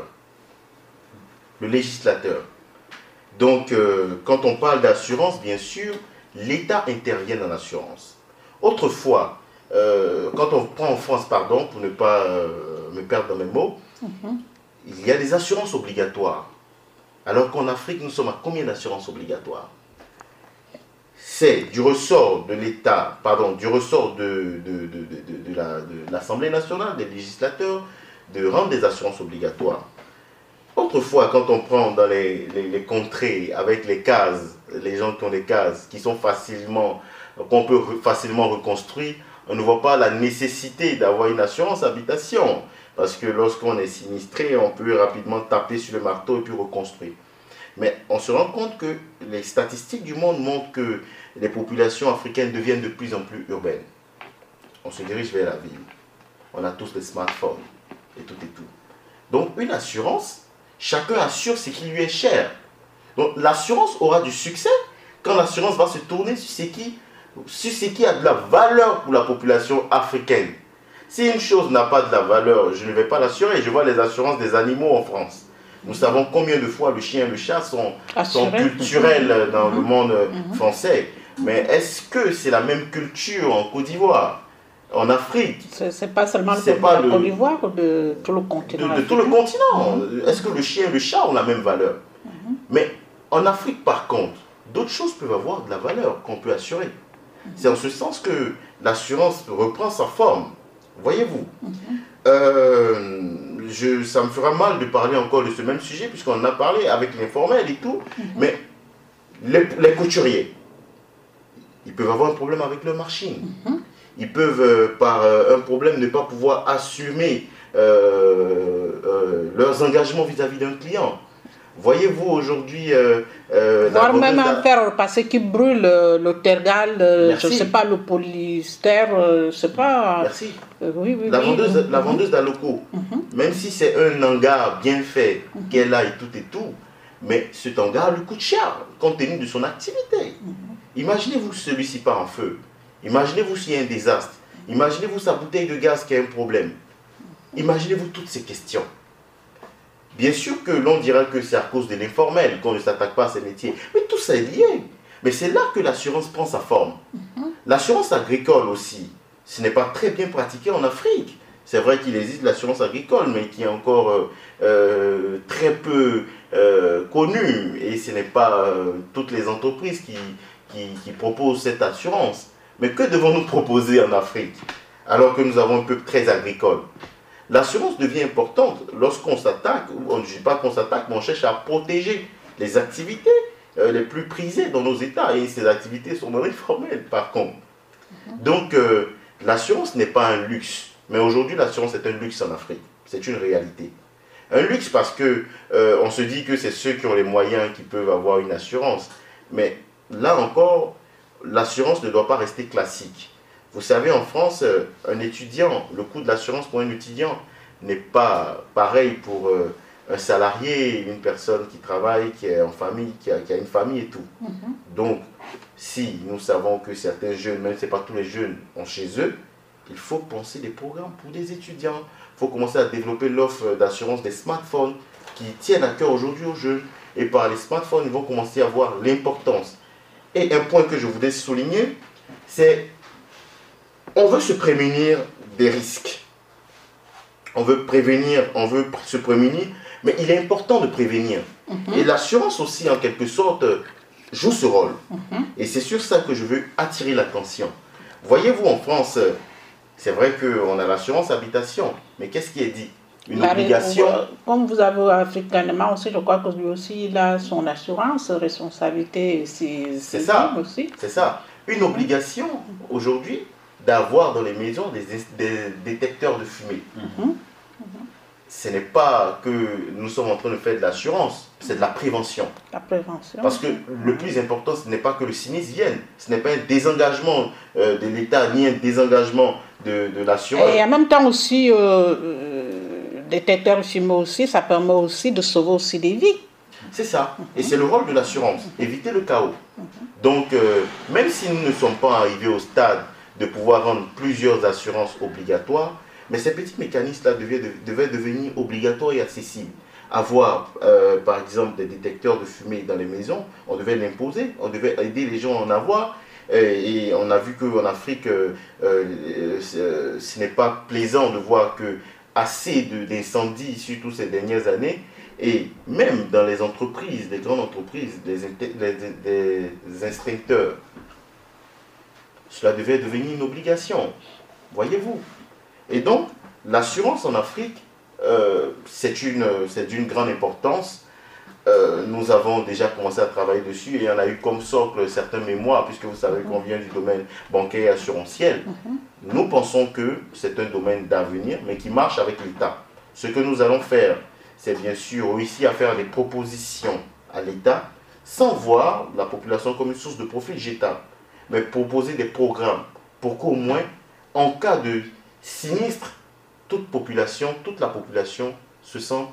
S2: Le législateur. Donc, euh, quand on parle d'assurance, bien sûr, l'État intervient dans l'assurance. Autrefois, euh, quand on prend en France, pardon, pour ne pas euh, me perdre dans mes mots, mm-hmm. il y a des assurances obligatoires. Alors qu'en Afrique, nous sommes à combien d'assurances obligatoires? C'est du ressort de l'État, pardon, du ressort de, de, de, de, de, la, de l'Assemblée nationale, des législateurs, de rendre des assurances obligatoires. Autrefois, quand on prend dans les, les, les contrées avec les cases, les gens qui ont des cases, qui sont facilement, qu'on peut facilement reconstruire, on ne voit pas la nécessité d'avoir une assurance habitation. Parce que lorsqu'on est sinistré, on peut rapidement taper sur le marteau et puis reconstruire. Mais on se rend compte que les statistiques du monde montrent que les populations africaines deviennent de plus en plus urbaines. On se dirige vers la ville. On a tous des smartphones et tout et tout. Donc une assurance, chacun assure ce qui lui est cher. Donc l'assurance aura du succès quand l'assurance va se tourner sur ce qui, sur ce qui a de la valeur pour la population africaine. Si une chose n'a pas de la valeur, je ne vais pas l'assurer. Je vois les assurances des animaux en France. Nous savons combien de fois le chien et le chat sont, sont culturels dans mmh. le monde mmh. français. Mais est-ce que c'est la même culture en Côte d'Ivoire, en Afrique?
S1: C'est pas seulement le pas de la Côte d'Ivoire, de tout le continent.
S2: De, de tout le continent. Mm-hmm. Est-ce que le chien et le chat ont la même valeur? Mm-hmm. Mais en Afrique, par contre, d'autres choses peuvent avoir de la valeur qu'on peut assurer. Mm-hmm. C'est en ce sens que l'assurance reprend sa forme. Voyez-vous, mm-hmm. euh, je, ça me fera mal de parler encore de ce même sujet, puisqu'on en a parlé avec l'informel et tout, mm-hmm. mais les, les couturiers, ils peuvent avoir un problème avec leur machine. Mm-hmm. Ils peuvent, euh, par euh, un problème, ne pas pouvoir assumer euh, euh, leurs engagements vis-à-vis d'un client. Voyez-vous aujourd'hui... Euh, euh,
S1: Voire même en faire, parce qu'ils brûlent le, le tergal, euh, je ne sais pas, le polyester, euh, je ne sais pas...
S2: Merci.
S1: Euh, oui, oui,
S2: la,
S1: oui.
S2: Vendeuse, mm-hmm. la vendeuse d'Aloco, mm-hmm. même si c'est un hangar bien fait, mm-hmm. qu'elle a et tout et tout, mais cet hangar lui coûte cher, compte tenu de son activité. Mm-hmm. Imaginez-vous que celui-ci part en feu. Imaginez-vous s'il y a un désastre. Imaginez-vous sa bouteille de gaz qui a un problème. Imaginez-vous toutes ces questions. Bien sûr que l'on dira que c'est à cause de l'informel qu'on ne s'attaque pas à ces métiers. Mais tout ça est lié. Mais c'est là que l'assurance prend sa forme. Mm-hmm. L'assurance agricole aussi, ce n'est pas très bien pratiqué en Afrique. C'est vrai qu'il existe l'assurance agricole, mais qui est encore euh, euh, très peu euh, connue. Et ce n'est pas euh, toutes les entreprises qui, qui, qui proposent cette assurance. Mais que devons-nous proposer en Afrique, alors que nous avons un peuple très agricole? L'assurance devient importante lorsqu'on s'attaque, ou on ne dit pas qu'on s'attaque, mais on cherche à protéger les activités euh, les plus prisées dans nos États. Et ces activités sont dans l'informel, par contre. Mm-hmm. Donc, euh, l'assurance n'est pas un luxe. Mais aujourd'hui, l'assurance est un luxe en Afrique. C'est une réalité. Un luxe parce que euh, on se dit que c'est ceux qui ont les moyens qui peuvent avoir une assurance. Mais là encore, l'assurance ne doit pas rester classique. Vous savez, en France, un étudiant, le coût de l'assurance pour un étudiant n'est pas pareil pour euh, un salarié, une personne qui travaille, qui est en famille, qui a, qui a une famille et tout. Mm-hmm. Donc, si nous savons que certains jeunes, même si ce n'est pas tous les jeunes, ont chez eux, il faut penser des programmes pour des étudiants. Il faut commencer à développer l'offre d'assurance des smartphones qui tiennent à cœur aujourd'hui aux jeunes. Et par les smartphones, ils vont commencer à voir l'importance. Et un point que je voudrais souligner, c'est on veut se prémunir des risques. On veut prévenir, on veut se prémunir, mais il est important de prévenir. Mm-hmm. Et l'assurance aussi, en quelque sorte, joue ce rôle. Mm-hmm. Et c'est sur ça que je veux attirer l'attention. Voyez-vous, en France, c'est vrai qu'on a l'assurance habitation, mais qu'est-ce qui est dit? Une La obligation.
S1: Comme vous avez africainement aussi, je crois que lui aussi, il a son assurance, responsabilité, c'est
S2: ça. Aussi. C'est ça. Une obligation, aujourd'hui, d'avoir dans les maisons des, des détecteurs de fumée. Mm-hmm. Mm-hmm. Ce n'est pas que nous sommes en train de faire de l'assurance, c'est de la prévention.
S1: La prévention.
S2: Parce que le plus important, ce n'est pas que le sinistre vienne, ce n'est pas un désengagement euh, de l'État, ni un désengagement de, de l'assurance.
S1: Et en même temps aussi, euh, euh, détecteur de fumée aussi, ça permet aussi de sauver aussi des vies.
S2: C'est ça. Mm-hmm. Et c'est le rôle de l'assurance, éviter le chaos. Mm-hmm. Donc, euh, même si nous ne sommes pas arrivés au stade de pouvoir rendre plusieurs assurances obligatoires, mais ces petits mécanismes-là devaient, devaient devenir obligatoires et accessibles. Avoir, euh, par exemple, des détecteurs de fumée dans les maisons, on devait l'imposer, on devait aider les gens à en avoir, et, et on a vu qu'en Afrique, euh, euh, ce, ce n'est pas plaisant de voir que assez d'incendies, surtout ces dernières années, et même dans les entreprises, les grandes entreprises, les, les, les inspecteurs, cela devait devenir une obligation, voyez-vous. Et donc, l'assurance en Afrique, euh, c'est d'une grande importance. Euh, nous avons déjà commencé à travailler dessus et on a eu comme socle certains mémoires, puisque vous savez qu'on vient du domaine bancaire et assurantiel. Mm-hmm. Nous pensons que c'est un domaine d'avenir, mais qui marche avec l'État. Ce que nous allons faire, c'est bien sûr réussir à faire des propositions à l'État, sans voir la population comme une source de profit jetable, mais proposer des programmes pour qu'au moins, en cas de sinistre, toute population, toute la population se sent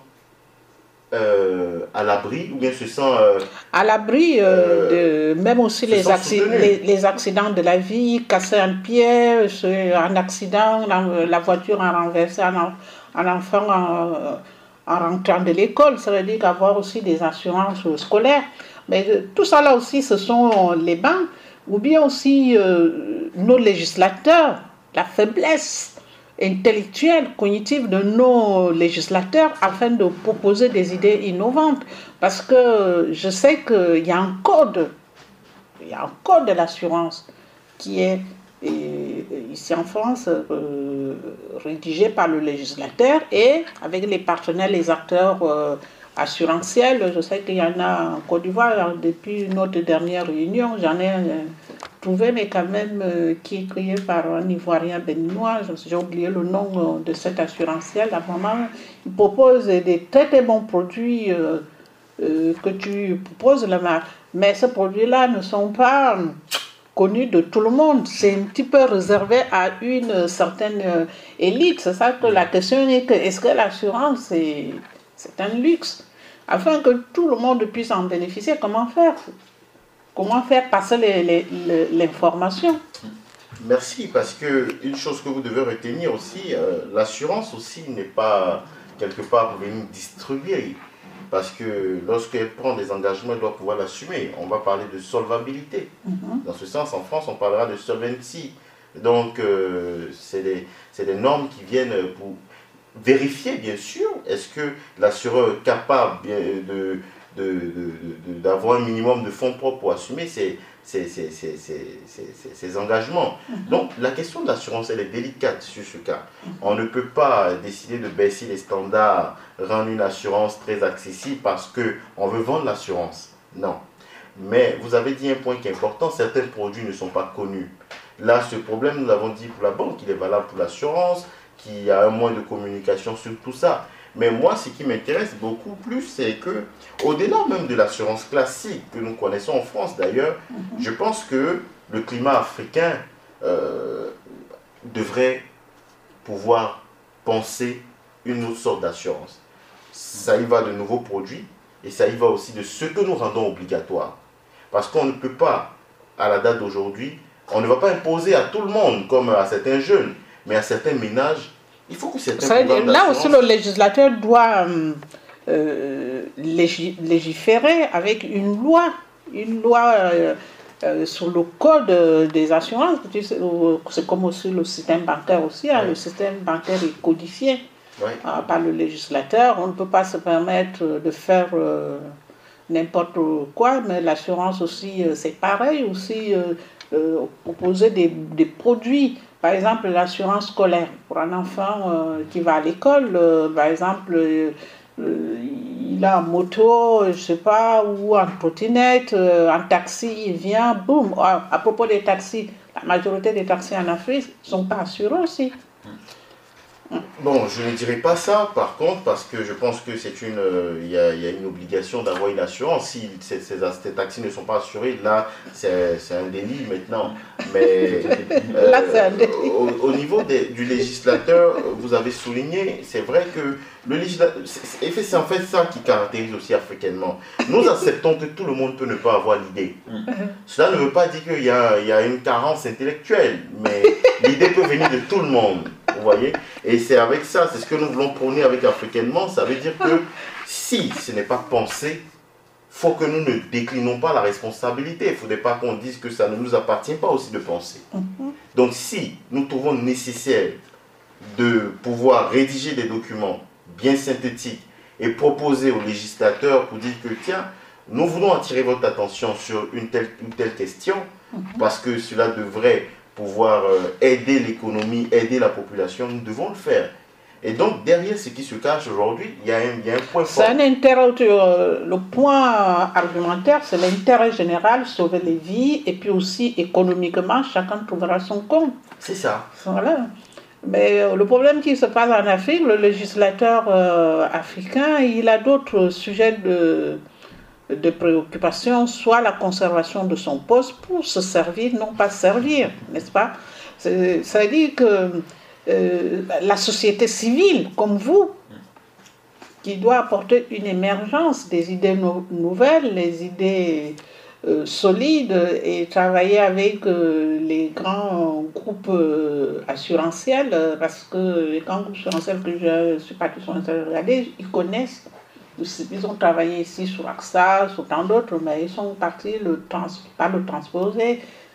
S2: euh, à l'abri, ou bien se sent... Euh,
S1: à l'abri, euh, de même aussi les, acci les, les accidents de la vie, casser un pied, un accident, la, la voiture a renversé un, un enfant en, en rentrant de l'école, ça veut dire qu'avoir aussi des assurances scolaires. Mais tout ça là aussi, ce sont les banques. ou bien aussi euh, nos législateurs, la faiblesse intellectuelle, cognitive de nos législateurs afin de proposer des idées innovantes. Parce que je sais qu'il y a un code, il y a un code de l'assurance qui est et, ici en France euh, rédigé par le législateur et avec les partenaires, les acteurs euh, assurantiels. Je sais qu'il y en a en Côte d'Ivoire depuis notre dernière réunion, j'en ai euh, trouvé, mais quand même euh, qui est créé par un Ivoirien béninois, j'ai oublié le nom euh, de cet assurantiel. À un moment, il propose des très très bons produits euh, euh, que tu proposes là, mais ces produits-là ne sont pas euh, connus de tout le monde. C'est un petit peu réservé à une certaine euh, élite. C'est ça que la question est que est-ce que l'assurance c'est, c'est un luxe? Afin que tout le monde puisse en bénéficier, comment faire? Comment faire passer les, les, les, l'information?
S2: Merci, parce que une chose que vous devez retenir aussi, euh, l'assurance aussi n'est pas quelque part pour venir distribuer. Parce que lorsqu'elle prend des engagements, elle doit pouvoir l'assumer. On va parler de solvabilité. Mm-hmm. Dans ce sens, en France, on parlera de solvency. Donc, euh, c'est des, c'est des normes qui viennent pour vérifier, bien sûr, est-ce que l'assureur est capable de, de, de, de, d'avoir un minimum de fonds propres pour assumer ses, ses, ses, ses, ses, ses, ses engagements. Mm-hmm. Donc, la question de l'assurance, elle est délicate sur ce cas. Mm-hmm. On ne peut pas décider de baisser les standards, rendre une assurance très accessible parce qu'on veut vendre l'assurance. Non. Mais vous avez dit un point qui est important, certains produits ne sont pas connus. Là, ce problème, nous l'avons dit pour la banque, il est valable pour l'assurance, qu'il y a un moins de communication sur tout ça. Mais moi, ce qui m'intéresse beaucoup plus, c'est que, au-delà même de l'assurance classique que nous connaissons en France d'ailleurs, mm-hmm. je pense que le climat africain euh, devrait pouvoir penser une autre sorte d'assurance. Ça y va de nouveaux produits et ça y va aussi de ce que nous rendons obligatoire. Parce qu'on ne peut pas, à la date d'aujourd'hui, on ne va pas imposer à tout le monde, comme à certains jeunes, mais à certains ménages, il faut que certains
S1: ça, là aussi, le législateur doit euh, légis, légiférer avec une loi, une loi euh, euh, sur le code des assurances. C'est comme aussi le système bancaire aussi, hein, ouais. Le système bancaire est codifié ouais. euh, par le législateur. On ne peut pas se permettre de faire euh, n'importe quoi, mais l'assurance aussi, euh, c'est pareil aussi. Euh, euh, proposer des, des produits. Par exemple, l'assurance scolaire pour un enfant euh, qui va à l'école, euh, par exemple, euh, euh, il a en moto, je ne sais pas, ou en trottinette, euh, en taxi, il vient, boum. À, à propos des taxis, la majorité des taxis en Afrique ne sont pas assurés aussi.
S2: Bon, je ne dirais pas ça, par contre, parce que je pense que c'est une, euh, y a, y a une obligation d'avoir une assurance. Si ces, ces, ces taxis ne sont pas assurés, là, c'est, c'est un délit maintenant. Mais euh, là, c'est un délit. Au, au niveau des, du législateur, vous avez souligné, c'est vrai que le législateur, c'est, c'est en fait ça qui caractérise aussi africainement. Nous acceptons que tout le monde peut ne pas avoir l'idée. Cela ne veut pas dire qu'il y a, y a une carence intellectuelle, mais l'idée peut venir de tout le monde. Vous voyez? Et c'est avec ça, c'est ce que nous voulons prôner avec africainement. Ça veut dire que si ce n'est pas pensé, il faut que nous ne déclinons pas la responsabilité. Il ne faudrait pas qu'on dise que ça ne nous appartient pas aussi de penser. Mm-hmm. Donc si nous trouvons nécessaire de pouvoir rédiger des documents bien synthétiques et proposer aux législateurs pour dire que tiens, nous voulons attirer votre attention sur une telle, une telle question, mm-hmm. parce que cela devrait pouvoir aider l'économie, aider la population, nous devons le faire. Et donc, derrière ce qui se cache aujourd'hui, il y a un, il y a un point fort.
S1: C'est un intérêt, le point argumentaire, c'est l'intérêt général, sauver les vies, et puis aussi économiquement, chacun trouvera son compte.
S2: C'est ça.
S1: Voilà. Mais le problème qui se passe en Afrique, le législateur euh, africain, il a d'autres sujets de... de préoccupation, soit la conservation de son poste pour se servir, non pas servir, n'est-ce pas? C'est, ça veut dire que euh, la société civile, comme vous, qui doit apporter une émergence des idées no- nouvelles, les idées euh, solides, et travailler avec euh, les grands groupes euh, assurantiels, parce que les grands groupes assurantiels que je suis partie sur Internet regarder, ils connaissent. Ils ont travaillé ici sur A X A, sur tant d'autres, mais ils sont partis le trans, pas le transposer,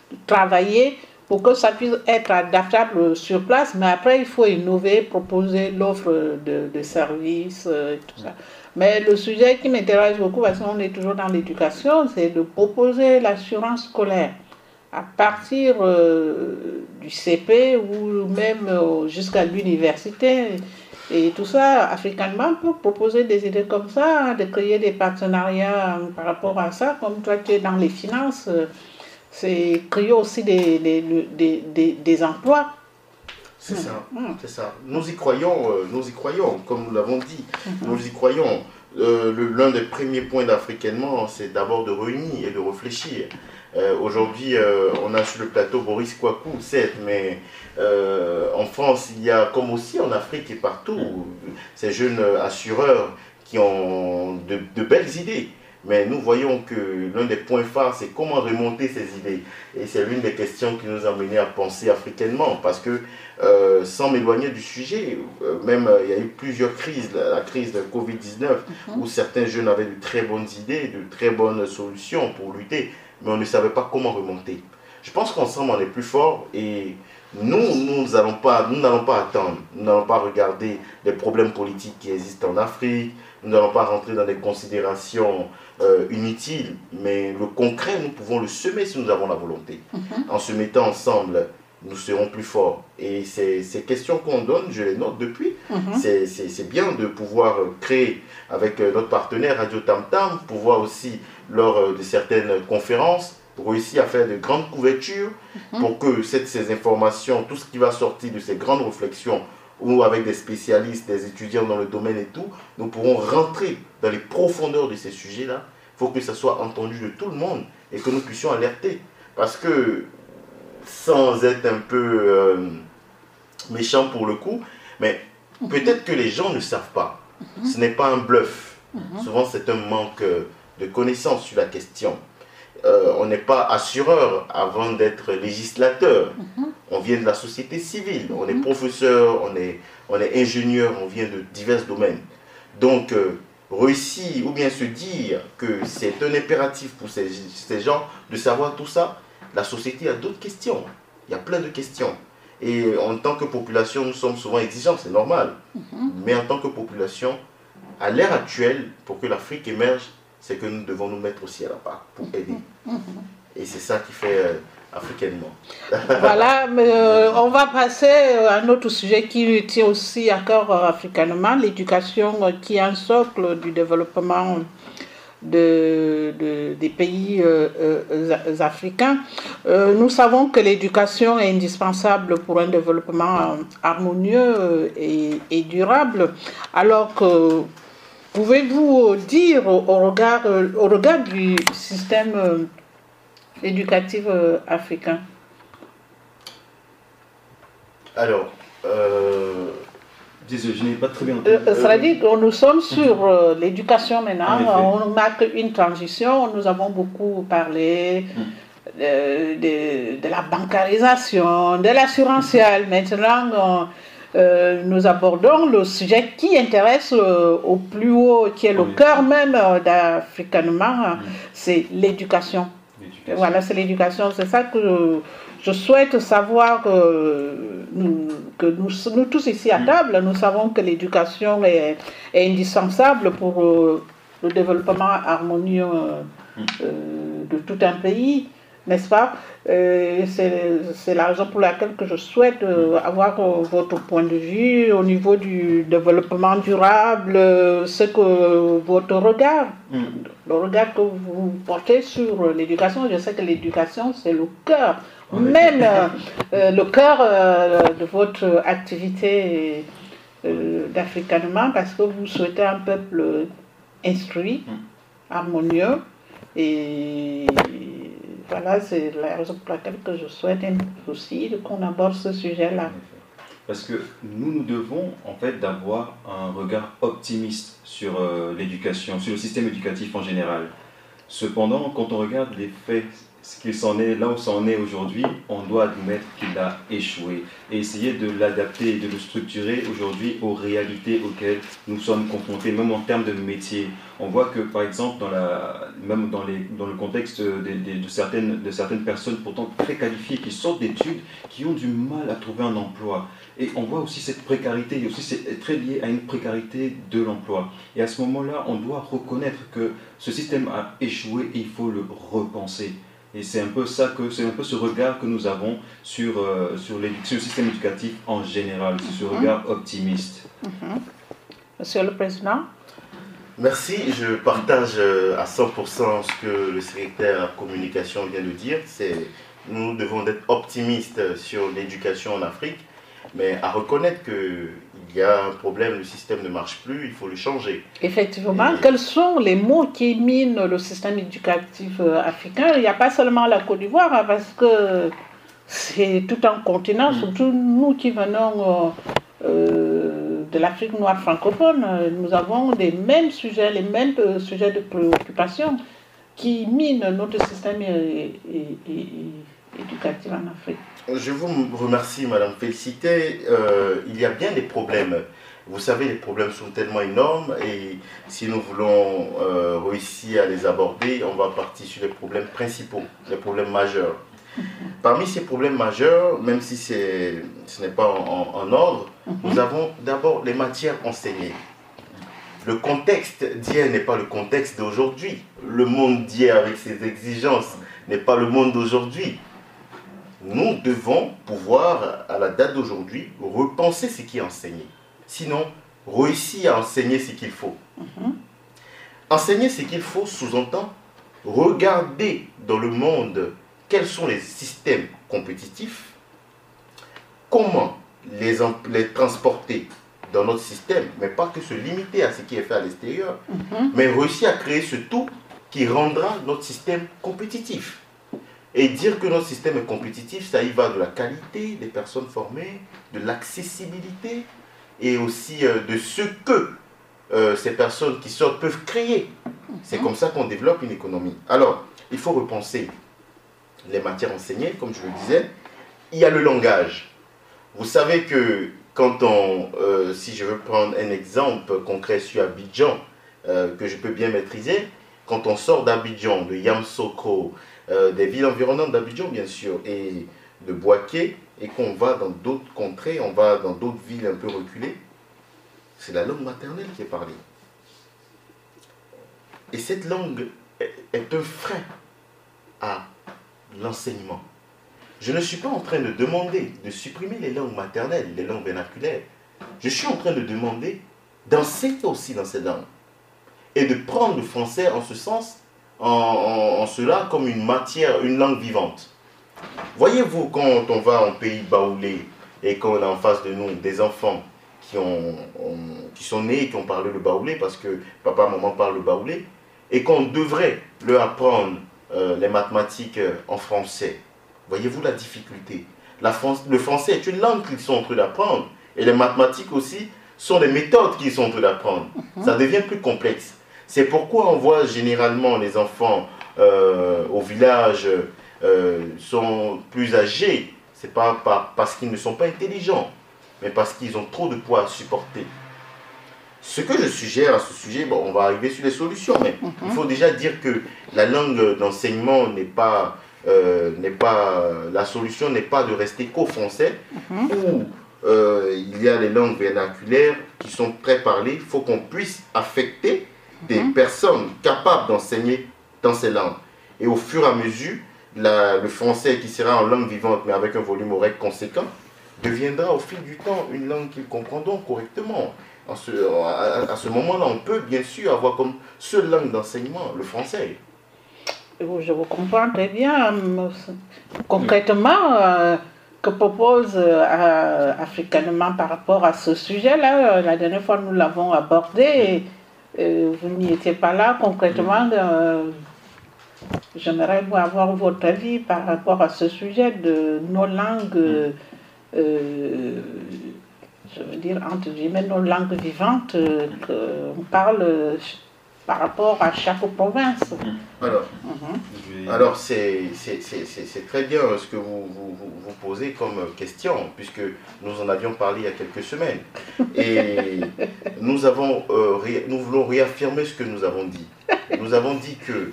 S1: travailler pour que ça puisse être adaptable sur place, mais après il faut innover, proposer l'offre de, de services euh, et tout ça. Mais le sujet qui m'intéresse beaucoup, parce qu'on est toujours dans l'éducation, c'est de proposer l'assurance scolaire à partir euh, du C P ou même euh, jusqu'à l'université. Et tout ça, africanement, pour proposer des idées comme ça, de créer des partenariats par rapport à ça, comme toi tu es dans les finances, c'est créer aussi des, des, des, des, des emplois.
S2: C'est mmh. ça, mmh. c'est ça. Nous y croyons, euh, nous y croyons, comme nous l'avons dit, mmh. nous y croyons. Euh, L'un des premiers points d'africainement, c'est d'abord de réunir et de réfléchir. Euh, Aujourd'hui, euh, on a sur le plateau Boris Kwaku, certes, mais euh, en France, il y a, comme aussi en Afrique et partout, ces jeunes assureurs qui ont de, de belles idées. Mais nous voyons que l'un des points phares, c'est comment remonter ces idées. Et c'est l'une des questions qui nous a mené à penser africainement. Parce que, euh, sans m'éloigner du sujet, euh, même euh, il y a eu plusieurs crises, la, la crise de Covid dix-neuf, mm-hmm. où certains jeunes avaient de très bonnes idées, de très bonnes solutions pour lutter, mais on ne savait pas comment remonter. Je pense qu'ensemble, on est plus fort et nous, nous n'allons pas, nous n'allons pas attendre. Nous n'allons pas regarder les problèmes politiques qui existent en Afrique. Nous n'allons pas rentrer dans des considérations euh, inutiles, mais le concret, nous pouvons le semer si nous avons la volonté. Mm-hmm. En se mettant ensemble, nous serons plus forts. Et ces, ces questions qu'on donne, je les note depuis. Mm-hmm. C'est bien de pouvoir créer avec notre partenaire Radio Tam Tam, pouvoir aussi, lors de certaines conférences, réussir à faire de grandes couvertures mm-hmm. pour que cette, ces informations, tout ce qui va sortir de ces grandes réflexions, ou avec des spécialistes, des étudiants dans le domaine et tout, nous pourrons rentrer dans les profondeurs de ces sujets-là. Il faut que ça soit entendu de tout le monde et que nous puissions alerter. Parce que, sans être un peu euh, méchant pour le coup, mais mm-hmm. peut-être que les gens ne savent pas. Mm-hmm. Ce n'est pas un bluff. Mm-hmm. Souvent, c'est un manque de connaissances sur la question. Euh, on n'est pas assureur avant d'être législateur. Mm-hmm. On vient de la société civile, on est professeur, on est, on est ingénieur, on vient de divers domaines. Donc, euh, réussir ou bien se dire que c'est un impératif pour ces, ces gens de savoir tout ça, la société a d'autres questions. Il y a plein de questions. Et en tant que population, nous sommes souvent exigeants, c'est normal. Mm-hmm. Mais en tant que population, à l'ère actuelle, pour que l'Afrique émerge, c'est que nous devons nous mettre aussi à la part pour aider. Mm-hmm. Et c'est ça qui fait... Euh, africainement.
S1: Voilà, mais euh, on va passer à un autre sujet qui tient aussi à cœur euh, africainement, l'éducation euh, qui est un socle du développement de, de, des pays euh, euh, africains. Euh, nous savons que l'éducation est indispensable pour un développement harmonieux et, et durable, alors que pouvez-vous dire au regard, au regard du système euh, éducatif euh, africain?
S2: Alors, euh,
S3: désolé, je n'ai pas très bien entendu.
S1: Euh, cela dit que nous sommes sur euh, l'éducation maintenant. On marque une transition. Nous avons beaucoup parlé mm. de, de, de la bancarisation, de l'assurantiel. Maintenant, euh, nous abordons le sujet qui intéresse euh, au plus haut, qui est le oui. cœur même euh, d'Africanement, mm. c'est l'éducation. Voilà, c'est l'éducation. C'est ça que je, je souhaite savoir, euh, nous, que nous, nous tous ici à table, nous savons que l'éducation est, est indispensable pour euh, le développement harmonieux euh, euh, de tout un pays, n'est-ce pas? euh, C'est la raison pour laquelle que je souhaite euh, avoir euh, votre point de vue au niveau du développement durable, euh, ce que votre regard, mm. le regard que vous portez sur l'éducation. Je sais que l'éducation, c'est le cœur, oui. même euh, euh, le cœur euh, de votre activité euh, d'africanement, parce que vous souhaitez un peuple instruit, mm. harmonieux, et voilà, c'est la raison pour laquelle que je souhaite aussi qu'on aborde ce sujet-là.
S3: Parce que nous, nous devons en fait d'avoir un regard optimiste sur euh, l'éducation, sur le système éducatif en général. Cependant, quand on regarde les faits, ce qu'il s'en est, là où ça en est aujourd'hui, on doit admettre qu'il a échoué et essayer de l'adapter et de le structurer aujourd'hui aux réalités auxquelles nous sommes confrontés, même en termes de métier. On voit que, par exemple, dans la, même dans, les, dans le contexte de, de, de, certaines, de certaines personnes pourtant très qualifiées qui sortent d'études, qui ont du mal à trouver un emploi. Et on voit aussi cette précarité, et aussi c'est très lié à une précarité de l'emploi. Et à ce moment-là, on doit reconnaître que ce système a échoué et il faut le repenser. Et c'est un peu ça que c'est un peu ce regard que nous avons sur, euh, sur, sur le système éducatif en général, c'est ce regard optimiste.
S1: Mm-hmm. Monsieur le Président.
S2: Merci, je partage à cent pour cent ce que le secrétaire à communication vient de dire. C'est, nous devons être optimistes sur l'éducation en Afrique, mais à reconnaître qu'il y a un problème, le système ne marche plus, il faut le changer.
S1: Effectivement,
S2: Et...
S1: quels sont les mots qui minent le système éducatif africain? Il n'y a pas seulement la Côte d'Ivoire, hein, parce que c'est tout un continent, mmh. surtout nous qui venons euh, de l'Afrique noire francophone, nous avons les mêmes sujets, les mêmes euh, sujets de préoccupation qui minent notre système é é é éducatif en Afrique.
S2: Je vous remercie, Madame Félicité. Euh, il y a bien des problèmes. Vous savez, les problèmes sont tellement énormes et si nous voulons euh, réussir à les aborder, on va partir sur les problèmes principaux, les problèmes majeurs. Parmi ces problèmes majeurs, même si ce n'est pas en, en ordre, nous avons d'abord les matières enseignées. Le contexte d'hier n'est pas le contexte d'aujourd'hui. Le monde d'hier avec ses exigences n'est pas le monde d'aujourd'hui. Nous devons pouvoir, à la date d'aujourd'hui, repenser ce qui est enseigné. Sinon, réussir à enseigner ce qu'il faut. Mm-hmm. Enseigner ce qu'il faut sous-entend regarder dans le monde quels sont les systèmes compétitifs, comment les, les transporter dans notre système, mais pas que se limiter à ce qui est fait à l'extérieur, mm-hmm. mais réussir à créer ce tout qui rendra notre système compétitif. Et dire que notre système est compétitif, ça y va de la qualité des personnes formées, de l'accessibilité et aussi euh, de ce que euh, ces personnes qui sortent peuvent créer. C'est comme ça qu'on développe une économie. Alors, il faut repenser les matières enseignées, comme je le disais. Il y a le langage. Vous savez que quand on, euh, si je veux prendre un exemple concret sur Abidjan, euh, que je peux bien maîtriser, quand on sort d'Abidjan, de Yamoussoukro, Euh, des villes environnantes d'Abidjan bien sûr et de Bouaké, et qu'on va dans d'autres contrées, on va dans d'autres villes un peu reculées, c'est la langue maternelle qui est parlée. Et cette langue est un frein à l'enseignement. Je ne suis pas en train de demander de supprimer les langues maternelles, les langues vernaculaires. Je suis en train de demander d'enseigner aussi dans ces langues et de prendre le français en ce sens, En, en, en cela comme une matière, une langue vivante. Voyez-vous, quand on va en pays baoulé et qu'on a en face de nous des enfants qui, ont, ont, qui sont nés et qui ont parlé le baoulé parce que papa, maman parlent le baoulé, et qu'on devrait leur apprendre euh, les mathématiques en français, voyez-vous la difficulté. La France, le français est une langue qu'ils sont en train d'apprendre et les mathématiques aussi sont des méthodes qu'ils sont en train d'apprendre. Mm-hmm. Ça devient plus complexe. C'est pourquoi on voit généralement les enfants euh, au village euh, sont plus âgés. Ce n'est pas, pas parce qu'ils ne sont pas intelligents, mais parce qu'ils ont trop de poids à supporter. Ce que je suggère à ce sujet, bon, on va arriver sur les solutions, mais mm-hmm. il faut déjà dire que la langue d'enseignement n'est pas, euh, n'est pas, la solution n'est pas de rester qu'au français, mm-hmm. où euh, il y a les langues vernaculaires qui sont très parlées. Il faut qu'on puisse affecter des mmh. personnes capables d'enseigner dans ces langues. Et au fur et à mesure, la, le français qui sera en langue vivante, mais avec un volume horaire conséquent, deviendra au fil du temps une langue qu'ils comprendront correctement. En ce, à, à ce moment-là, on peut bien sûr avoir comme seule langue d'enseignement le français.
S1: Je vous comprends très bien. Concrètement, euh, que propose euh, Africanement par rapport à ce sujet-là, la dernière fois nous l'avons abordé, et, Euh, vous n'y étiez pas là concrètement. Euh, J'aimerais avoir votre avis par rapport à ce sujet de nos langues, euh, euh, je veux dire entre guillemets nos langues vivantes, euh, qu'on parle par rapport à chaque province.
S2: Alors, mm-hmm. alors c'est très bien ce que vous, vous, vous posez comme question, puisque nous en avions parlé il y a quelques semaines. Et nous, avons, euh, nous voulons réaffirmer ce que nous avons dit. Nous avons dit que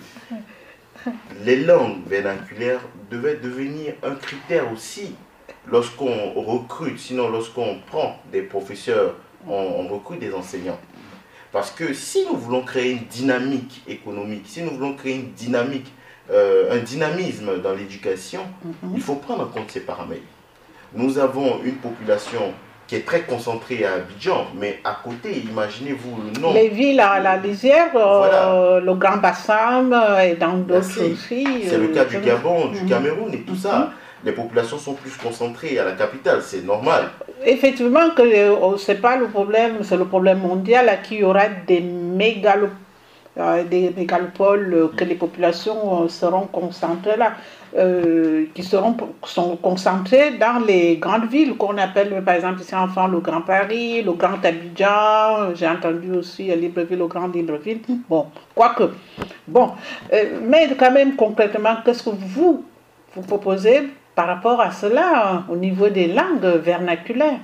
S2: les langues vernaculaires devaient devenir un critère aussi lorsqu'on recrute, sinon lorsqu'on prend des professeurs, on, on recrute des enseignants. Parce que si nous voulons créer une dynamique économique, si nous voulons créer une dynamique, euh, un dynamisme dans l'éducation, mm-hmm. il faut prendre en compte ces paramètres. Nous avons une population qui est très concentrée à Abidjan, mais à côté, imaginez-vous le nombre.
S1: Les villes à la lisière, voilà. euh, le Grand Bassam et dans d'autres aussi.
S2: C'est euh, le cas du Gabon, du mm-hmm. Cameroun et tout ça. Les populations sont plus concentrées à la capitale, c'est normal. Effectivement,
S1: que euh, c'est pas le problème, c'est le problème mondial, là, qu'il y aura des, mégalo, euh, des mégalopoles, euh, que les populations euh, seront concentrées là, euh, qui seront sont concentrées dans les grandes villes qu'on appelle, par exemple, ici en France, le Grand Paris, le Grand Abidjan, j'ai entendu aussi Libreville, le Grand Libreville. Bon, quoique. Bon, euh, mais quand même, concrètement, qu'est-ce que vous, vous proposez par rapport à cela, au niveau des langues vernaculaires?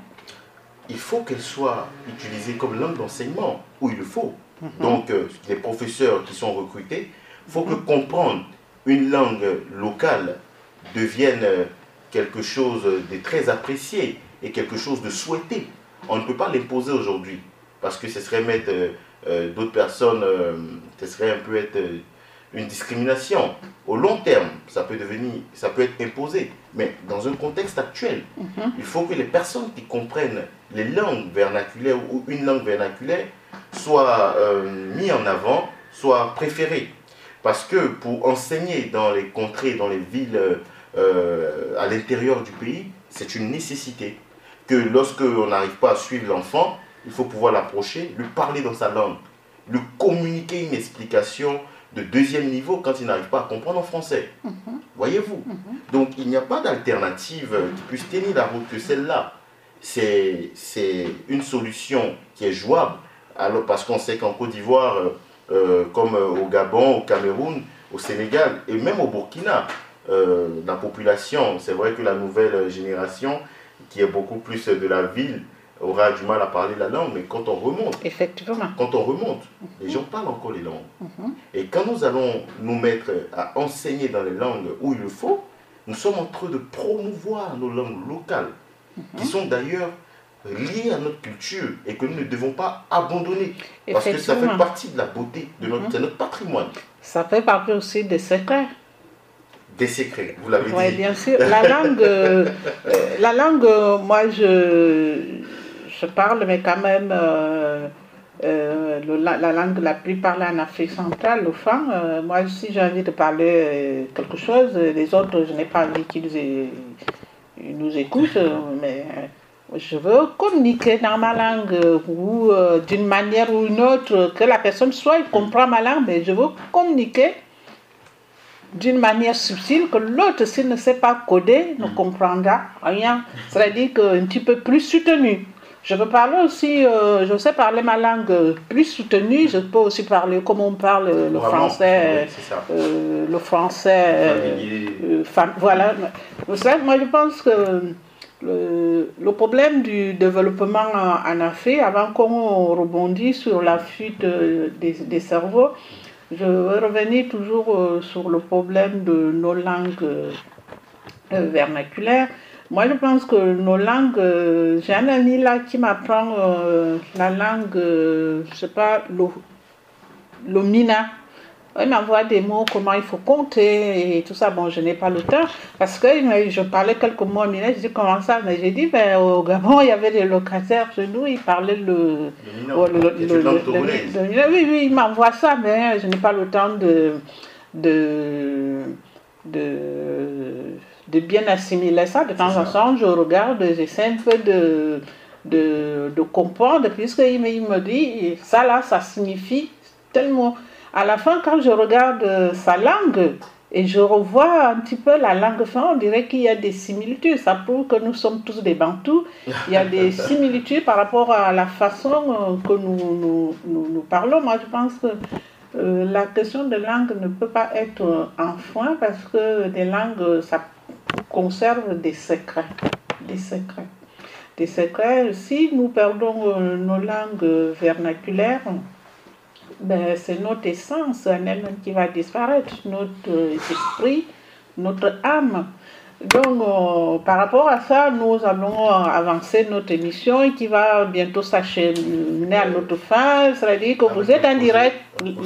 S2: Il faut qu'elles soient utilisées comme langue d'enseignement, où il le faut. Mm-hmm. Donc, euh, les professeurs qui sont recrutés, il faut mm-hmm. que comprendre une langue locale devienne quelque chose de très apprécié et quelque chose de souhaité. On ne peut pas l'imposer aujourd'hui, parce que ce serait mettre euh, euh, d'autres personnes, euh, ce serait un peu être... Euh, une discrimination. Au long terme, ça peut devenir, ça peut être imposé. Mais dans un contexte actuel, mm-hmm. il faut que les personnes qui comprennent les langues vernaculaires ou une langue vernaculaire soient euh, mises en avant, soient préférées. Parce que pour enseigner dans les contrées, dans les villes euh, à l'intérieur du pays, c'est une nécessité. Que lorsque on n'arrive pas à suivre l'enfant, il faut pouvoir l'approcher, lui parler dans sa langue, lui communiquer une explication de deuxième niveau quand il n'arrive pas à comprendre en français. Mm-hmm. Voyez-vous? Mm-hmm. Donc il n'y a pas d'alternative qui puisse tenir la route que celle-là. C'est une solution qui est jouable, alors, parce qu'on sait qu'en Côte d'Ivoire, euh, comme au Gabon, au Cameroun, au Sénégal et même au Burkina, euh, la population, c'est vrai que la nouvelle génération, qui est beaucoup plus de la ville, aura du mal à parler la langue, mais quand on remonte,
S1: effectivement,
S2: quand on remonte, mm-hmm. les gens parlent encore les langues. Mm-hmm. Et quand nous allons nous mettre à enseigner dans les langues où il le faut, nous sommes en train de promouvoir nos langues locales, mm-hmm. qui sont d'ailleurs liées à notre culture et que nous ne devons pas abandonner. Parce que ça fait partie de la beauté, de notre, mm-hmm. c'est notre patrimoine.
S1: Ça fait partie aussi des secrets.
S2: Des secrets, vous l'avez
S1: ouais,
S2: dit.
S1: Oui, bien sûr. La langue, euh, la langue euh, moi, je... Je parle, mais quand même, euh, euh, le, la, la langue la plus parlée en Afrique centrale, le Fang. Euh, moi, si j'ai envie de parler euh, quelque chose, les autres, je n'ai pas envie qu'ils nous écoutent, euh, mais euh, je veux communiquer dans ma langue, euh, ou euh, d'une manière ou une autre, que la personne soit, il comprend ma langue, mais je veux communiquer d'une manière subtile, que l'autre, s'il ne sait pas coder, ne comprendra rien. C'est-à-dire qu'un petit peu plus soutenu. Je peux parler aussi, euh, je sais parler ma langue plus soutenue, je peux aussi parler comme on parle le Vraiment, français, oui, euh, le français, euh, fam voilà. Vous savez, moi je pense que le, le problème du développement en, en Afrique, avant qu'on rebondisse sur la fuite des, des cerveaux, je veux revenir toujours sur le problème de nos langues euh, vernaculaires. Moi, je pense que nos langues, euh, j'ai un ami là qui m'apprend euh, la langue, euh, je ne sais pas, le, le Mina. Il m'envoie des mots, comment il faut compter et tout ça. Bon, je n'ai pas le temps parce que je parlais quelques mots en Mina. Je dis comment ça? Mais j'ai dit, ben, au Gabon, il y avait des locataires chez nous, ils parlaient le. Le, le, le, le, le, le oui, oui, il m'envoie ça, mais je n'ai pas le temps de. de, de de bien assimiler ça. De temps en temps, je regarde, j'essaie un peu de, de, de comprendre, puisqu'il me, il me dit, ça là, ça signifie tellement. À la fin, quand je regarde sa langue, et je revois un petit peu la langue fin, on dirait qu'il y a des similitudes. Ça prouve que nous sommes tous des Bantous. Il y a des similitudes par rapport à la façon que nous, nous, nous, nous parlons. Moi, je pense que Euh, la question de langue ne peut pas être en foin parce que des langues, ça conserve des secrets. Des secrets. Des secrets. Si nous perdons euh, nos langues vernaculaires, ben, c'est notre essence en elle-même qui va disparaître, notre esprit, notre âme. Donc, euh, par rapport à ça, nous allons avancer notre émission qui va bientôt s'acheminer à notre fin. C'est-à-dire que vous êtes en direct.
S2: Au niveau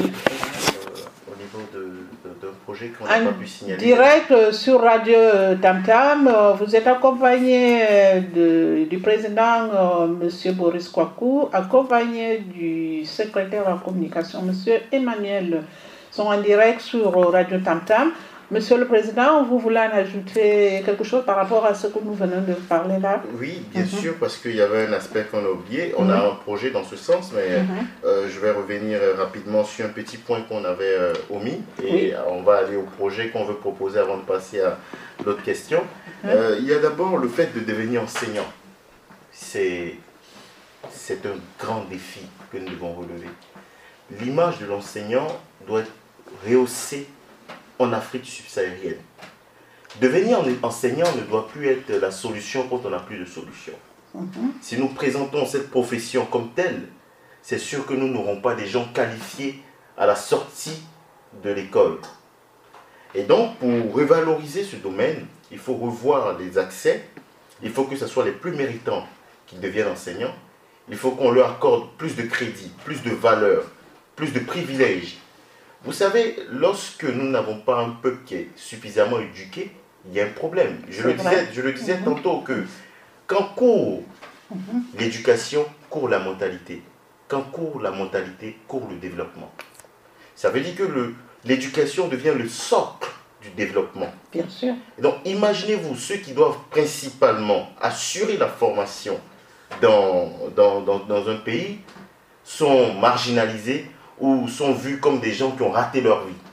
S2: d'un projet qu'on n'a pas pu signaler.
S1: Direct sur Radio Tam Tam, vous êtes accompagné de, du président M. Boris Kwaku, accompagné du secrétaire en communication M. Emmanuel. Ils sont en direct sur Radio Tam Tam. Monsieur le Président, vous voulez en ajouter quelque chose par rapport à ce que nous venons de parler là?
S2: Oui, bien
S1: mm-hmm.
S2: sûr, parce qu'il y avait un aspect qu'on a oublié. On
S1: mm-hmm.
S2: a un projet dans ce sens, mais mm-hmm. euh, je vais revenir rapidement sur un petit point qu'on avait euh, omis. Et oui. on va aller au projet qu'on veut proposer avant de passer à l'autre question. Mm-hmm. euh, il y a d'abord le fait de devenir enseignant. C'est un grand défi que nous devons relever. L'image de l'enseignant doit être rehaussée en Afrique subsaharienne. Devenir enseignant ne doit plus être la solution quand on n'a plus de solution. Mm-hmm. Si nous présentons cette profession comme telle, c'est sûr que nous n'aurons pas des gens qualifiés à la sortie de l'école. Et donc, pour revaloriser ce domaine, il faut revoir les accès, il faut que ce soit les plus méritants qui deviennent enseignants, il faut qu'on leur accorde plus de crédit, plus de valeur, plus de privilèges. Vous savez, lorsque nous n'avons pas un peuple qui est suffisamment éduqué, il y a un problème. Je, le disais, je le disais mm-hmm. tantôt que quand court mm-hmm. l'éducation, court la mentalité. Quand court la mentalité, court le développement. Ça veut dire que l'éducation devient le socle du développement.
S1: Bien sûr.
S2: Et donc, imaginez-vous, ceux qui doivent principalement assurer la formation dans, dans, dans, dans un pays sont marginalisés ou sont vus comme des gens qui ont raté leur vie.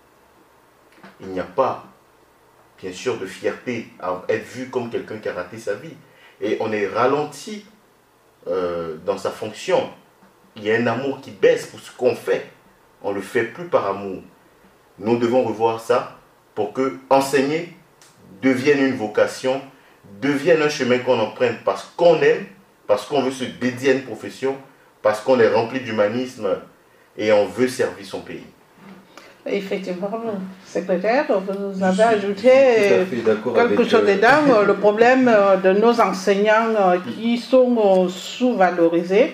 S2: Il n'y a pas, bien sûr, de fierté à être vu comme quelqu'un qui a raté sa vie. Et on est ralenti euh, dans sa fonction. Il y a un amour qui baisse pour ce qu'on fait. On ne le fait plus par amour. Nous devons revoir ça pour que enseigner devienne une vocation, devienne un chemin qu'on emprunte parce qu'on aime, parce qu'on veut se dédier à une profession, parce qu'on est rempli d'humanisme et on veut servir son pays.
S1: Effectivement, secrétaire, vous avez ajouté quelque chose dedans, le problème de nos enseignants qui sont sous-valorisés.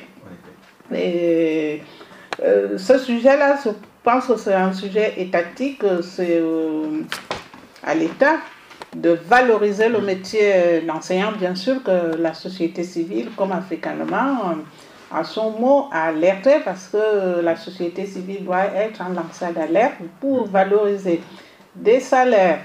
S1: Et euh, ce sujet-là, je pense que c'est un sujet étatique, c'est euh, à l'État de valoriser le métier d'enseignant. Bien sûr que la société civile, comme africanement, à son mot à alerter parce que la société civile doit être en lanceur d'alerte pour valoriser des salaires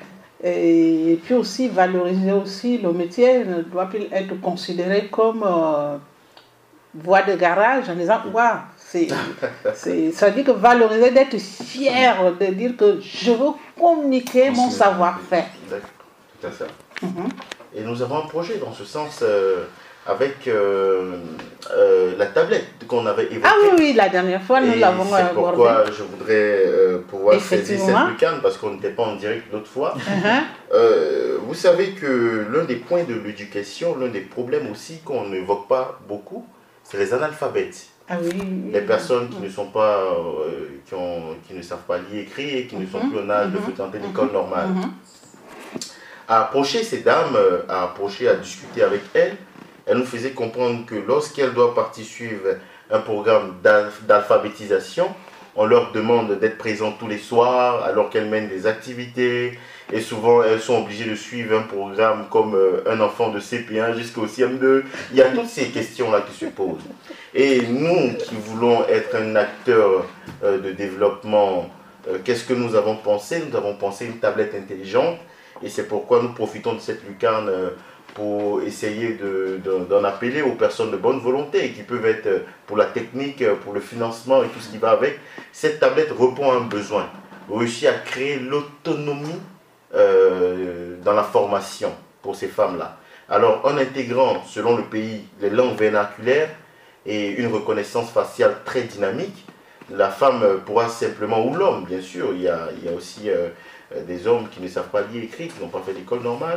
S1: et puis aussi valoriser aussi le métier ne doit plus être considéré comme euh, voie de garage en disant waouh, c'est, c'est, ça veut dire que valoriser, d'être fier, de dire que je veux communiquer mon savoir-faire.
S2: D'accord, tout à fait. Mm-hmm. Et nous avons un projet dans ce sens. Euh, avec euh, euh, la tablette qu'on avait évoquée.
S1: Ah oui, oui, la dernière fois, nous l'avons abordée.
S2: C'est pourquoi je voudrais euh, pouvoir saisir cette lucarne, parce qu'on n'était pas en direct l'autre fois. Uh-huh. euh, vous savez que l'un des points de l'éducation, l'un des problèmes aussi qu'on n'évoque pas beaucoup, c'est les analphabètes.
S1: Ah oui, oui,
S2: les personnes qui ne sont pas, euh, qui, ont, qui ne savent pas lire, écrire, et qui uh-huh. ne sont plus en âge uh-huh. de fréquenter uh-huh. l'école normale. Uh-huh. À approcher ces dames, à approcher, à discuter avec elles, elle nous faisait comprendre que lorsqu'elles doivent partir suivre un programme d'alphabétisation, on leur demande d'être présentes tous les soirs alors qu'elles mènent des activités. Et souvent, elles sont obligées de suivre un programme comme un enfant de C P un jusqu'au C M deux. Il y a toutes ces questions-là qui se posent. Et nous qui voulons être un acteur de développement, qu'est-ce que nous avons pensé? Nous avons pensé une tablette intelligente. Et c'est pourquoi nous profitons de cette lucarne pour essayer de, de, d'en appeler aux personnes de bonne volonté qui peuvent être pour la technique, pour le financement et tout ce qui va avec. Cette tablette répond à un besoin, réussit à créer l'autonomie euh, dans la formation pour ces femmes-là. Alors en intégrant, selon le pays, les langues vernaculaires et une reconnaissance faciale très dynamique, la femme pourra simplement, ou l'homme bien sûr, il y a, il y a aussi euh, des hommes qui ne savent pas lire et écrire, qui n'ont pas fait l'école normale.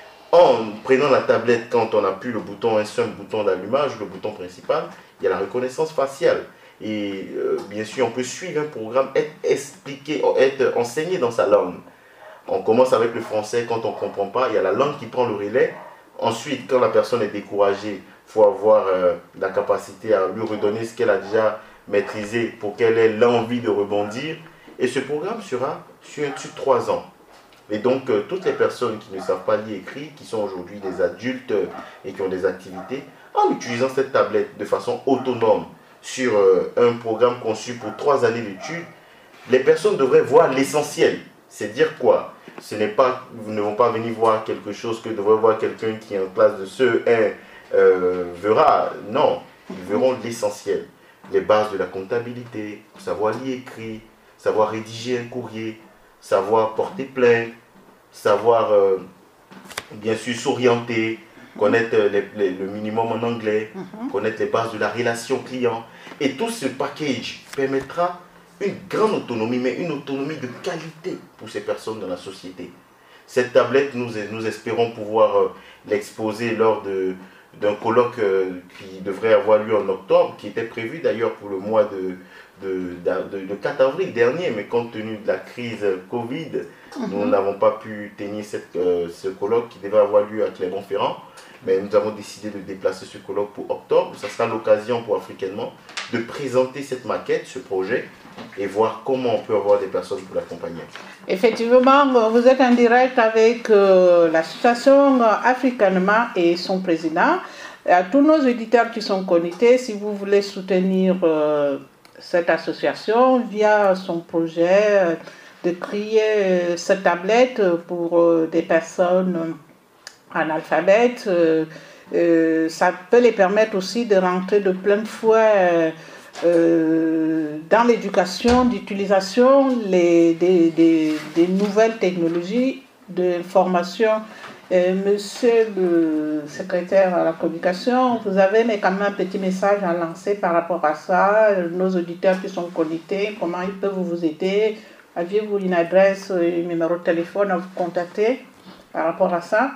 S2: En prenant la tablette, quand on appuie le bouton, un seul bouton d'allumage, le bouton principal, il y a la reconnaissance faciale. Et euh, bien sûr, on peut suivre un programme, être expliqué, être enseigné dans sa langue. On commence avec le français, quand on ne comprend pas, il y a la langue qui prend le relais. Ensuite, quand la personne est découragée, il faut avoir euh, la capacité à lui redonner ce qu'elle a déjà maîtrisé pour qu'elle ait l'envie de rebondir. Et ce programme sera sur un dessus de trois ans. Et donc, euh, toutes les personnes qui ne savent pas lire et écrire, qui sont aujourd'hui des adultes euh, et qui ont des activités, en utilisant cette tablette de façon autonome sur euh, un programme conçu pour trois années d'études, les personnes devraient voir l'essentiel. C'est dire quoi? Ce n'est pas, vous ne vont pas venir voir quelque chose que devrait voir quelqu'un qui est en classe de ce un euh, verra. Non, ils verront l'essentiel. Les bases de la comptabilité, savoir lire et écrire, savoir rédiger un courrier, savoir porter plainte, savoir euh, bien sûr s'orienter, connaître les, les, le minimum en anglais, mm-hmm. connaître les bases de la relation client. Et tout ce package permettra une grande autonomie, mais une autonomie de qualité pour ces personnes dans la société. Cette tablette, nous, nous espérons pouvoir euh, l'exposer lors de, d'un colloque euh, qui devrait avoir lieu en octobre, qui était prévu d'ailleurs pour le mois de, de, de, de quatre avril dernier, mais compte tenu de la crise Covid, mm-hmm. nous n'avons pas pu tenir cette, euh, ce colloque qui devait avoir lieu à Clermont-Ferrand. Mais nous avons décidé de déplacer ce colloque pour octobre. Ça sera l'occasion pour Africanement de présenter cette maquette, ce projet, et voir comment on peut avoir des personnes pour l'accompagner.
S1: Effectivement, vous êtes en direct avec euh, l'association Africanement et son président. Et à tous nos auditeurs qui sont connectés, si vous voulez soutenir euh, cette association via son projet euh, de créer euh, cette tablette pour euh, des personnes analphabètes, euh, euh, ça peut les permettre aussi de rentrer de plein de fouet euh, euh, dans l'éducation, d'utilisation des, des, des nouvelles technologies d'information. Euh, monsieur le secrétaire à la communication, vous avez mais quand même un petit message à lancer par rapport à ça, nos auditeurs qui sont connectés, comment ils peuvent vous aider, aviez-vous une adresse, un numéro de téléphone à vous contacter par rapport à ça?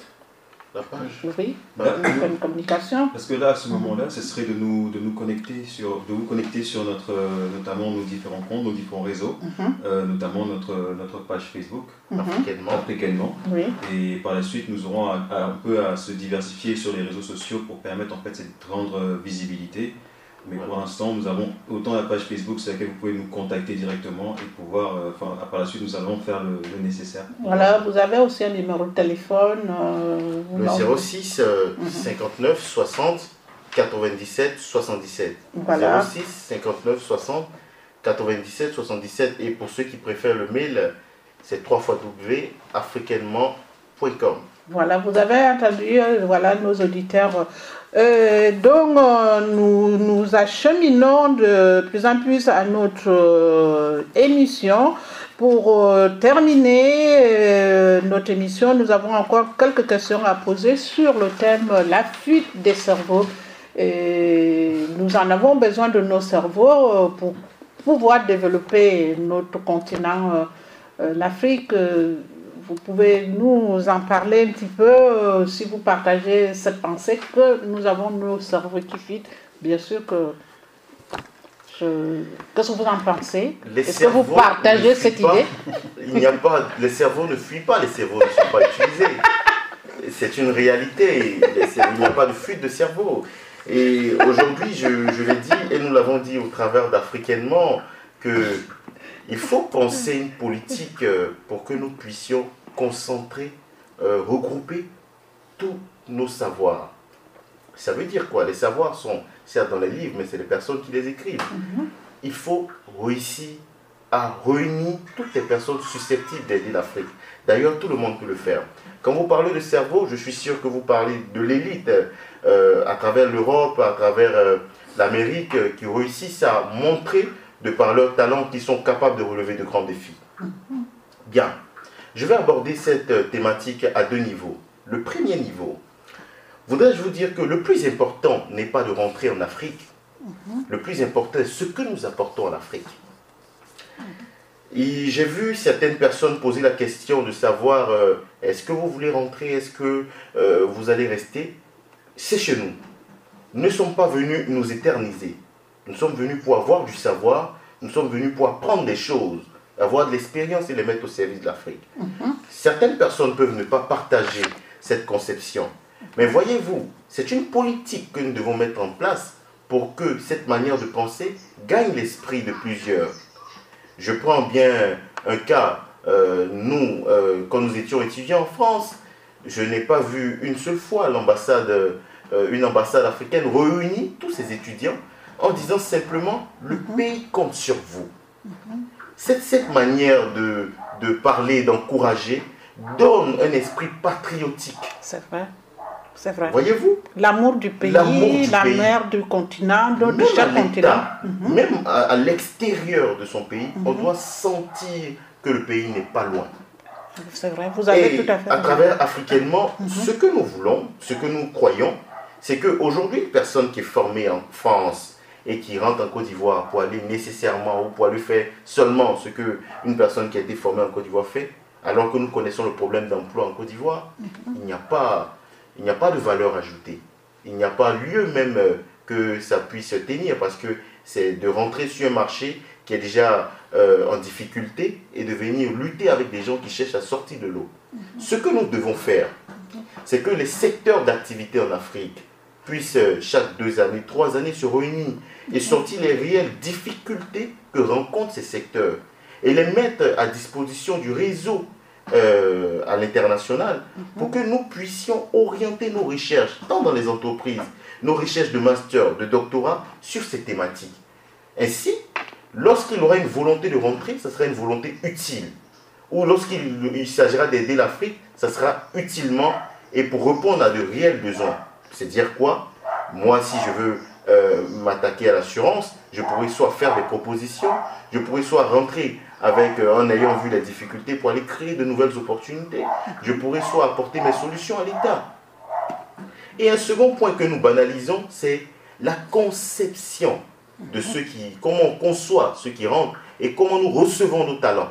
S2: La page.
S1: Oui, bah, une communication.
S3: Parce que là, à ce moment-là, ce serait de nous, de nous connecter sur, de vous connecter sur notre, notamment nos différents comptes, nos différents réseaux, mm-hmm. euh, notamment notre, notre page Facebook,
S2: mm-hmm. Africanement.
S3: Africanement.
S1: Oui.
S3: Et par la suite, nous aurons à, à, un peu à se diversifier sur les réseaux sociaux pour permettre en fait cette grande visibilité. Mais voilà. Pour l'instant, nous avons autant la page Facebook sur laquelle vous pouvez nous contacter directement et pouvoir, euh, enfin, par la suite, nous allons faire le, le nécessaire.
S1: Voilà, vous avez aussi un numéro de téléphone. Euh,
S2: le zéro six euh, mm-hmm. cinquante-neuf soixante quatre-vingt-dix-sept soixante-dix-sept.
S1: Voilà.
S2: zéro six cinquante-neuf soixante quatre-vingt-dix-sept soixante-dix-sept. Et pour ceux qui préfèrent le mail, c'est w w w point africanement point com.
S1: Voilà, vous avez entendu, euh, voilà, nos auditeurs. Euh, donc, euh, nous nous acheminons de plus en plus à notre euh, émission. Pour euh, terminer euh, notre émission, nous avons encore quelques questions à poser sur le thème « La fuite des cerveaux ». Et nous en avons besoin de nos cerveaux euh, pour pouvoir développer notre continent, euh, euh, l'Afrique. Euh, Vous pouvez nous en parler un petit peu, euh, si vous partagez cette pensée que nous avons nos cerveaux qui fuient. Bien sûr que... Je... Qu'est-ce que vous en pensez? Est-ce que vous partagez cette
S2: pas.
S1: idée?
S2: Il n'y a pas... Les cerveaux ne fuient pas, les cerveaux ne sont pas utilisés. C'est une réalité. Il n'y a pas de fuite de cerveau. Et aujourd'hui, je, je l'ai dit, et nous l'avons dit au travers d'Africainement, que... il faut penser une politique pour que nous puissions concentrer, euh, regrouper tous nos savoirs. Ça veut dire quoi? Les savoirs sont certes dans les livres, mais c'est les personnes qui les écrivent. Mm-hmm. Il faut réussir à réunir toutes les personnes susceptibles d'aider l'Afrique. D'ailleurs, tout le monde peut le faire. Quand vous parlez de cerveau, je suis sûr que vous parlez de l'élite euh, à travers l'Europe, à travers euh, l'Amérique, euh, qui réussissent à montrer de par leur talent, qui sont capables de relever de grands défis. Bien, je vais aborder cette thématique à deux niveaux. Le premier niveau, voudrais-je vous dire que le plus important n'est pas de rentrer en Afrique, Mm-hmm. Le plus important est ce que nous apportons en Afrique. Et j'ai vu certaines personnes poser la question de savoir euh, est-ce que vous voulez rentrer, est-ce que euh, vous allez rester? C'est chez nous. Nous ne sommes pas venus nous éterniser. Nous sommes venus pour avoir du savoir, nous sommes venus pour apprendre des choses, avoir de l'expérience et les mettre au service de l'Afrique. Mm-hmm. Certaines personnes peuvent ne pas partager cette conception. Mais voyez-vous, c'est une politique que nous devons mettre en place pour que cette manière de penser gagne l'esprit de plusieurs. Je prends bien un cas, euh, nous, euh, quand nous étions étudiants en France, je n'ai pas vu une seule fois l'ambassade, euh, une ambassade africaine réunir tous ces étudiants en disant simplement « le mm-hmm. pays compte sur vous mm-hmm. ». Cette, cette manière de, de parler, d'encourager, donne un esprit patriotique.
S1: C'est vrai. C'est vrai.
S2: Voyez-vous?
S1: L'amour du pays,
S2: du
S1: la
S2: pays.
S1: mère du continent, de, de chaque continent.
S2: Mm-hmm. Même à, à l'extérieur de son pays, mm-hmm. on doit sentir que le pays n'est pas loin.
S1: C'est vrai, vous avez
S2: Et
S1: tout à fait.
S2: à travers africainement,
S1: mm-hmm.
S2: ce que nous voulons, ce que nous croyons, c'est qu'aujourd'hui, une personne qui est formée en France et qui rentre en Côte d'Ivoire pour aller nécessairement ou pour aller faire seulement ce qu'une personne qui a été formée en Côte d'Ivoire fait, alors que nous connaissons le problème d'emploi en Côte d'Ivoire, mm-hmm. il n'y a pas... Il n'y a pas de valeur ajoutée. Il n'y a pas lieu même que ça puisse se tenir parce que c'est de rentrer sur un marché qui est déjà euh, en difficulté et de venir lutter avec des gens qui cherchent à sortir de l'eau. Mm-hmm. Ce que nous devons faire, c'est que les secteurs d'activité en Afrique puissent chaque deux années, trois années se réunir et sortir les réelles difficultés que rencontrent ces secteurs et les mettre à disposition du réseau Euh, à l'international mm-hmm. pour que nous puissions orienter nos recherches, tant dans les entreprises, nos recherches de master, de doctorat, sur ces thématiques. Ainsi, lorsqu'il aura une volonté de rentrer, ça sera une volonté utile. Ou lorsqu'il il s'agira d'aider l'Afrique, ça sera utilement et pour répondre à de réels besoins. C'est dire quoi? Moi, si je veux euh, m'attaquer à l'assurance, je pourrais soit faire des propositions, je pourrais soit rentrer avec, euh, en ayant vu les difficultés pour aller créer de nouvelles opportunités. Je pourrais soit apporter mes solutions à l'État. Et un second point que nous banalisons, c'est la conception de ceux qui, comment on conçoit ceux qui rentrent et comment nous recevons nos talents.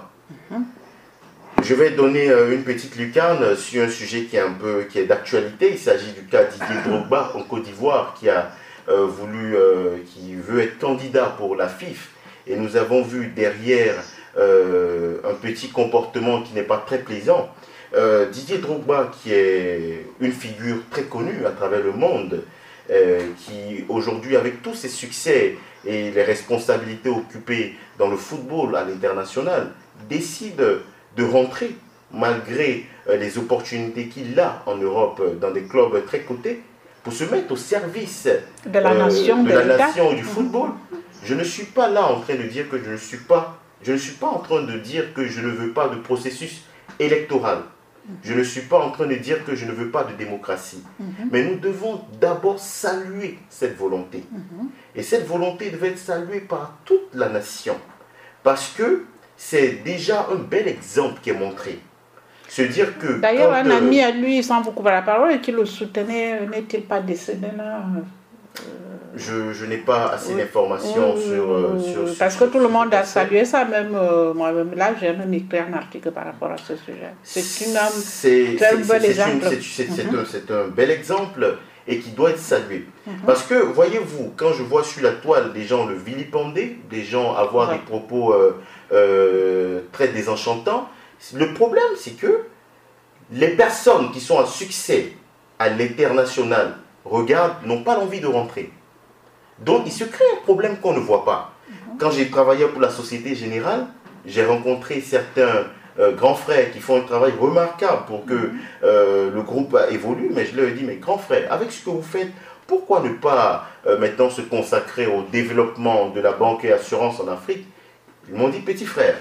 S2: Je vais donner euh, une petite lucarne sur un sujet qui est un peu, qui est d'actualité. Il s'agit du cas Didier Drogba en Côte d'Ivoire qui a euh, voulu, euh, qui veut être candidat pour la F I F. Et nous avons vu derrière Euh, un petit comportement qui n'est pas très plaisant. Euh, Didier Drogba, qui est une figure très connue à travers le monde, euh, qui aujourd'hui, avec tous ses succès et les responsabilités occupées dans le football à l'international, décide de rentrer, malgré euh, les opportunités qu'il a en Europe, dans des clubs très cotés, pour se mettre au service
S1: de la
S2: euh,
S1: nation,
S2: de
S1: de
S2: la nation et du football. Je ne suis pas là en train de dire que je ne suis pas Je ne suis pas en train de dire que je ne veux pas de processus électoral. Je ne suis pas en train de dire que je ne veux pas de démocratie. Mm-hmm. Mais nous devons d'abord saluer cette volonté. Mm-hmm. Et cette volonté devait être saluée par toute la nation. Parce que c'est déjà un bel exemple qui est montré. Se dire que...
S1: D'ailleurs, un euh, ami à lui, sans vous couper la parole, et qui le soutenait, n'est-il pas décédé là euh...
S2: Je, je n'ai pas assez d'informations mmh, sur, euh, sur
S1: ce Parce que tout le monde a salué ça, même euh, moi-même là, j'ai même écrit un article par rapport à ce sujet. C'est une,
S2: c'est,
S1: c'est un bel exemple.
S2: C'est mm-hmm. un, c'est un bel exemple et qui doit être salué. Mm-hmm. Parce que, voyez-vous, quand je vois sur la toile des gens le vilipender, des gens avoir ouais. des propos euh, euh, très désenchantants, le problème c'est que les personnes qui sont à succès à l'international regardent, n'ont pas l'envie de rentrer. Donc, il se crée un problème qu'on ne voit pas. Mm-hmm. Quand j'ai travaillé pour la Société Générale, j'ai rencontré certains euh, grands frères qui font un travail remarquable pour que mm-hmm. euh, le groupe évolue. Mais je leur ai dit, mais grands frères, avec ce que vous faites, pourquoi ne pas euh, maintenant se consacrer au développement de la banque et assurance en Afrique? Ils m'ont dit, petit frère,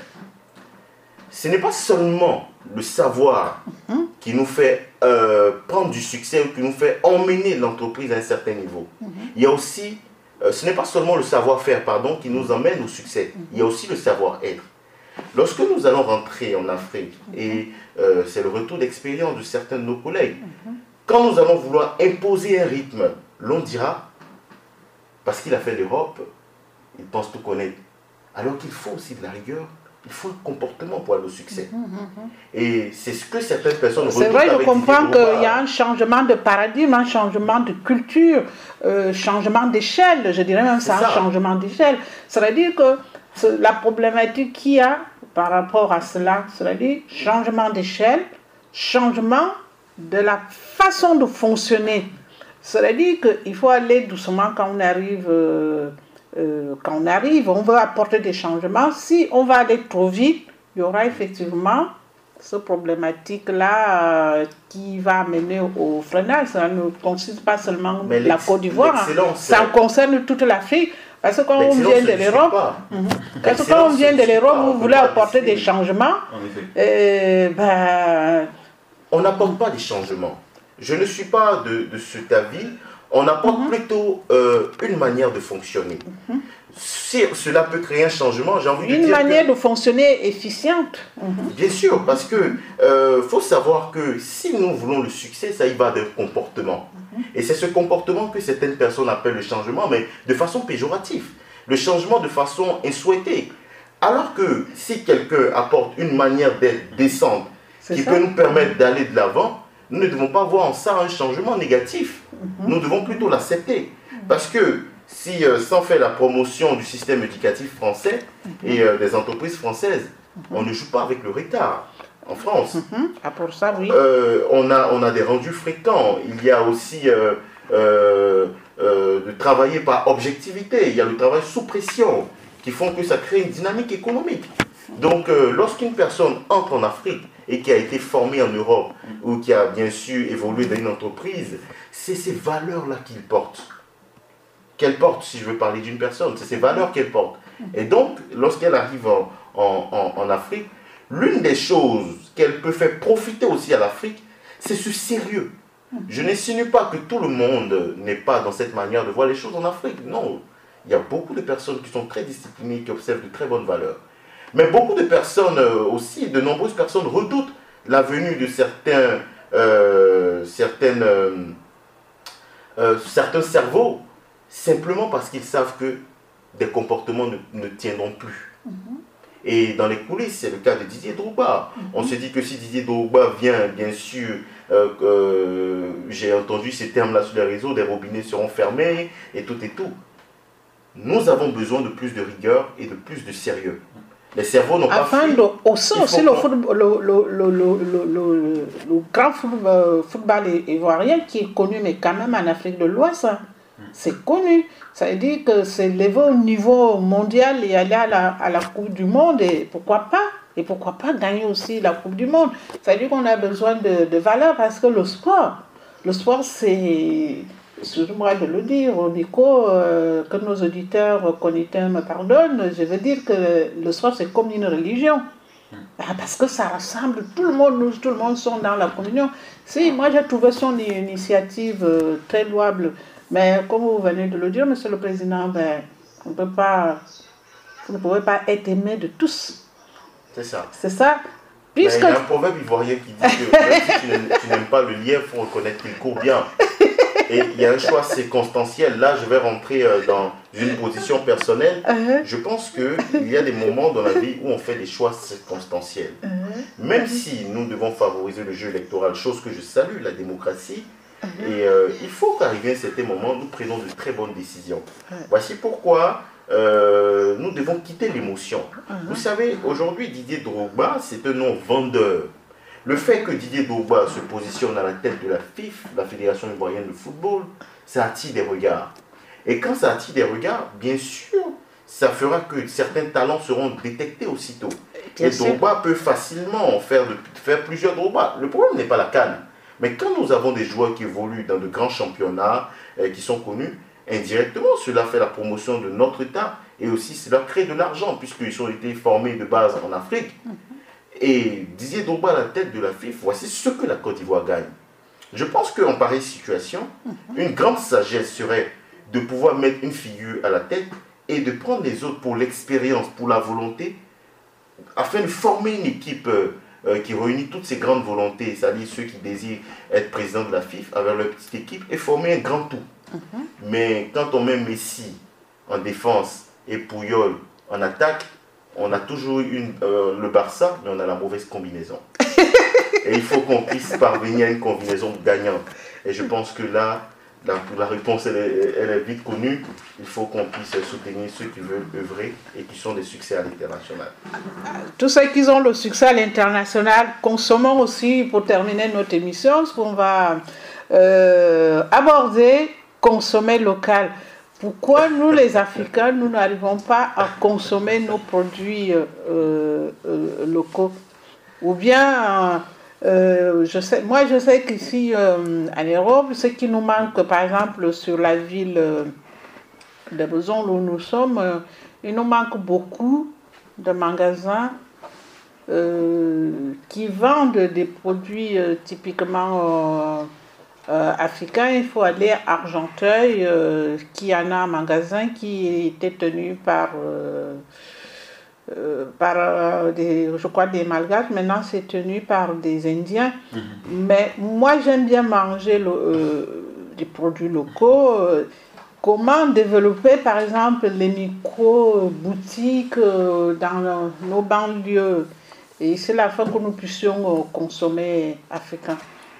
S2: ce n'est pas seulement le savoir mm-hmm. qui nous fait euh, prendre du succès ou qui nous fait emmener l'entreprise à un certain niveau. Mm-hmm. Il y a aussi... Ce n'est pas seulement le savoir-faire, pardon, qui nous emmène au succès. Il y a aussi le savoir-être. Lorsque nous allons rentrer en Afrique, et euh, c'est le retour d'expérience de certains de nos collègues, quand nous allons vouloir imposer un rythme, l'on dira, parce qu'il a fait l'Europe, il pense tout connaître. Alors qu'il faut aussi de la rigueur, il faut un comportement pour aller au succès. Mmh, mmh. Et c'est ce que certaines personnes redoutent.
S1: C'est vrai, je comprends qu'il y a un changement de paradigme, un changement de culture, euh, changement d'échelle, je dirais même c'est un changement d'échelle. Ça veut dire que la problématique qu'il y a par rapport à cela, c'est-à-dire changement d'échelle, changement de la façon de fonctionner. C'est-à-dire qu'il faut aller doucement quand on arrive... Euh, Euh, quand on arrive, on veut apporter des changements. Si on va aller trop vite, il y aura effectivement cette problématique-là euh, qui va mener au, au freinage. Ça ne concerne pas seulement Mais la Côte d'Ivoire, hein. Ça concerne toute l'Afrique. Parce que quand on vient de l'Europe, mm-hmm. parce que quand on vient de l'Europe, vous voulez apporter des changements. Euh, ben...
S2: On n'apporte pas des changements. Je ne suis pas de, de cet avis. On apporte mm-hmm. plutôt euh, une manière de fonctionner. Mm-hmm. Si cela peut créer un changement, j'ai envie
S1: une
S2: de dire
S1: Une manière
S2: que,
S1: de fonctionner efficiente. Mm-hmm.
S2: Bien sûr, parce que euh, faut savoir que si nous voulons le succès, ça y va d'un comportement. Mm-hmm. Et c'est ce comportement que certaines personnes appellent le changement, mais de façon péjorative. Le changement de façon insouhaitée. Alors que si quelqu'un apporte une manière d'être décente, qui ça. peut nous permettre d'aller de l'avant, nous ne devons pas voir en ça un changement négatif. Mm-hmm. Nous devons plutôt l'accepter. Parce que si, euh, sans faire la promotion du système éducatif français mm-hmm. et euh, des entreprises françaises, mm-hmm. on ne joue pas avec le retard. En France,
S1: mm-hmm. ah, pour ça, oui.
S2: euh, on, a, on a des rendus fréquents. Il y a aussi euh, euh, euh, de travailler par objectivité. Il y a le travail sous pression qui font que ça crée une dynamique économique. Donc, euh, lorsqu'une personne entre en Afrique et qui a été formée en Europe ou qui a bien sûr évolué dans une entreprise, c'est ces valeurs-là qu'il porte. Qu'elle porte, si je veux parler d'une personne, c'est ces valeurs qu'elle porte. Et donc, lorsqu'elle arrive en, en, en, en Afrique, l'une des choses qu'elle peut faire profiter aussi à l'Afrique, c'est ce sérieux. Je n'insinue pas que tout le monde n'est pas dans cette manière de voir les choses en Afrique. Non, il y a beaucoup de personnes qui sont très disciplinées, qui observent de très bonnes valeurs. Mais beaucoup de personnes aussi, de nombreuses personnes redoutent la venue de certains, euh, certaines, euh, euh, certains cerveaux, simplement parce qu'ils savent que des comportements ne, ne tiendront plus. Mm-hmm. Et dans les coulisses, c'est le cas de Didier Drogba. Mm-hmm. On se dit que si Didier Drogba vient, bien sûr, euh, euh, j'ai entendu ces termes-là sur les réseaux, des robinets seront fermés, et tout et tout. Nous avons besoin de plus de rigueur et de plus de sérieux. Les cerveaux n'ont pas
S1: Afin de hausser aussi le, football, le, le, le, le, le, le grand football, football ivoirien qui est connu, mais quand même en Afrique de l'Ouest, hein. C'est connu. Ça veut dire que c'est levé au niveau mondial et aller à la, à la Coupe du Monde, et pourquoi pas Et pourquoi pas gagner aussi la Coupe du Monde? Ça veut dire qu'on a besoin de, de valeur, parce que le sport, le sport c'est... Excuse-moi de le dire, Nico, euh, que nos auditeurs connaissent me pardonnent, je veux dire que le sport c'est comme une religion. Ah, parce que ça rassemble tout le monde, nous, tout le monde sont dans la communion. Si, moi j'ai trouvé son initiative euh, très louable, mais comme vous venez de le dire, Monsieur le Président, ben, on ne peut pas, vous ne pouvez pas être aimé de tous.
S2: C'est ça.
S1: C'est ça.
S2: Puisque... Il y a un proverbe ivoirien qui dit que même si tu n'aimes pas le lièvre, il faut reconnaître qu'il court bien. Et il y a un choix circonstanciel. Là, je vais rentrer dans une position personnelle. Uh-huh. Je pense qu'il y a des moments dans la vie où on fait des choix circonstanciels. Uh-huh. Même uh-huh. si nous devons favoriser le jeu électoral, chose que je salue, la démocratie, uh-huh. et euh, il faut qu'arrivé à un certain moment, nous prenions de très bonnes décisions. Uh-huh. Voici pourquoi euh, nous devons quitter l'émotion. Uh-huh. Vous savez, aujourd'hui, Didier Drogba, c'est un nom vendeur. Le fait que Didier Drogba se positionne à la tête de la F I F, la Fédération ivoirienne de football, ça attire des regards. Et quand ça attire des regards, bien sûr, ça fera que certains talents seront détectés aussitôt. Bien Et Drogba peut facilement faire, de, faire plusieurs Drogba. Le problème n'est pas la CAN. Mais quand nous avons des joueurs qui évoluent dans de grands championnats, euh, qui sont connus, indirectement, cela fait la promotion de notre État et aussi cela crée de l'argent, puisqu'ils ont été formés de base en Afrique. Et Didier Drogba à la tête de la F I F, voici ce que la Côte d'Ivoire gagne. Je pense qu'en pareille situation, mm-hmm. une grande sagesse serait de pouvoir mettre une figure à la tête et de prendre les autres pour l'expérience, pour la volonté, afin de former une équipe euh, qui réunit toutes ces grandes volontés, c'est-à-dire ceux qui désirent être président de la F I F avec leur petite équipe, et former un grand tout. Mm-hmm. Mais quand on met Messi en défense et Puyol en attaque, on a toujours une, euh, le Barça, mais on a la mauvaise combinaison. Et il faut qu'on puisse parvenir à une combinaison gagnante. Et je pense que là, la, la réponse, elle est, elle est vite connue. Il faut qu'on puisse soutenir ceux qui veulent œuvrer et qui sont des succès à l'international.
S1: Tous ceux qui ont le succès à l'international, consommons aussi, pour terminer notre émission, ce qu'on va euh, aborder, consommer local. Pourquoi nous, les Africains, nous n'arrivons pas à consommer nos produits euh, euh, locaux? Ou bien, euh, je sais, moi je sais qu'ici euh, en Europe, ce qui nous manque, par exemple, sur la ville euh, de Besançon où nous sommes, euh, il nous manque beaucoup de magasins euh, qui vendent des produits euh, typiquement euh, euh, africains. Il faut aller à Argenteuil, euh, qui en a un magasin qui était tenu par... Euh, Euh, par euh, des, je crois des Malgaches, maintenant c'est tenu par des Indiens. Mmh. Mais moi j'aime bien manger le, euh, des produits locaux. Euh, comment développer par exemple les micro-boutiques euh, dans nos banlieues, et c'est la fois que nous puissions euh, consommer africain.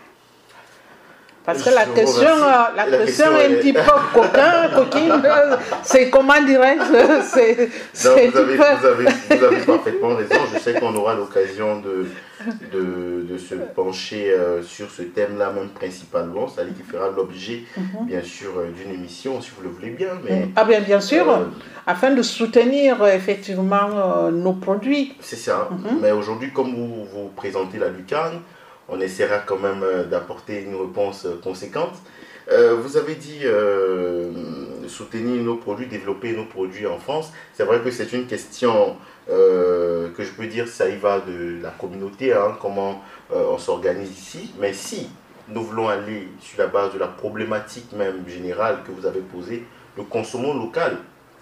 S1: Parce que la question, euh, la, la question, question est un petit peu coquin, coquine, c'est comment dirais-je, c'est...
S2: c'est vous, avez, vous, avez, vous avez parfaitement raison, je sais qu'on aura l'occasion de, de, de se pencher euh, sur ce thème-là, même principalement, c'est-à-dire qu'il fera l'objet, mm-hmm. bien sûr, d'une émission, si vous le voulez bien. Mais,
S1: ah bien, bien sûr, euh, afin de soutenir effectivement euh, nos produits.
S2: C'est ça, mm-hmm. mais aujourd'hui, comme vous, vous présentez la lucarne, on essaiera quand même d'apporter une réponse conséquente. Euh, vous avez dit euh, soutenir nos produits, développer nos produits en France. C'est vrai que c'est une question euh, que je peux dire, ça y va de la communauté, hein, comment euh, on s'organise ici. Mais si nous voulons aller sur la base de la problématique même générale que vous avez posée, le consommons local.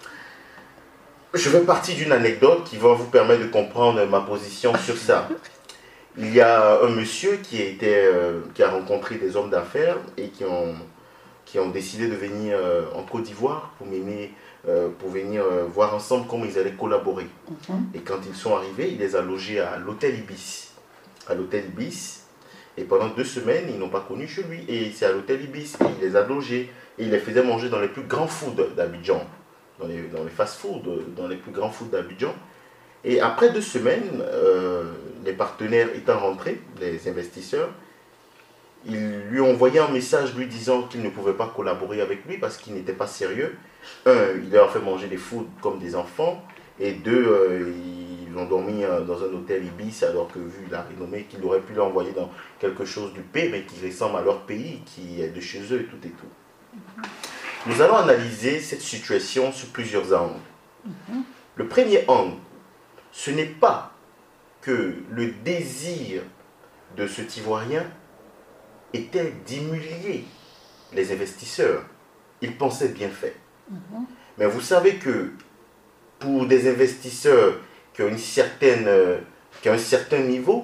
S2: Je vais partir d'une anecdote qui va vous permettre de comprendre ma position sur ça. Il y a un monsieur qui, était, euh, qui a rencontré des hommes d'affaires et qui ont, qui ont décidé de venir euh, en Côte d'Ivoire pour, mener, euh, pour venir euh, voir ensemble comment ils allaient collaborer. Mm-hmm. Et quand ils sont arrivés, il les a logés à l'hôtel Ibis. À l'hôtel Ibis. Et pendant deux semaines, ils n'ont pas connu chez lui. Et c'est à l'hôtel Ibis qu'il les a logés. Et il les faisait manger dans les plus grands foods d'Abidjan. Dans les, dans les fast-foods, dans les plus grands foods d'Abidjan. Et après deux semaines, euh, les partenaires étant rentrés, les investisseurs, ils lui ont envoyé un message lui disant qu'ils ne pouvaient pas collaborer avec lui parce qu'il n'était pas sérieux. Un, il leur a fait manger des foods comme des enfants. Et deux, euh, ils l'ont dormi dans un hôtel Ibis alors que vu la renommée, qu'il aurait pu l'envoyer dans quelque chose du pays, mais qui ressemble à leur pays, qui est de chez eux et tout et tout. Nous allons analyser cette situation sous plusieurs angles. Le premier angle, ce n'est pas que le désir de cet Ivoirien était d'humilier les investisseurs. Il pensait bien fait. Mm-hmm. Mais vous savez que pour des investisseurs qui ont, une certaine, euh, qui ont un certain niveau,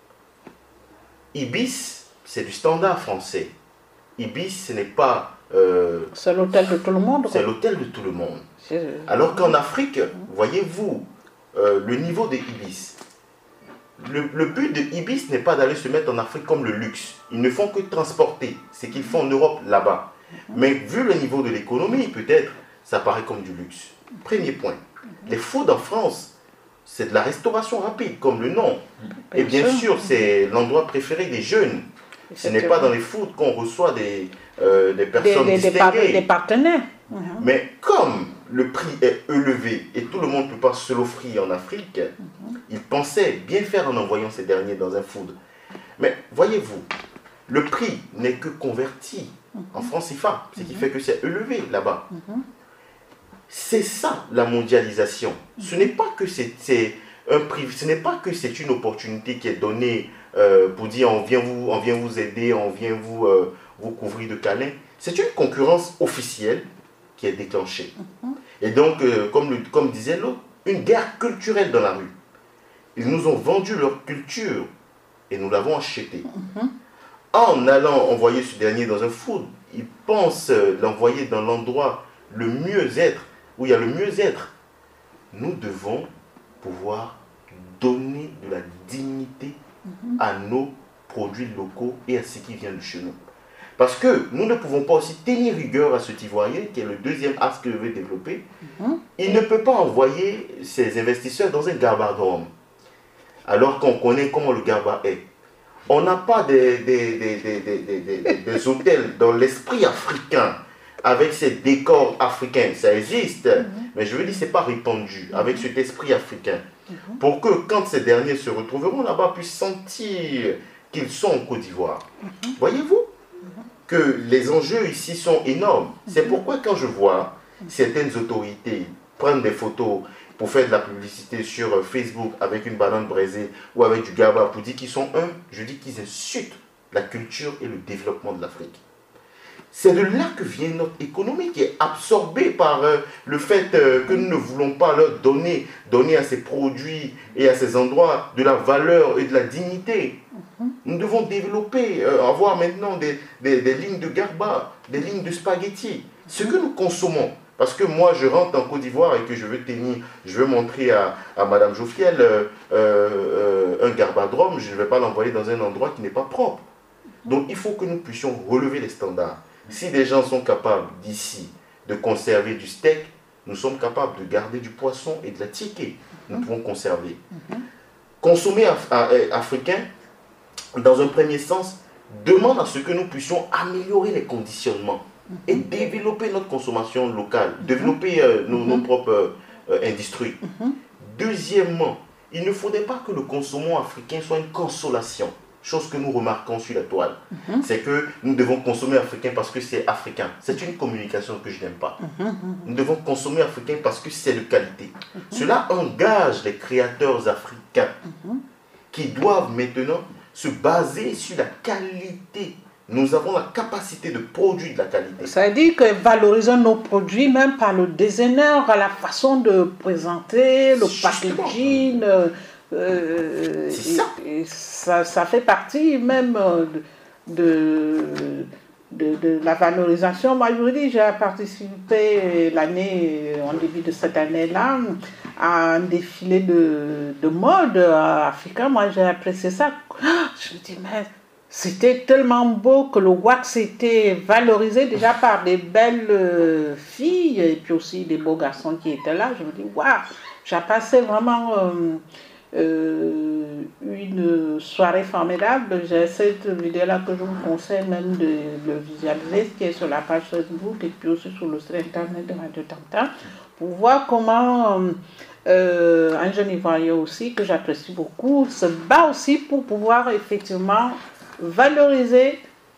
S2: Ibis, c'est du standard français. Ibis, ce n'est pas... Euh,
S1: c'est l'hôtel de tout le monde.
S2: C'est l'hôtel de tout le monde. Alors qu'en Afrique, voyez-vous, Euh, le niveau de Ibis. Le, le but de Ibis n'est pas d'aller se mettre en Afrique comme le luxe. Ils ne font que transporter ce qu'ils font en Europe là-bas. Mais vu le niveau de l'économie, peut-être, ça paraît comme du luxe. Premier point. Les foods en France, c'est de la restauration rapide, comme le nom. Et bien sûr, c'est l'endroit préféré des jeunes. Ce n'est pas dans les foods qu'on reçoit des, euh, des personnes
S1: des, des,
S2: distinguées.
S1: Des partenaires.
S2: Uh-huh. Mais comme le prix est élevé et tout le monde ne peut pas se l'offrir en Afrique, uh-huh. ils pensaient bien faire en envoyant ces derniers dans un food. Mais voyez-vous, le prix n'est que converti uh-huh. en francs C F A, ce uh-huh. qui fait que c'est élevé là-bas. Uh-huh. C'est ça la mondialisation. Uh-huh. Ce n'est pas que c'est, c'est un prix, ce n'est pas que c'est une opportunité qui est donnée euh, pour dire on vient vous, on vient vous aider, on vient vous, euh, vous couvrir de câlins. C'est une concurrence officielle qui est déclenchée. Uh-huh. Et donc, euh, comme, le, comme disait l'autre, une guerre culturelle dans la rue. Ils nous ont vendu leur culture et nous l'avons achetée. Uh-huh. En allant envoyer ce dernier dans un food, ils pensent l'envoyer dans l'endroit le mieux-être, où il y a le mieux-être. Nous devons pouvoir donner de la dignité mm-hmm. à nos produits locaux et à ce qui vient de chez nous. Parce que nous ne pouvons pas aussi tenir rigueur à cet Ivoirien, qui est le deuxième axe que je vais développer. Mm-hmm. Il ne peut pas envoyer ses investisseurs dans un garbadome, alors qu'on connaît comment le garba est. On n'a pas des, des, des, des, des, des, des, des hôtels dans l'esprit africain, avec ces décors africains. Ça existe, mm-hmm. mais je veux dire, ce n'est pas répandu, mm-hmm. avec cet esprit africain. Mm-hmm. Pour que quand ces derniers se retrouveront là-bas, puissent sentir qu'ils sont en Côte d'Ivoire. Mm-hmm. Voyez-vous que les enjeux ici sont énormes. Mm-hmm. C'est pourquoi quand je vois certaines autorités prendre des photos pour faire de la publicité sur Facebook avec une banane braisée ou avec du garba pour dire qu'ils sont un, je dis qu'ils insultent la culture et le développement de l'Afrique. C'est de là que vient notre économie qui est absorbée par euh, le fait euh, que nous ne voulons pas leur donner, donner à ces produits et à ces endroits de la valeur et de la dignité. Mm-hmm. Nous devons développer, euh, avoir maintenant des, des, des lignes de garba, des lignes de spaghettis. Ce que nous consommons. Parce que moi, je rentre en Côte d'Ivoire et que je veux tenir, je veux montrer à, à Madame Jofiel euh, euh, un garbadrome, je ne vais pas l'envoyer dans un endroit qui n'est pas propre. Donc, il faut que nous puissions relever les standards. Si des gens sont capables d'ici de conserver du steak, nous sommes capables de garder du poisson et de la tiquée. Nous pouvons conserver. Consommer af af africain, dans un premier sens, demande à ce que nous puissions améliorer les conditionnements et développer notre consommation locale, développer euh, nos, nos propres euh, industries. Deuxièmement, il ne faudrait pas que le consommant africain soit une consolation. Chose que nous remarquons sur la toile, mm-hmm. c'est que nous devons consommer africain parce que c'est africain. C'est une communication que je n'aime pas. Mm-hmm. Nous devons consommer africain parce que c'est de qualité. Mm-hmm. Cela engage les créateurs africains mm-hmm. qui doivent maintenant se baser sur la qualité. Nous avons la capacité de produire de la qualité.
S1: Ça veut dire que valorisons nos produits même par le designer, la façon de présenter, le packaging. Euh, Euh,
S2: c'est ça.
S1: Et, et ça. Ça fait partie même de, de, de la valorisation. Moi, je vous dis, j'ai participé l'année, en début de cette année-là, à un défilé de, de mode africain. Moi, j'ai apprécié ça. Je me dis, mais c'était tellement beau que le wax était valorisé déjà par des belles filles et puis aussi des beaux garçons qui étaient là. Je me dis, waouh, j'ai passé vraiment... Euh, Euh, une soirée formidable. J'ai cette vidéo-là que je vous conseille même de le visualiser, qui est sur la page Facebook et puis aussi sur le site internet de Radio Tam Tam, pour voir comment euh, un jeune Ivoirien aussi, que j'apprécie beaucoup, se bat aussi pour pouvoir effectivement valoriser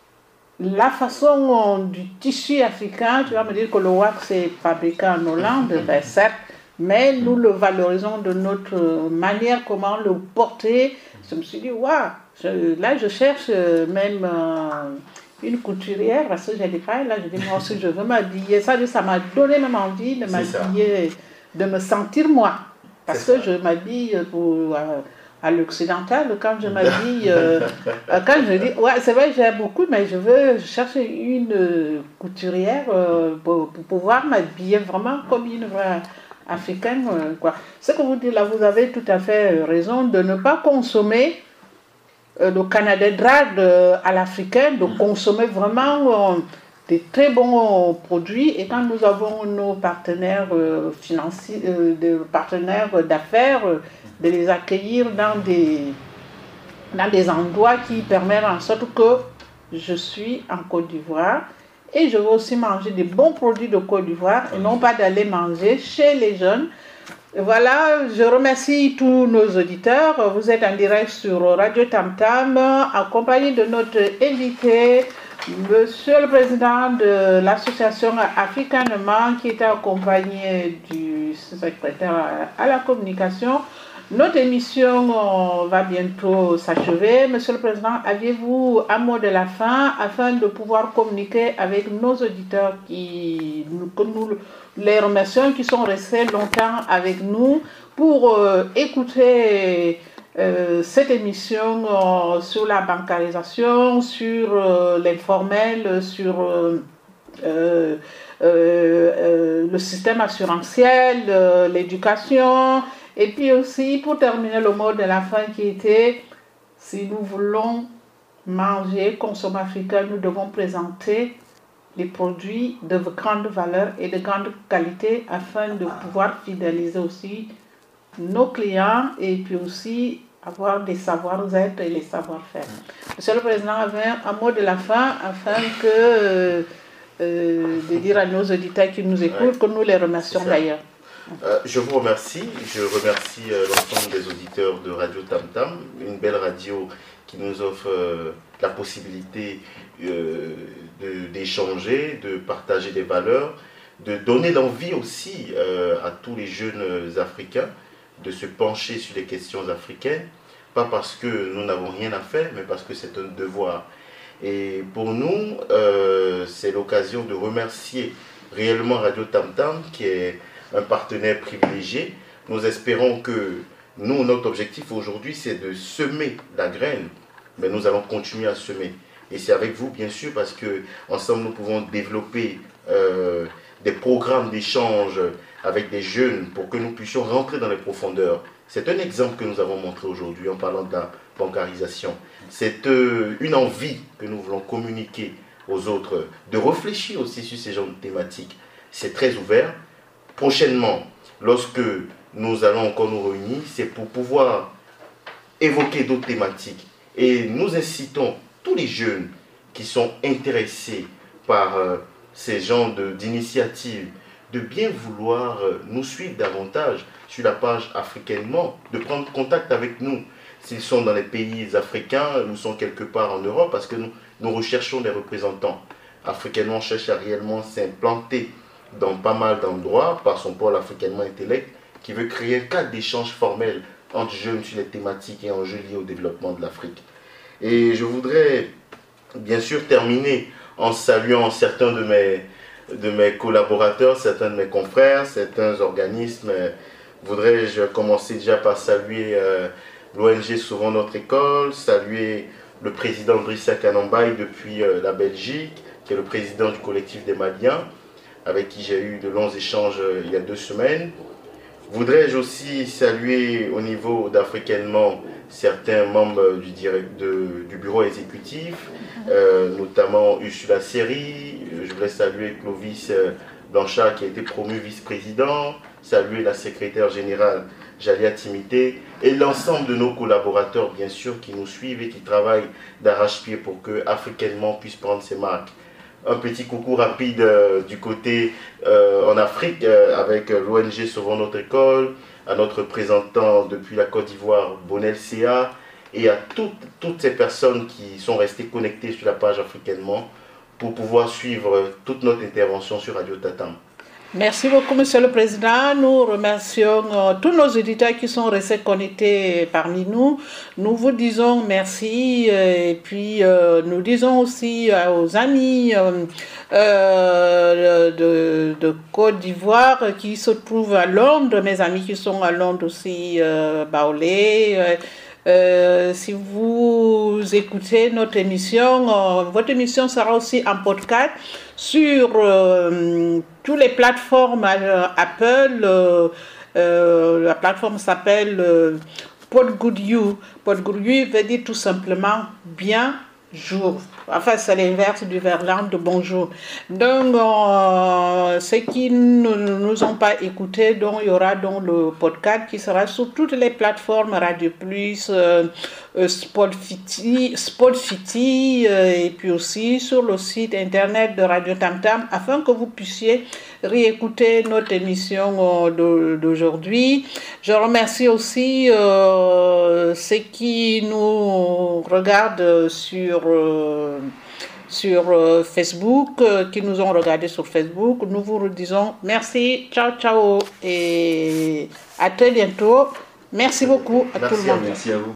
S1: la façon du tissu africain. Tu vas me dire que le wax est fabriqué en Hollande, ben certes, mais nous le valorisons de notre manière, comment le porter. Je me suis dit, waouh, là je cherche même euh, une couturière, parce que j'ai des failles, là je dis, moi aussi je veux m'habiller. Ça, ça m'a donné même envie de m'habiller, de me sentir moi. Parce que je m'habille pour... Euh, à l'occidental, quand je m'habille, euh, quand je dis, ouais, c'est vrai, j'ai beaucoup, mais je veux chercher une euh, couturière euh, pour, pour pouvoir m'habiller vraiment comme une vraie africaine, euh, quoi. Ce que vous dites là, vous avez tout à fait raison de ne pas consommer euh, le Canada Dry euh, à l'africaine, de consommer vraiment euh, des très bons euh, produits. Et quand nous avons nos partenaires euh, financiers, euh, des partenaires d'affaires, euh, de les accueillir dans des, dans des endroits qui permettent en sorte que je suis en Côte d'Ivoire et je veux aussi manger des bons produits de Côte d'Ivoire et non pas d'aller manger chez les jeunes. Et voilà, je remercie tous nos auditeurs. Vous êtes en direct sur Radio Tam Tam, accompagné de notre invité, Monsieur le Président de l'association Africanement, qui est accompagné du secrétaire à la communication. Notre émission va bientôt s'achever. Monsieur le Président, aviez-vous un mot de la fin afin de pouvoir communiquer avec nos auditeurs qui, que nous les remercions, qui sont restés longtemps avec nous pour euh, écouter euh, cette émission euh, sur la bancarisation, sur euh, l'informel, sur euh, euh, euh, le système assurantiel, euh, l'éducation, et puis aussi pour terminer le mot de la fin qui était si nous voulons manger, consommer africain, nous devons présenter des produits de grande valeur et de grande qualité afin de pouvoir fidéliser aussi nos clients et puis aussi avoir des savoir-être et les savoir-faire. Monsieur le Président avait un mot de la fin afin que, euh, euh, de dire à nos auditeurs qui nous écoutent ouais. que nous les remercions d'ailleurs.
S2: Euh, je vous remercie. Je remercie euh, l'ensemble des auditeurs de Radio Tam Tam, une belle radio qui nous offre euh, la possibilité euh, de, d'échanger, de partager des valeurs, de donner l'envie aussi euh, à tous les jeunes Africains de se pencher sur les questions africaines, pas parce que nous n'avons rien à faire, mais parce que c'est un devoir. Et pour nous, euh, c'est l'occasion de remercier réellement Radio Tam Tam, qui est un partenaire privilégié. Nous espérons que nous, notre objectif aujourd'hui, c'est de semer la graine, mais nous allons continuer à semer. Et c'est avec vous, bien sûr, parce que ensemble, nous pouvons développer euh, des programmes d'échange avec des jeunes pour que nous puissions rentrer dans les profondeurs. C'est un exemple que nous avons montré aujourd'hui en parlant de la bancarisation. C'est euh, une envie que nous voulons communiquer aux autres, de réfléchir aussi sur ces genres de thématiques. C'est très ouvert. Prochainement, lorsque nous allons encore nous réunir, c'est pour pouvoir évoquer d'autres thématiques. Et nous incitons tous les jeunes qui sont intéressés par euh, ces genres de, d'initiatives de bien vouloir euh, nous suivre davantage sur la page Africainement, de prendre contact avec nous s'ils sont dans les pays africains ou sont quelque part en Europe, parce que nous, nous recherchons des représentants. Africainement cherche à réellement s'implanter dans pas mal d'endroits par son pôle Africainement Intellect qui veut créer un cadre d'échange formel entre jeunes sur les thématiques et enjeux liés au développement de l'Afrique. Et je voudrais bien sûr terminer en saluant certains de mes, de mes collaborateurs, certains de mes confrères, certains organismes. Voudrais-je commencer déjà par saluer euh, l'O N G Sauvons notre école, saluer le président Drissa Kanambaye depuis euh, la Belgique, qui est le président du collectif des Maliens, avec qui j'ai eu de longs échanges euh, il y a deux semaines. Voudrais-je aussi saluer au niveau d'Africainement certains membres du, direct, de, du bureau exécutif, euh, notamment Ursula Seri. Je voudrais saluer Clovis Blanchard qui a été promu vice-président, saluer la secrétaire générale Jalia Timité et l'ensemble de nos collaborateurs bien sûr qui nous suivent et qui travaillent d'arrache-pied pour que Africainement puisse prendre ses marques. Un petit coucou rapide euh, du côté euh, en Afrique euh, avec l'O N G Sauvons notre école, à notre représentant depuis la Côte d'Ivoire, Bonel C A, et à toutes, toutes ces personnes qui sont restées connectées sur la page Africainement pour pouvoir suivre toute notre intervention sur Radio Tatam.
S1: Merci beaucoup, Monsieur le Président. Nous remercions euh, tous nos auditeurs qui sont restés connectés parmi nous. Nous vous disons merci euh, et puis euh, nous disons aussi euh, aux amis euh, euh, de, de Côte d'Ivoire qui se trouvent à Londres, mes amis qui sont à Londres aussi, euh, Baolé. Euh, Euh, si vous écoutez notre émission, euh, votre émission sera aussi en podcast sur euh, toutes les plateformes euh, Apple. Euh, euh, la plateforme s'appelle euh, Podgoodou. Podgoodou veut dire tout simplement bien jour. Enfin, c'est l'inverse du verlan de bonjour. Donc, euh, ceux qui ne nous ont pas écoutés, donc, il y aura donc le podcast qui sera sur toutes les plateformes Radio Plus, euh, euh, Spotify, Spotify euh, et puis aussi sur le site internet de Radio Tam Tam afin que vous puissiez réécouter notre émission euh, d'aujourd'hui. Je remercie aussi euh, ceux qui nous regardent sur euh, sur euh, Facebook, euh, qui nous ont regardé sur Facebook. Nous vous disons merci, ciao ciao et à très bientôt. Merci beaucoup à
S3: merci
S1: tout le monde.
S3: Merci à vous.